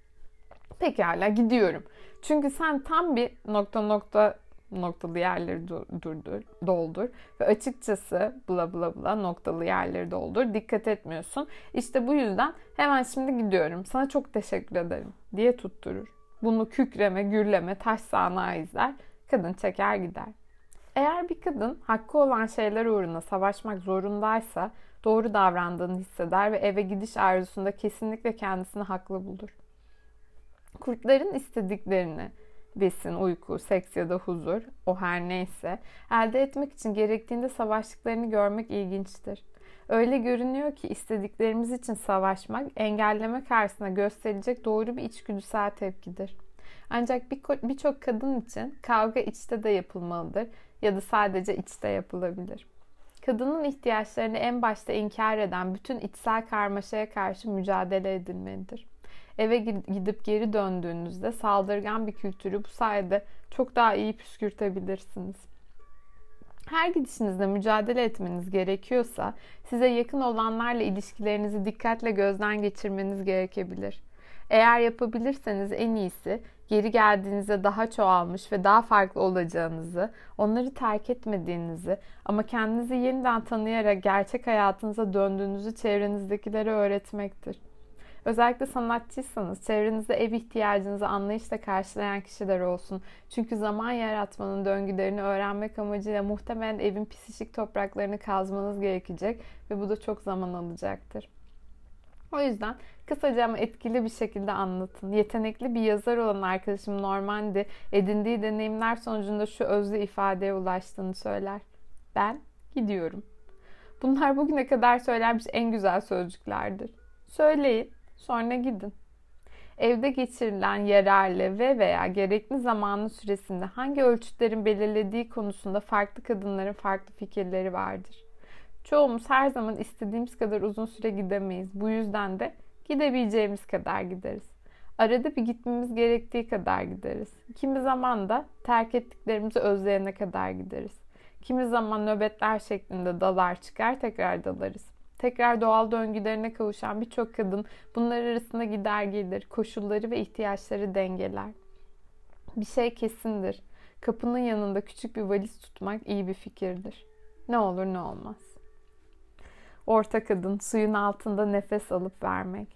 pekala gidiyorum. Çünkü sen tam bir nokta nokta noktalı yerleri durdur, doldur ve açıkçası bla bla bla noktalı yerleri doldur. Dikkat etmiyorsun. İşte bu yüzden hemen şimdi gidiyorum. Sana çok teşekkür ederim diye tutturur. Bunu kükreme, gürleme, taş sağanağı izler. Kadın çeker gider. Eğer bir kadın hakkı olan şeyler uğruna savaşmak zorundaysa doğru davrandığını hisseder ve eve gidiş arzusunda kesinlikle kendisini haklı bulur. Kurtların istediklerini, besin, uyku, seks ya da huzur, o her neyse, elde etmek için gerektiğinde savaştıklarını görmek ilginçtir. Öyle görünüyor ki istediklerimiz için savaşmak, engelleme karşısında gösterilecek doğru bir içgüdüsel tepkidir. Ancak birçok kadın için kavga içte de yapılmalıdır ya da sadece içte yapılabilir. Kadının ihtiyaçlarını en başta inkar eden bütün içsel karmaşaya karşı mücadele edilmelidir. Eve gidip geri döndüğünüzde saldırgan bir kültürü bu sayede çok daha iyi püskürtebilirsiniz. Her gidişinizde mücadele etmeniz gerekiyorsa size yakın olanlarla ilişkilerinizi dikkatle gözden geçirmeniz gerekebilir. Eğer yapabilirseniz en iyisi geri geldiğinizde daha çoğalmış ve daha farklı olacağınızı, onları terk etmediğinizi ama kendinizi yeniden tanıyarak gerçek hayatınıza döndüğünüzü çevrenizdekilere öğretmektir. Özellikle sanatçıysanız çevrenizde ev ihtiyacınızı anlayışla karşılayan kişiler olsun. Çünkü zaman yaratmanın döngülerini öğrenmek amacıyla muhtemelen evin psikik topraklarını kazmanız gerekecek ve bu da çok zaman alacaktır. O yüzden kısaca ama etkili bir şekilde anlatın. Yetenekli bir yazar olan arkadaşım Normandy edindiği deneyimler sonucunda şu özlü ifadeye ulaştığını söyler. Ben gidiyorum. Bunlar bugüne kadar söylenmiş en güzel sözcüklerdir. Söyleyin, sonra gidin. Evde geçirilen yararlı ve veya gerekli zamanın süresinde hangi ölçütlerin belirlediği konusunda farklı kadınların farklı fikirleri vardır. Çoğumuz her zaman istediğimiz kadar uzun süre gidemeyiz. Bu yüzden de gidebileceğimiz kadar gideriz. Arada bir gitmemiz gerektiği kadar gideriz. Kimi zaman da terk ettiklerimizi özleyene kadar gideriz. Kimi zaman nöbetler şeklinde dalar çıkar tekrar dalarız. Tekrar doğal döngülerine kavuşan birçok kadın bunlar arasında gider gelir, koşulları ve ihtiyaçları dengeler. Bir şey kesindir. Kapının yanında küçük bir valiz tutmak iyi bir fikirdir. Ne olur ne olmaz. Orta kadın suyun altında nefes alıp vermek.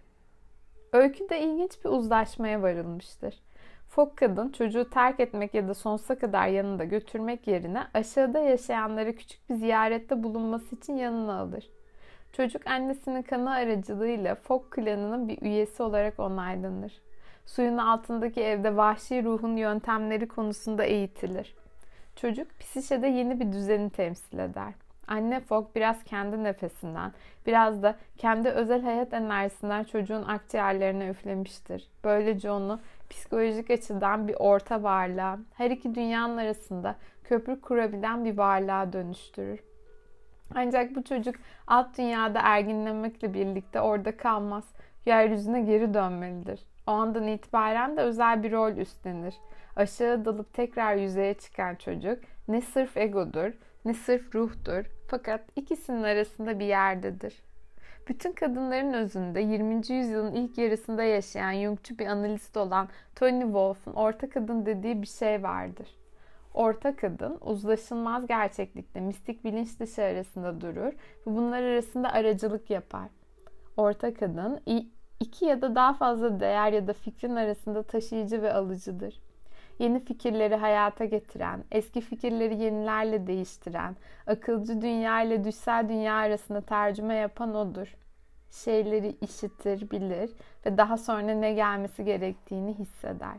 Öyküde ilginç bir uzlaşmaya varılmıştır. Fok kadın çocuğu terk etmek ya da sonsuza kadar yanında götürmek yerine aşağıda yaşayanları küçük bir ziyarette bulunması için yanına alır. Çocuk annesinin kanı aracılığıyla Fok klanının bir üyesi olarak onaylanır. Suyun altındaki evde vahşi ruhun yöntemleri konusunda eğitilir. Çocuk psişede yeni bir düzeni temsil eder. Anne Fok biraz kendi nefesinden, biraz da kendi özel hayat enerjisinden çocuğun akciğerlerine üflemiştir. Böylece onu psikolojik açıdan bir orta varlığa, her iki dünyanın arasında köprü kurabilen bir varlığa dönüştürür. Ancak bu çocuk alt dünyada erginlemekle birlikte orada kalmaz, yeryüzüne geri dönmelidir. O andan itibaren de özel bir rol üstlenir. Aşağı dalıp tekrar yüzeye çıkan çocuk ne sırf egodur, ne sırf ruhtur, fakat ikisinin arasında bir yerdedir. Bütün kadınların özünde yirminci yüzyılın ilk yarısında yaşayan Jungçu bir analist olan Tony Wolff'un orta kadın dediği bir şey vardır. Orta kadın uzlaşılmaz gerçeklikle mistik bilinç dışı arasında durur ve bunlar arasında aracılık yapar. Orta kadın iki ya da daha fazla değer ya da fikrin arasında taşıyıcı ve alıcıdır. Yeni fikirleri hayata getiren, eski fikirleri yenilerle değiştiren, akılcı dünya ile düşsel dünya arasında tercüme yapan odur. Şeyleri işitir, bilir ve daha sonra ne gelmesi gerektiğini hisseder.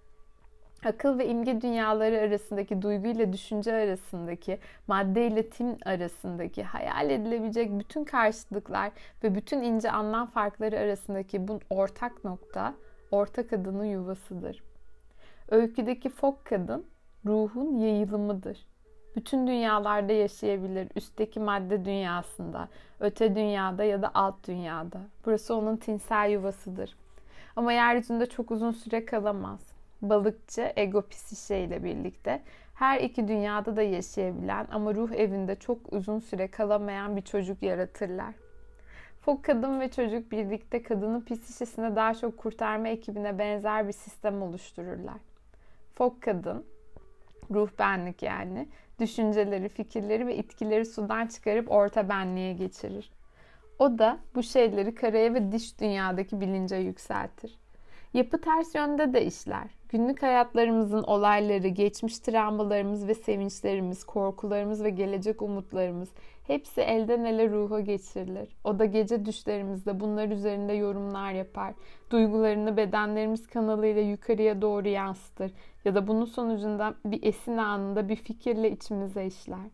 Akıl ve imge dünyaları arasındaki, duygu ile düşünce arasındaki, madde ile tim arasındaki, hayal edilebilecek bütün karşıtlıklar ve bütün ince anlam farkları arasındaki bu ortak nokta, orta kadının yuvasıdır. Öyküdeki Fok kadın, ruhun yayılımıdır. Bütün dünyalarda yaşayabilir, üstteki madde dünyasında, öte dünyada ya da alt dünyada. Burası onun tinsel yuvasıdır. Ama yeryüzünde çok uzun süre kalamaz. Balıkçı, ego psişe ile birlikte her iki dünyada da yaşayabilen ama ruh evinde çok uzun süre kalamayan bir çocuk yaratırlar. Fok kadın ve çocuk birlikte kadının psişesine daha çok kurtarma ekibine benzer bir sistem oluştururlar. Fok kadın, ruh benlik yani, düşünceleri, fikirleri ve itkileri sudan çıkarıp orta benliğe geçirir. O da bu şeyleri karaya ve dış dünyadaki bilince yükseltir. Yapı ters yönde de işler. Günlük hayatlarımızın olayları, geçmiş travmalarımız ve sevinçlerimiz, korkularımız ve gelecek umutlarımız hepsi elden ele ruha geçirilir. O da gece düşlerimizde bunlar üzerinde yorumlar yapar. Duygularını bedenlerimiz kanalıyla yukarıya doğru yansıtır. Ya da bunun sonucunda bir esin anında bir fikirle içimize işler.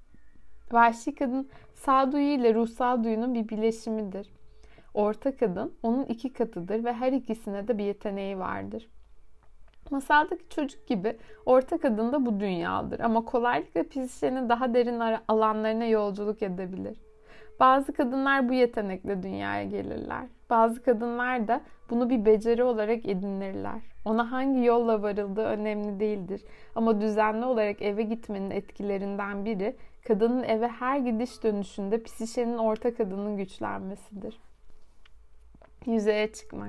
Vahşi kadın sağduyu ile ruhsal duyunun bir bileşimidir. Orta kadın onun iki katıdır ve her ikisine de bir yeteneği vardır. Masaldaki çocuk gibi orta kadın da bu dünyadır ama kolaylıkla psişenin daha derin alanlarına yolculuk edebilir. Bazı kadınlar bu yetenekle dünyaya gelirler. Bazı kadınlar da bunu bir beceri olarak edinirler. Ona hangi yolla varıldığı önemli değildir. Ama düzenli olarak eve gitmenin etkilerinden biri kadının eve her gidiş dönüşünde psişenin orta kadının güçlenmesidir. Yüzeye çıkmak.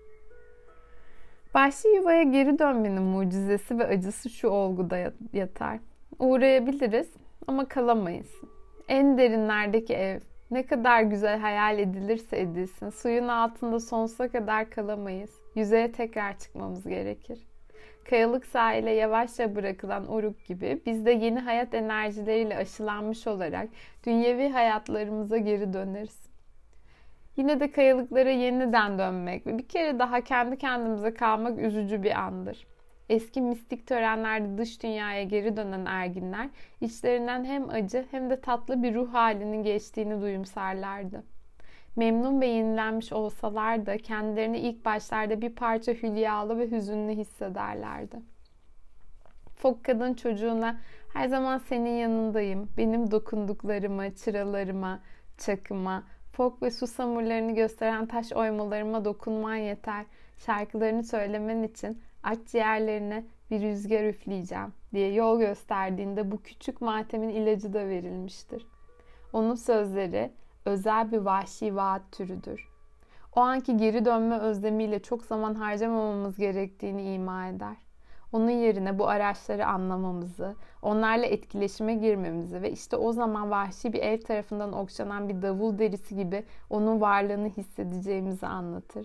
Vahşi yuvaya geri dönmenin mucizesi ve acısı şu olguda yatar. Uğrayabiliriz ama kalamayız. En derinlerdeki ev, ne kadar güzel hayal edilirse edilsin, suyun altında sonsuza kadar kalamayız. Yüzeye tekrar çıkmamız gerekir. Kayalık sahile yavaşça bırakılan uruk gibi biz de yeni hayat enerjileriyle aşılanmış olarak dünyevi hayatlarımıza geri döneriz. Yine de kayalıklara yeniden dönmek ve bir kere daha kendi kendimize kalmak üzücü bir andır. Eski mistik törenlerde dış dünyaya geri dönen erginler içlerinden hem acı hem de tatlı bir ruh halinin geçtiğini duyumsarlardı. Memnun ve yenilenmiş olsalar da kendilerini ilk başlarda bir parça hülyalı ve hüzünlü hissederlerdi. Fok kadın çocuğuna her zaman senin yanındayım, benim dokunduklarıma, çıralarıma, çakıma, fok ve su samurlarını gösteren taş oymalarıma dokunman yeter. Şarkılarını söylemen için akciğerlerine bir rüzgar üfleyeceğim diye yol gösterdiğinde bu küçük matemin ilacı da verilmiştir. Onun sözleri özel bir vahşi vaat türüdür. O anki geri dönme özlemiyle çok zaman harcamamamız gerektiğini ima eder. Onun yerine bu araçları anlamamızı, onlarla etkileşime girmemizi ve işte o zaman vahşi bir ev tarafından okşanan bir davul derisi gibi onun varlığını hissedeceğimizi anlatır.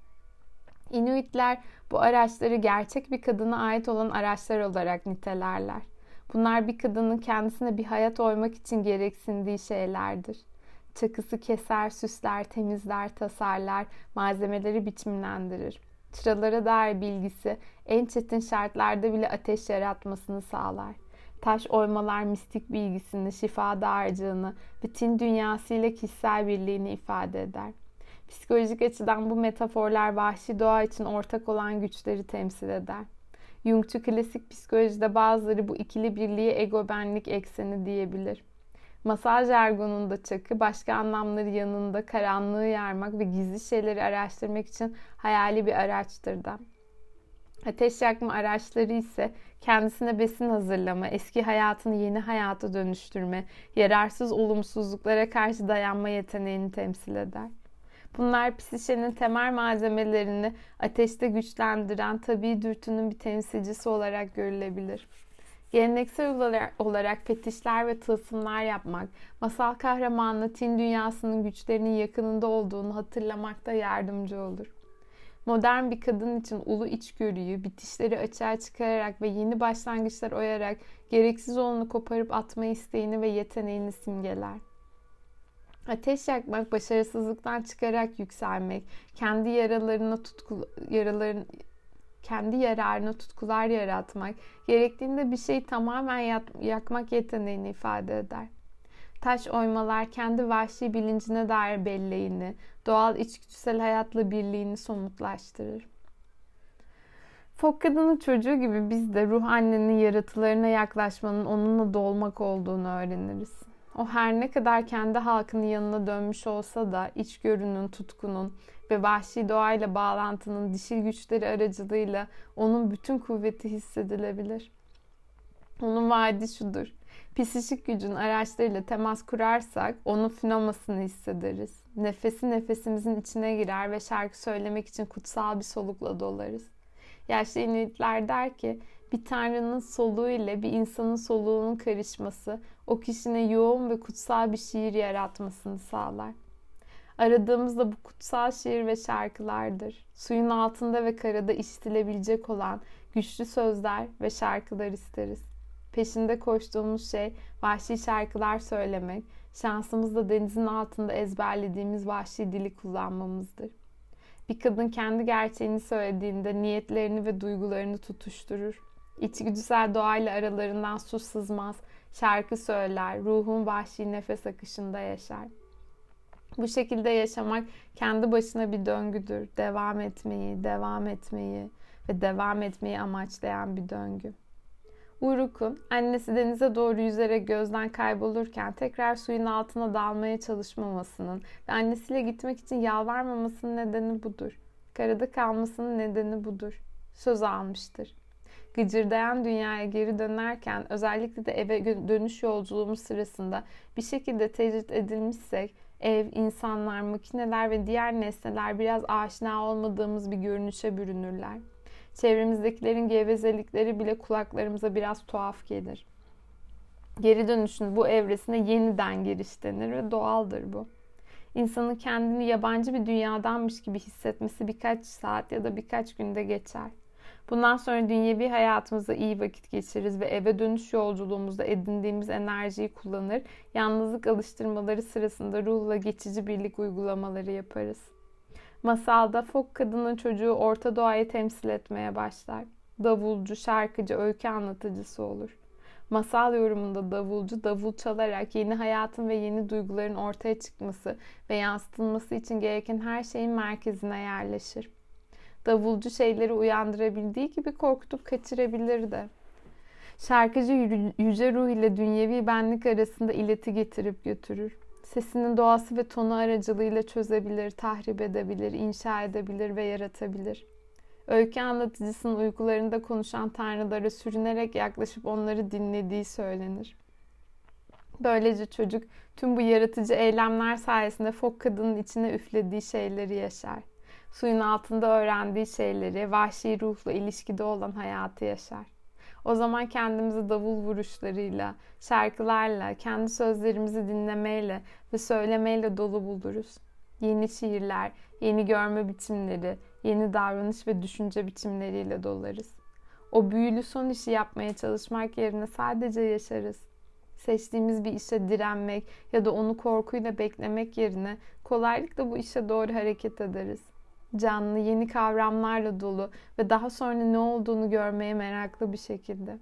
Inuitler bu araçları gerçek bir kadına ait olan araçlar olarak nitelerler. Bunlar bir kadının kendisine bir hayat oymak için gereksindiği şeylerdir. Çakısı keser, süsler, temizler, tasarlar, malzemeleri biçimlendirir. Çıralara dair bilgisi en çetin şartlarda bile ateş yaratmasını sağlar. Taş oymalar mistik bilgisini, şifa dağarcığını, bütün dünyasıyla kişisel birliğini ifade eder. Psikolojik açıdan bu metaforlar vahşi doğa için ortak olan güçleri temsil eder. Jungçu klasik psikolojide bazıları bu ikili birliğe ego benlik ekseni diyebilir. Masal jargonunda çakı başka anlamları yanında karanlığı yarmak ve gizli şeyleri araştırmak için hayali bir araçtır da. Ateş yakma araçları ise kendisine besin hazırlama, eski hayatını yeni hayata dönüştürme, yararsız olumsuzluklara karşı dayanma yeteneğini temsil eder. Bunlar psişenin temel malzemelerini ateşte güçlendiren tabii dürtünün bir temsilcisi olarak görülebilir. Geleneksel olarak fetişler ve tılsımlar yapmak, masal kahramanına tin dünyasının güçlerinin yakınında olduğunu hatırlamakta yardımcı olur. Modern bir kadın için ulu içgörüyü, bitişleri açığa çıkararak ve yeni başlangıçlar oyarak gereksiz olanı koparıp atma isteğini ve yeteneğini simgeler. Ateş yakmak, başarısızlıktan çıkarak yükselmek, kendi yaralarına tutku, yaraların, kendi yararına tutkular yaratmak, gerektiğinde bir şeyi tamamen yakmak yeteneğini ifade eder. Taş oymalar kendi vahşi bilincine dair belleğini, doğal içgüdüsel hayatla birliğini somutlaştırır. Fok kadının çocuğu gibi biz de ruh annenin yaratılarına yaklaşmanın onunla dolmak olduğunu öğreniriz. O her ne kadar kendi halkının yanına dönmüş olsa da içgörünün, tutkunun ve vahşi doğayla bağlantının dişil güçleri aracılığıyla onun bütün kuvveti hissedilebilir. Onun vaadi şudur: psişik gücün araçlarıyla temas kurarsak onun fünomasını hissederiz. Nefesi nefesimizin içine girer ve şarkı söylemek için kutsal bir solukla dolarız. Yaşlı Inuitler der ki, bir tanrının soluğu ile bir insanın soluğunun karışması o kişinin yoğun ve kutsal bir şiir yaratmasını sağlar. Aradığımız da bu kutsal şiir ve şarkılardır. Suyun altında ve karada işitilebilecek olan güçlü sözler ve şarkılar isteriz. Peşinde koştuğumuz şey vahşi şarkılar söylemek, şansımız da denizin altında ezberlediğimiz vahşi dili kullanmamızdır. Bir kadın kendi gerçeğini söylediğinde niyetlerini ve duygularını tutuşturur. İçgüdüsel doğayla aralarından su sızmaz, şarkı söyler, ruhun vahşi nefes akışında yaşar. Bu şekilde yaşamak kendi başına bir döngüdür. Devam etmeyi, devam etmeyi ve devam etmeyi amaçlayan bir döngü. Uruk'un annesi denize doğru yüzerek gözden kaybolurken tekrar suyun altına dalmaya çalışmamasının ve annesiyle gitmek için yalvarmamasının nedeni budur. Karada kalmasının nedeni budur. Söz almıştır. Gıcırdayan dünyaya geri dönerken, özellikle de eve dönüş yolculuğumuz sırasında bir şekilde tecrit edilmişsek, ev, insanlar, makineler ve diğer nesneler biraz aşina olmadığımız bir görünüşe bürünürler. Çevremizdekilerin gevezelikleri bile kulaklarımıza biraz tuhaf gelir. Geri dönüşün bu evresine yeniden giriş denir ve doğaldır bu. İnsanın kendini yabancı bir dünyadanmış gibi hissetmesi birkaç saat ya da birkaç günde geçer. Bundan sonra dünyevi hayatımızda iyi vakit geçiririz ve eve dönüş yolculuğumuzda edindiğimiz enerjiyi kullanır, yalnızlık alıştırmaları sırasında ruhla geçici birlik uygulamaları yaparız. Masalda Fok kadının çocuğu Orta Doğa'yı temsil etmeye başlar. Davulcu, şarkıcı, öykü anlatıcısı olur. Masal yorumunda davulcu, davul çalarak yeni hayatın ve yeni duyguların ortaya çıkması ve yansıtılması için gereken her şeyin merkezine yerleşir. Davulcu şeyleri uyandırabildiği gibi korkutup kaçırabilir de. Şarkıcı yüce ruh ile dünyevi benlik arasında ileti getirip götürür. Sesinin doğası ve tonu aracılığıyla çözebilir, tahrip edebilir, inşa edebilir ve yaratabilir. Öykü anlatıcısının uykularında konuşan tanrılara sürünerek yaklaşıp onları dinlediği söylenir. Böylece çocuk tüm bu yaratıcı eylemler sayesinde Fok kadının içine üflediği şeyleri yaşar. Suyun altında öğrendiği şeyleri, vahşi ruhla ilişkide olan hayatı yaşar. O zaman kendimizi davul vuruşlarıyla, şarkılarla, kendi sözlerimizi dinlemeyle ve söylemeyle dolu buluruz. Yeni şiirler, yeni görme biçimleri, yeni davranış ve düşünce biçimleriyle dolarız. O büyülü son işi yapmaya çalışmak yerine sadece yaşarız. Seçtiğimiz bir işe direnmek ya da onu korkuyla beklemek yerine kolaylıkla bu işe doğru hareket ederiz. Canlı, yeni kavramlarla dolu ve daha sonra ne olduğunu görmeye meraklı bir şekilde.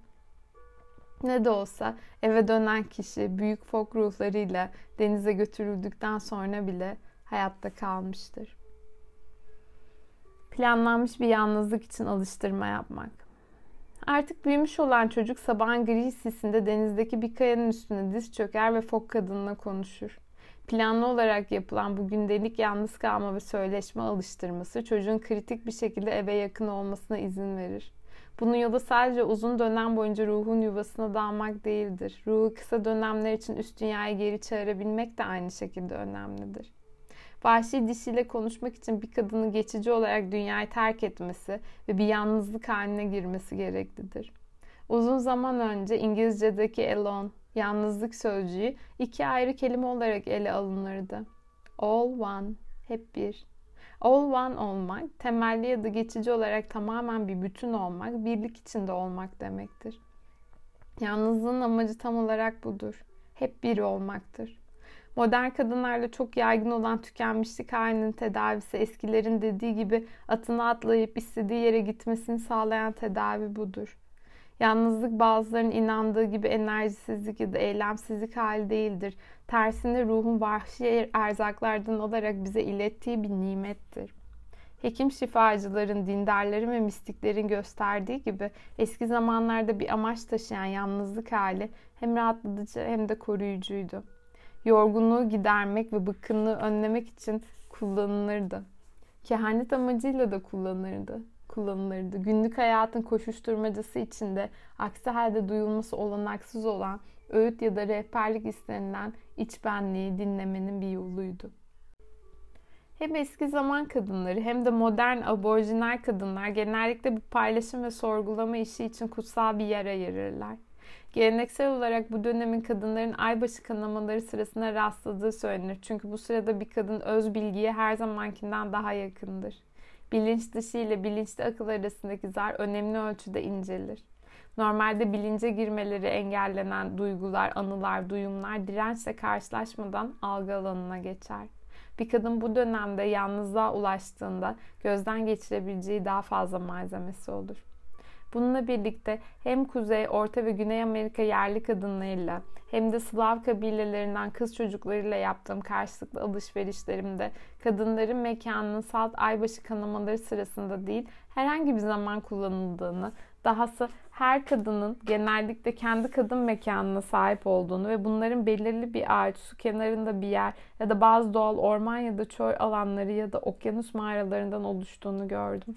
Ne de olsa eve dönen kişi büyük fok ruhlarıyla denize götürüldükten sonra bile hayatta kalmıştır. Planlanmış bir yalnızlık için alıştırma yapmak. Artık büyümüş olan çocuk sabahın gri sisinde denizdeki bir kayanın üstüne diz çöker ve fok kadınla konuşur. Planlı olarak yapılan bu gündelik yalnız kalma ve söyleşme alıştırması çocuğun kritik bir şekilde eve yakın olmasına izin verir. Bunun yolu sadece uzun dönem boyunca ruhun yuvasına dalmak değildir. Ruhu kısa dönemler için üst dünyaya geri çağırabilmek de aynı şekilde önemlidir. Vahşi dişiyle konuşmak için bir kadının geçici olarak dünyayı terk etmesi ve bir yalnızlık haline girmesi gereklidir. Uzun zaman önce İngilizce'deki alone, yalnızlık sözcüğü iki ayrı kelime olarak ele alınırdı. All one, hep bir. All one olmak, temelli ya da geçici olarak tamamen bir bütün olmak, birlik içinde olmak demektir. Yalnızlığın amacı tam olarak budur. Hep biri olmaktır. Modern kadınlarda çok yaygın olan tükenmişlik halinin tedavisi eskilerin dediği gibi atına atlayıp istediği yere gitmesini sağlayan tedavi budur. Yalnızlık bazılarının inandığı gibi enerjisizlik ya da eylemsizlik hali değildir. Tersine ruhun vahşi erzaklardan olarak bize ilettiği bir nimettir. Hekim şifacıların, dindarların ve mistiklerin gösterdiği gibi eski zamanlarda bir amaç taşıyan yalnızlık hali hem rahatlatıcı hem de koruyucuydu. Yorgunluğu gidermek ve bıkkınlığı önlemek için kullanılırdı. Kehanet amacıyla da kullanılırdı. kullanılırdı. Günlük hayatın koşuşturmacası içinde aksi halde duyulması olanaksız olan öğüt ya da rehberlik istenilen iç benliği dinlemenin bir yoluydu. Hem eski zaman kadınları hem de modern aborjinal kadınlar genellikle bu paylaşım ve sorgulama işi için kutsal bir yer ayırırlar. Geleneksel olarak bu dönemin kadınların aybaşı kanamaları sırasında rastladığı söylenir. Çünkü bu sırada bir kadın öz bilgiye her zamankinden daha yakındır. Bilinç dışı ile bilinçli akıl arasındaki zar önemli ölçüde incelir. Normalde bilince girmeleri engellenen duygular, anılar, duyumlar dirençle karşılaşmadan algı alanına geçer. Bir kadın bu dönemde yalnızlığa ulaştığında gözden geçirebileceği daha fazla malzemesi olur. Bununla birlikte hem Kuzey, Orta ve Güney Amerika yerli kadınlarıyla hem de Slav kabilelerinden kız çocuklarıyla yaptığım karşılıklı alışverişlerimde kadınların mekanının salt aybaşı kanamaları sırasında değil herhangi bir zaman kullanıldığını, dahası her kadının genellikle kendi kadın mekanına sahip olduğunu ve bunların belirli bir ağaç, su kenarında bir yer ya da bazı doğal orman ya da çöl alanları ya da okyanus mağaralarından oluştuğunu gördüm.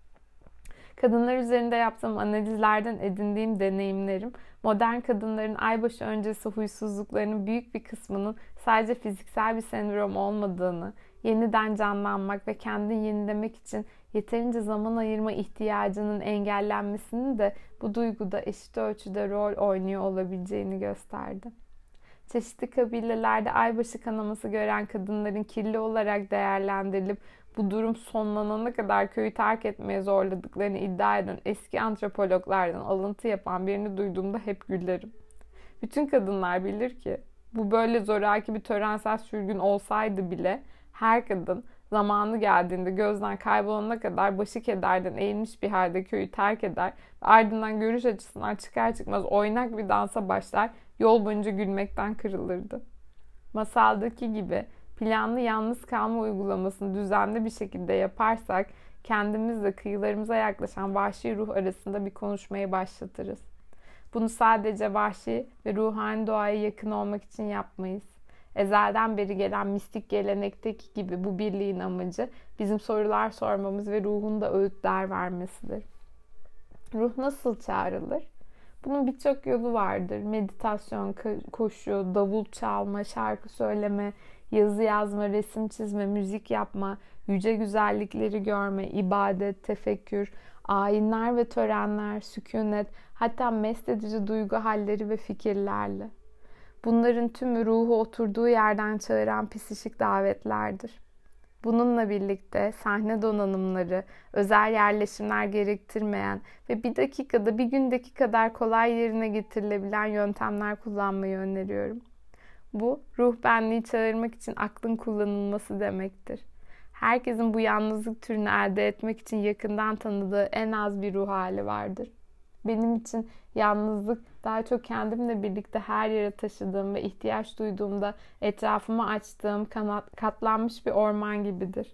Kadınlar üzerinde yaptığım analizlerden edindiğim deneyimlerim, modern kadınların aybaşı öncesi huysuzluklarının büyük bir kısmının sadece fiziksel bir sendrom olmadığını, yeniden canlanmak ve kendini yenilemek için yeterince zaman ayırma ihtiyacının engellenmesinin de bu duyguda eşit ölçüde rol oynuyor olabileceğini gösterdi. Çeşitli kabilelerde aybaşı kanaması gören kadınların kirli olarak değerlendirilip bu durum sonlanana kadar köyü terk etmeye zorladıklarını iddia eden eski antropologlardan alıntı yapan birini duyduğumda hep gülerim. Bütün kadınlar bilir ki bu böyle zoraki bir törensel sürgün olsaydı bile her kadın zamanı geldiğinde gözden kaybolana kadar başı kederden eğilmiş bir halde köyü terk eder ve ardından görüş açısından çıkar çıkmaz oynak bir dansa başlar, yol boyunca gülmekten kırılırdı. Masaldaki gibi planlı yalnız kalma uygulamasını düzenli bir şekilde yaparsak kendimizle kıyılarımıza yaklaşan vahşi ruh arasında bir konuşmayı başlatırız. Bunu sadece vahşi ve ruhani doğaya yakın olmak için yapmayız. Ezelden beri gelen mistik gelenekteki gibi bu birliğin amacı bizim sorular sormamız ve ruhun da öğütler vermesidir. Ruh nasıl çağrılır? Bunun birçok yolu vardır. Meditasyon, koşu, davul çalma, şarkı söyleme, yazı yazma, resim çizme, müzik yapma, yüce güzellikleri görme, ibadet, tefekkür, ayinler ve törenler, sükunet, hatta mest edici duygu halleri ve fikirlerle. Bunların tümü ruhu oturduğu yerden çağıran psişik davetlerdir. Bununla birlikte sahne donanımları, özel yerleşimler gerektirmeyen ve bir dakikada, bir gündeki kadar kolay yerine getirilebilen yöntemler kullanmayı öneriyorum. Bu, ruh benliği çağırmak için aklın kullanılması demektir. Herkesin bu yalnızlık türünü elde etmek için yakından tanıdığı en az bir ruh hali vardır. Benim için yalnızlık daha çok kendimle birlikte her yere taşıdığım ve ihtiyaç duyduğumda etrafıma açtığım kanat, katlanmış bir orman gibidir.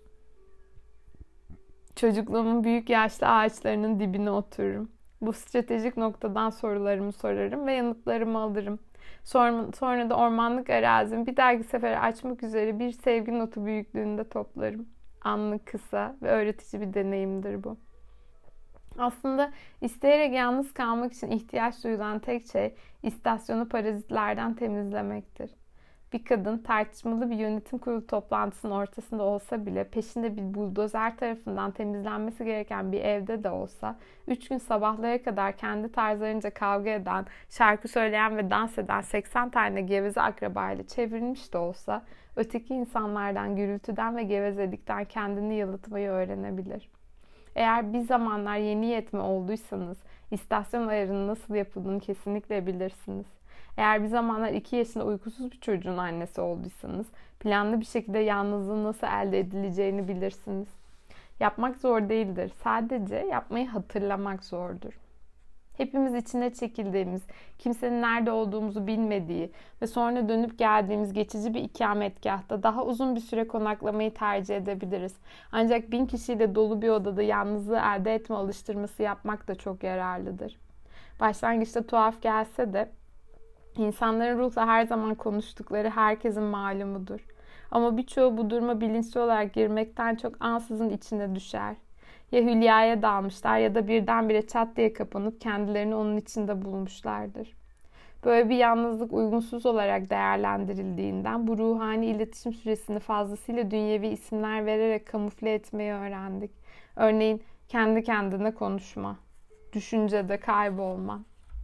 Çocukluğumun büyük yaşlı ağaçlarının dibine otururum. Bu stratejik noktadan sorularımı sorarım ve yanıtlarımı alırım. Sonra, sonra da ormanlık arazimi bir dahaki sefere açmak üzere bir sevgi notu büyüklüğünde toplarım. Anlık, kısa ve öğretici bir deneyimdir bu. Aslında isteyerek yalnız kalmak için ihtiyaç duyulan tek şey istasyonu parazitlerden temizlemektir. Bir kadın tartışmalı bir yönetim kurulu toplantısının ortasında olsa bile peşinde bir buldozer tarafından temizlenmesi gereken bir evde de olsa üç gün sabahlara kadar kendi tarzlarınca kavga eden, şarkı söyleyen ve dans eden seksen tane geveze akrabayla çevrilmiş de olsa öteki insanlardan, gürültüden ve gevezelikten kendini yalıtmayı öğrenebilir. Eğer bir zamanlar yeni yetme olduysanız istasyon ayarının nasıl yapıldığını kesinlikle bilirsiniz. Eğer bir zamanlar iki yaşında uykusuz bir çocuğun annesi olduysanız planlı bir şekilde yalnızlığın nasıl elde edileceğini bilirsiniz. Yapmak zor değildir. Sadece yapmayı hatırlamak zordur. Hepimiz içine çekildiğimiz, kimsenin nerede olduğumuzu bilmediği ve sonra dönüp geldiğimiz geçici bir ikametgahta daha uzun bir süre konaklamayı tercih edebiliriz. Ancak bin kişiyle dolu bir odada yalnızlığı elde etme alıştırması yapmak da çok yararlıdır. Başlangıçta tuhaf gelse de insanların ruhla her zaman konuştukları herkesin malumudur. Ama birçoğu bu duruma bilinçli olarak girmekten çok ansızın içine düşer. Ya hülyaya dalmışlar ya da birdenbire çat diye kapanıp kendilerini onun içinde bulmuşlardır. Böyle bir yalnızlık uygunsuz olarak değerlendirildiğinden bu ruhani iletişim süresini fazlasıyla dünyevi isimler vererek kamufle etmeyi öğrendik. Örneğin kendi kendine konuşma, düşüncede kaybolma,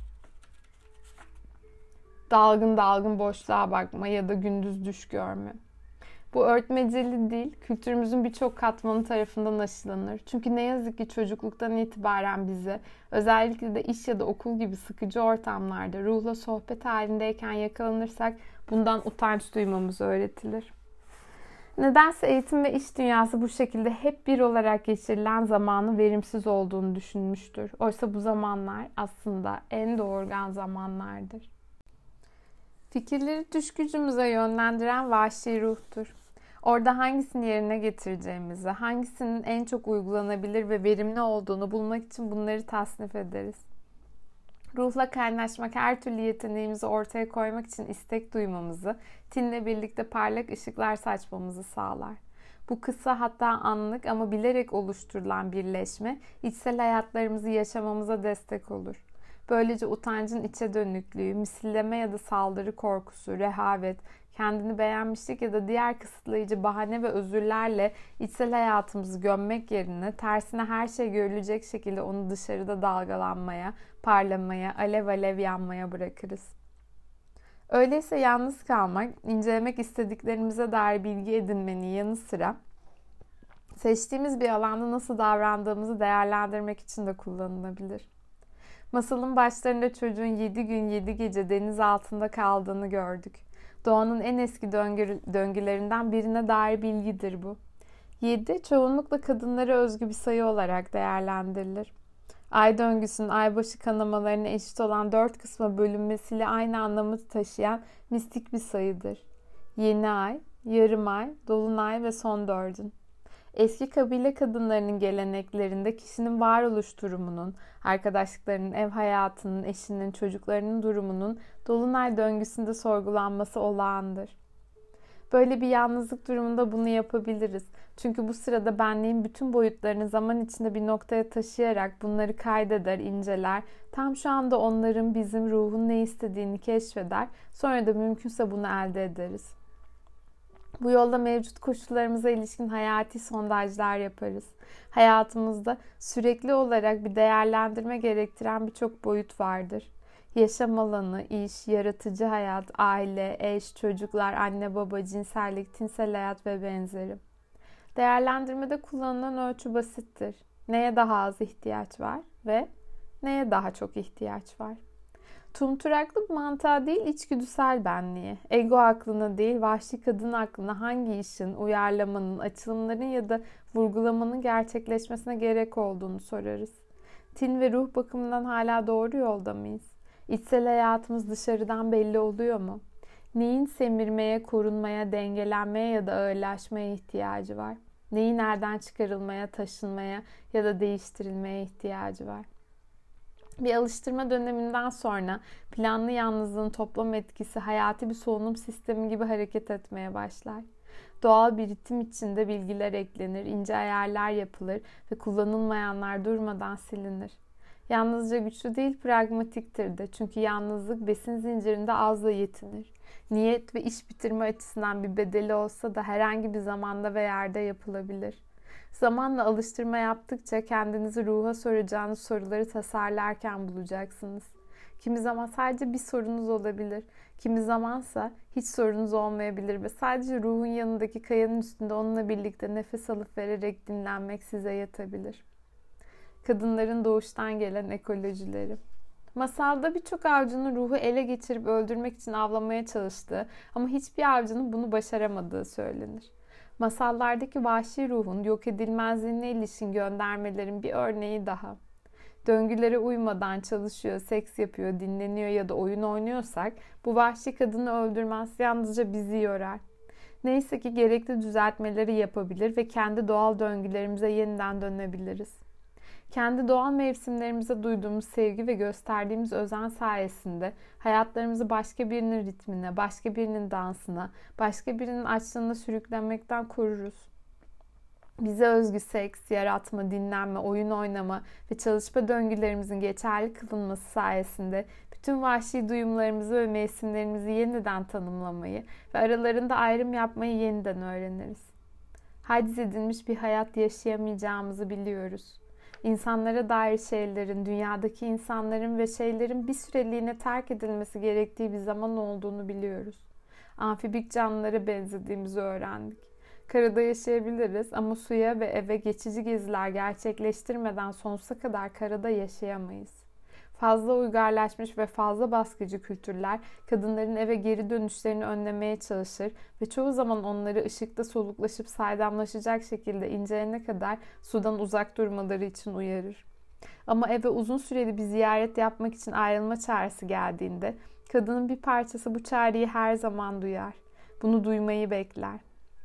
dalgın dalgın boşluğa bakma ya da gündüz düş görme. Bu örtmeceli değil, kültürümüzün birçok katmanı tarafından aşılanır. Çünkü ne yazık ki çocukluktan itibaren bize, özellikle de iş ya da okul gibi sıkıcı ortamlarda ruhla sohbet halindeyken yakalanırsak bundan utanç duymamız öğretilir. Nedense eğitim ve iş dünyası bu şekilde hep bir olarak geçirilen zamanın verimsiz olduğunu düşünmüştür. Oysa bu zamanlar aslında en doğurgan zamanlardır. Fikirleri düş gücümüze yönlendiren vahşi ruhtur. Orada hangisini yerine getireceğimizi, hangisinin en çok uygulanabilir ve verimli olduğunu bulmak için bunları tasnif ederiz. Ruhla kaynaşmak her türlü yeteneğimizi ortaya koymak için istek duymamızı, tinle birlikte parlak ışıklar saçmamızı sağlar. Bu kısa hatta anlık ama bilerek oluşturulan birleşme, içsel hayatlarımızı yaşamamıza destek olur. Böylece utancın içe dönüklüğü, misilleme ya da saldırı korkusu, rehavet, kendini beğenmişlik ya da diğer kısıtlayıcı bahane ve özürlerle içsel hayatımızı gömmek yerine tersine her şey görülecek şekilde onu dışarıda dalgalanmaya, parlamaya, alev alev yanmaya bırakırız. Öyleyse yalnız kalmak, incelemek istediklerimize dair bilgi edinmenin yanı sıra seçtiğimiz bir alanda nasıl davrandığımızı değerlendirmek için de kullanılabilir. Masalın başlarında çocuğun yedi gün yedi gece deniz altında kaldığını gördük. Doğanın en eski döngü, döngülerinden birine dair bilgidir bu. yedi çoğunlukla kadınlara özgü bir sayı olarak değerlendirilir. Ay döngüsünün aybaşı kanamalarına eşit olan dört kısma bölünmesiyle aynı anlamı taşıyan mistik bir sayıdır. Yeni ay, yarım ay, dolunay ve son dördün. Eski kabile kadınlarının geleneklerinde kişinin varoluş durumunun, arkadaşlıklarının, ev hayatının, eşinin, çocuklarının durumunun dolunay döngüsünde sorgulanması olağandır. Böyle bir yalnızlık durumunda bunu yapabiliriz. Çünkü bu sırada benliğin bütün boyutlarını zaman içinde bir noktaya taşıyarak bunları kaydeder, inceler. Tam şu anda onların bizim ruhun ne istediğini keşfeder. Sonra da mümkünse bunu elde ederiz. Bu yolda mevcut koşullarımıza ilişkin hayati sondajlar yaparız. Hayatımızda sürekli olarak bir değerlendirme gerektiren birçok boyut vardır. Yaşam alanı, iş, yaratıcı hayat, aile, eş, çocuklar, anne baba, cinsellik, tinsel hayat ve benzeri. Değerlendirmede kullanılan ölçü basittir. Neye daha az ihtiyaç var ve neye daha çok ihtiyaç var? Tumturaklı mantığa değil, içgüdüsel benliğe, ego aklına değil, vahşi kadın aklına hangi işin, uyarlamanın, açılımların ya da vurgulamanın gerçekleşmesine gerek olduğunu sorarız. Tin ve ruh bakımından hala doğru yolda mıyız? İçsel hayatımız dışarıdan belli oluyor mu? Neyin semirmeye, korunmaya, dengelenmeye ya da ağırlaşmaya ihtiyacı var? Neyin nereden çıkarılmaya, taşınmaya ya da değiştirilmeye ihtiyacı var? Bir alıştırma döneminden sonra planlı yalnızlığın toplam etkisi hayati bir solunum sistemi gibi hareket etmeye başlar. Doğal bir ritim içinde bilgiler eklenir, ince ayarlar yapılır ve kullanılmayanlar durmadan silinir. Yalnızca güçlü değil, pragmatiktir de. Çünkü yalnızlık besin zincirinde azla yetinir. Niyet ve iş bitirme açısından bir bedeli olsa da herhangi bir zamanda ve yerde yapılabilir. Zamanla alıştırma yaptıkça kendinizi ruha soracağınız soruları tasarlarken bulacaksınız. Kimi zaman sadece bir sorunuz olabilir. Kimi zamansa hiç sorunuz olmayabilir ve sadece ruhun yanındaki kayanın üstünde onunla birlikte nefes alıp vererek dinlenmek size yatabilir. Kadınların doğuştan gelen ekolojileri. Masalda birçok avcının ruhu ele geçirip öldürmek için avlamaya çalıştığı ama hiçbir avcının bunu başaramadığı söylenir. Masallardaki vahşi ruhun yok edilmezliğine ilişkin göndermelerin bir örneği daha. Döngülere uymadan çalışıyor, seks yapıyor, dinleniyor ya da oyun oynuyorsak bu vahşi kadını öldürmez, yalnızca bizi yorar. Neyse ki gerekli düzeltmeleri yapabilir ve kendi doğal döngülerimize yeniden dönebiliriz. Kendi doğal mevsimlerimize duyduğumuz sevgi ve gösterdiğimiz özen sayesinde hayatlarımızı başka birinin ritmine, başka birinin dansına, başka birinin açlığına sürüklenmekten koruruz. Bize özgü seks, yaratma, dinlenme, oyun oynama ve çalışma döngülerimizin geçerli kılınması sayesinde bütün vahşi duyumlarımızı ve mevsimlerimizi yeniden tanımlamayı ve aralarında ayrım yapmayı yeniden öğreniriz. Haciz edilmiş bir hayat yaşayamayacağımızı biliyoruz. İnsanlara dair şeylerin, dünyadaki insanların ve şeylerin bir süreliğine terk edilmesi gerektiği bir zaman olduğunu biliyoruz. Amfibik canlılara benzediğimizi öğrendik. Karada yaşayabiliriz ama suya ve eve geçici geziler gerçekleştirmeden sonsuza kadar karada yaşayamayız. Fazla uygarlaşmış ve fazla baskıcı kültürler kadınların eve geri dönüşlerini önlemeye çalışır ve çoğu zaman onları ışıkta soluklaşıp saydamlaşacak şekilde incelene kadar sudan uzak durmaları için uyarır. Ama eve uzun süreli bir ziyaret yapmak için ayrılma çağrısı geldiğinde kadının bir parçası bu çağrıyı her zaman duyar. Bunu duymayı bekler.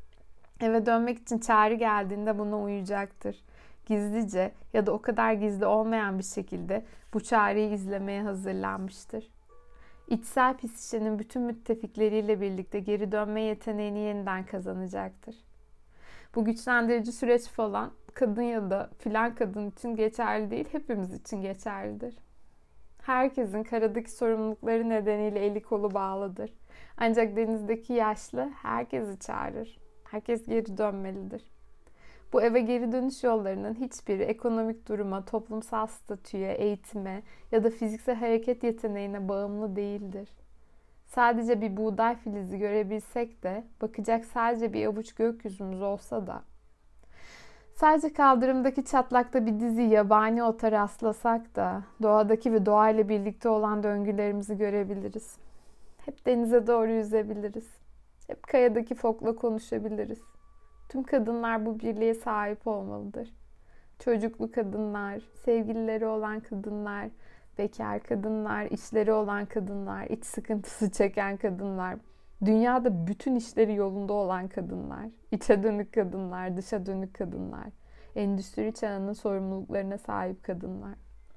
Eve dönmek için çağrı geldiğinde buna uyacaktır. Gizlice ya da o kadar gizli olmayan bir şekilde bu çağrıyı izlemeye hazırlanmıştır. İçsel psikinin bütün müttefikleriyle birlikte geri dönme yeteneğini yeniden kazanacaktır. Bu güçlendirici süreç falan kadın ya da filan kadın için geçerli değil, hepimiz için geçerlidir. Herkesin karadaki sorumlulukları nedeniyle eli kolu bağlıdır. Ancak denizdeki yaşlı herkesi çağırır. Herkes geri dönmelidir. Bu eve geri dönüş yollarının hiçbiri ekonomik duruma, toplumsal statüye, eğitime ya da fiziksel hareket yeteneğine bağımlı değildir. Sadece bir buğday filizi görebilsek de, bakacak sadece bir avuç gökyüzümüz olsa da, sadece kaldırımdaki çatlakta bir dizi yabani ota rastlasak da, doğadaki ve doğayla birlikte olan döngülerimizi görebiliriz. Hep denize doğru yüzebiliriz. Hep kayadaki fokla konuşabiliriz. Tüm kadınlar bu birliğe sahip olmalıdır. Çocuklu kadınlar, sevgilileri olan kadınlar, bekar kadınlar, işleri olan kadınlar, iç sıkıntısı çeken kadınlar, dünyada bütün işleri yolunda olan kadınlar, içe dönük kadınlar, dışa dönük kadınlar, endüstri çağının sorumluluklarına sahip kadınlar.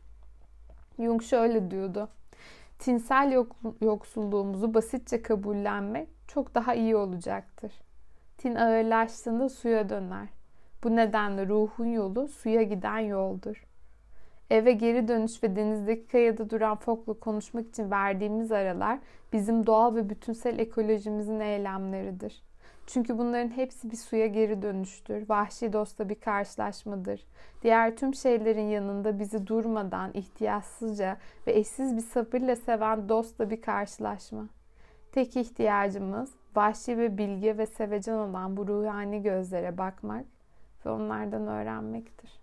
Jung şöyle diyordu: tinsel yoksulluğumuzu basitçe kabullenmek çok daha iyi olacaktır. Tin ağırlaştığında suya döner. Bu nedenle ruhun yolu suya giden yoldur. Eve geri dönüş ve denizdeki kayada duran fokla konuşmak için verdiğimiz aralar bizim doğal ve bütünsel ekolojimizin eylemleridir. Çünkü bunların hepsi bir suya geri dönüştür. Vahşi dostla bir karşılaşmadır. Diğer tüm şeylerin yanında bizi durmadan, ihtiyatsızca ve eşsiz bir sabırla seven dostla bir karşılaşma. Tek ihtiyacımız vahşi ve bilge ve sevecen olan bu ruhani gözlere bakmak ve onlardan öğrenmektir.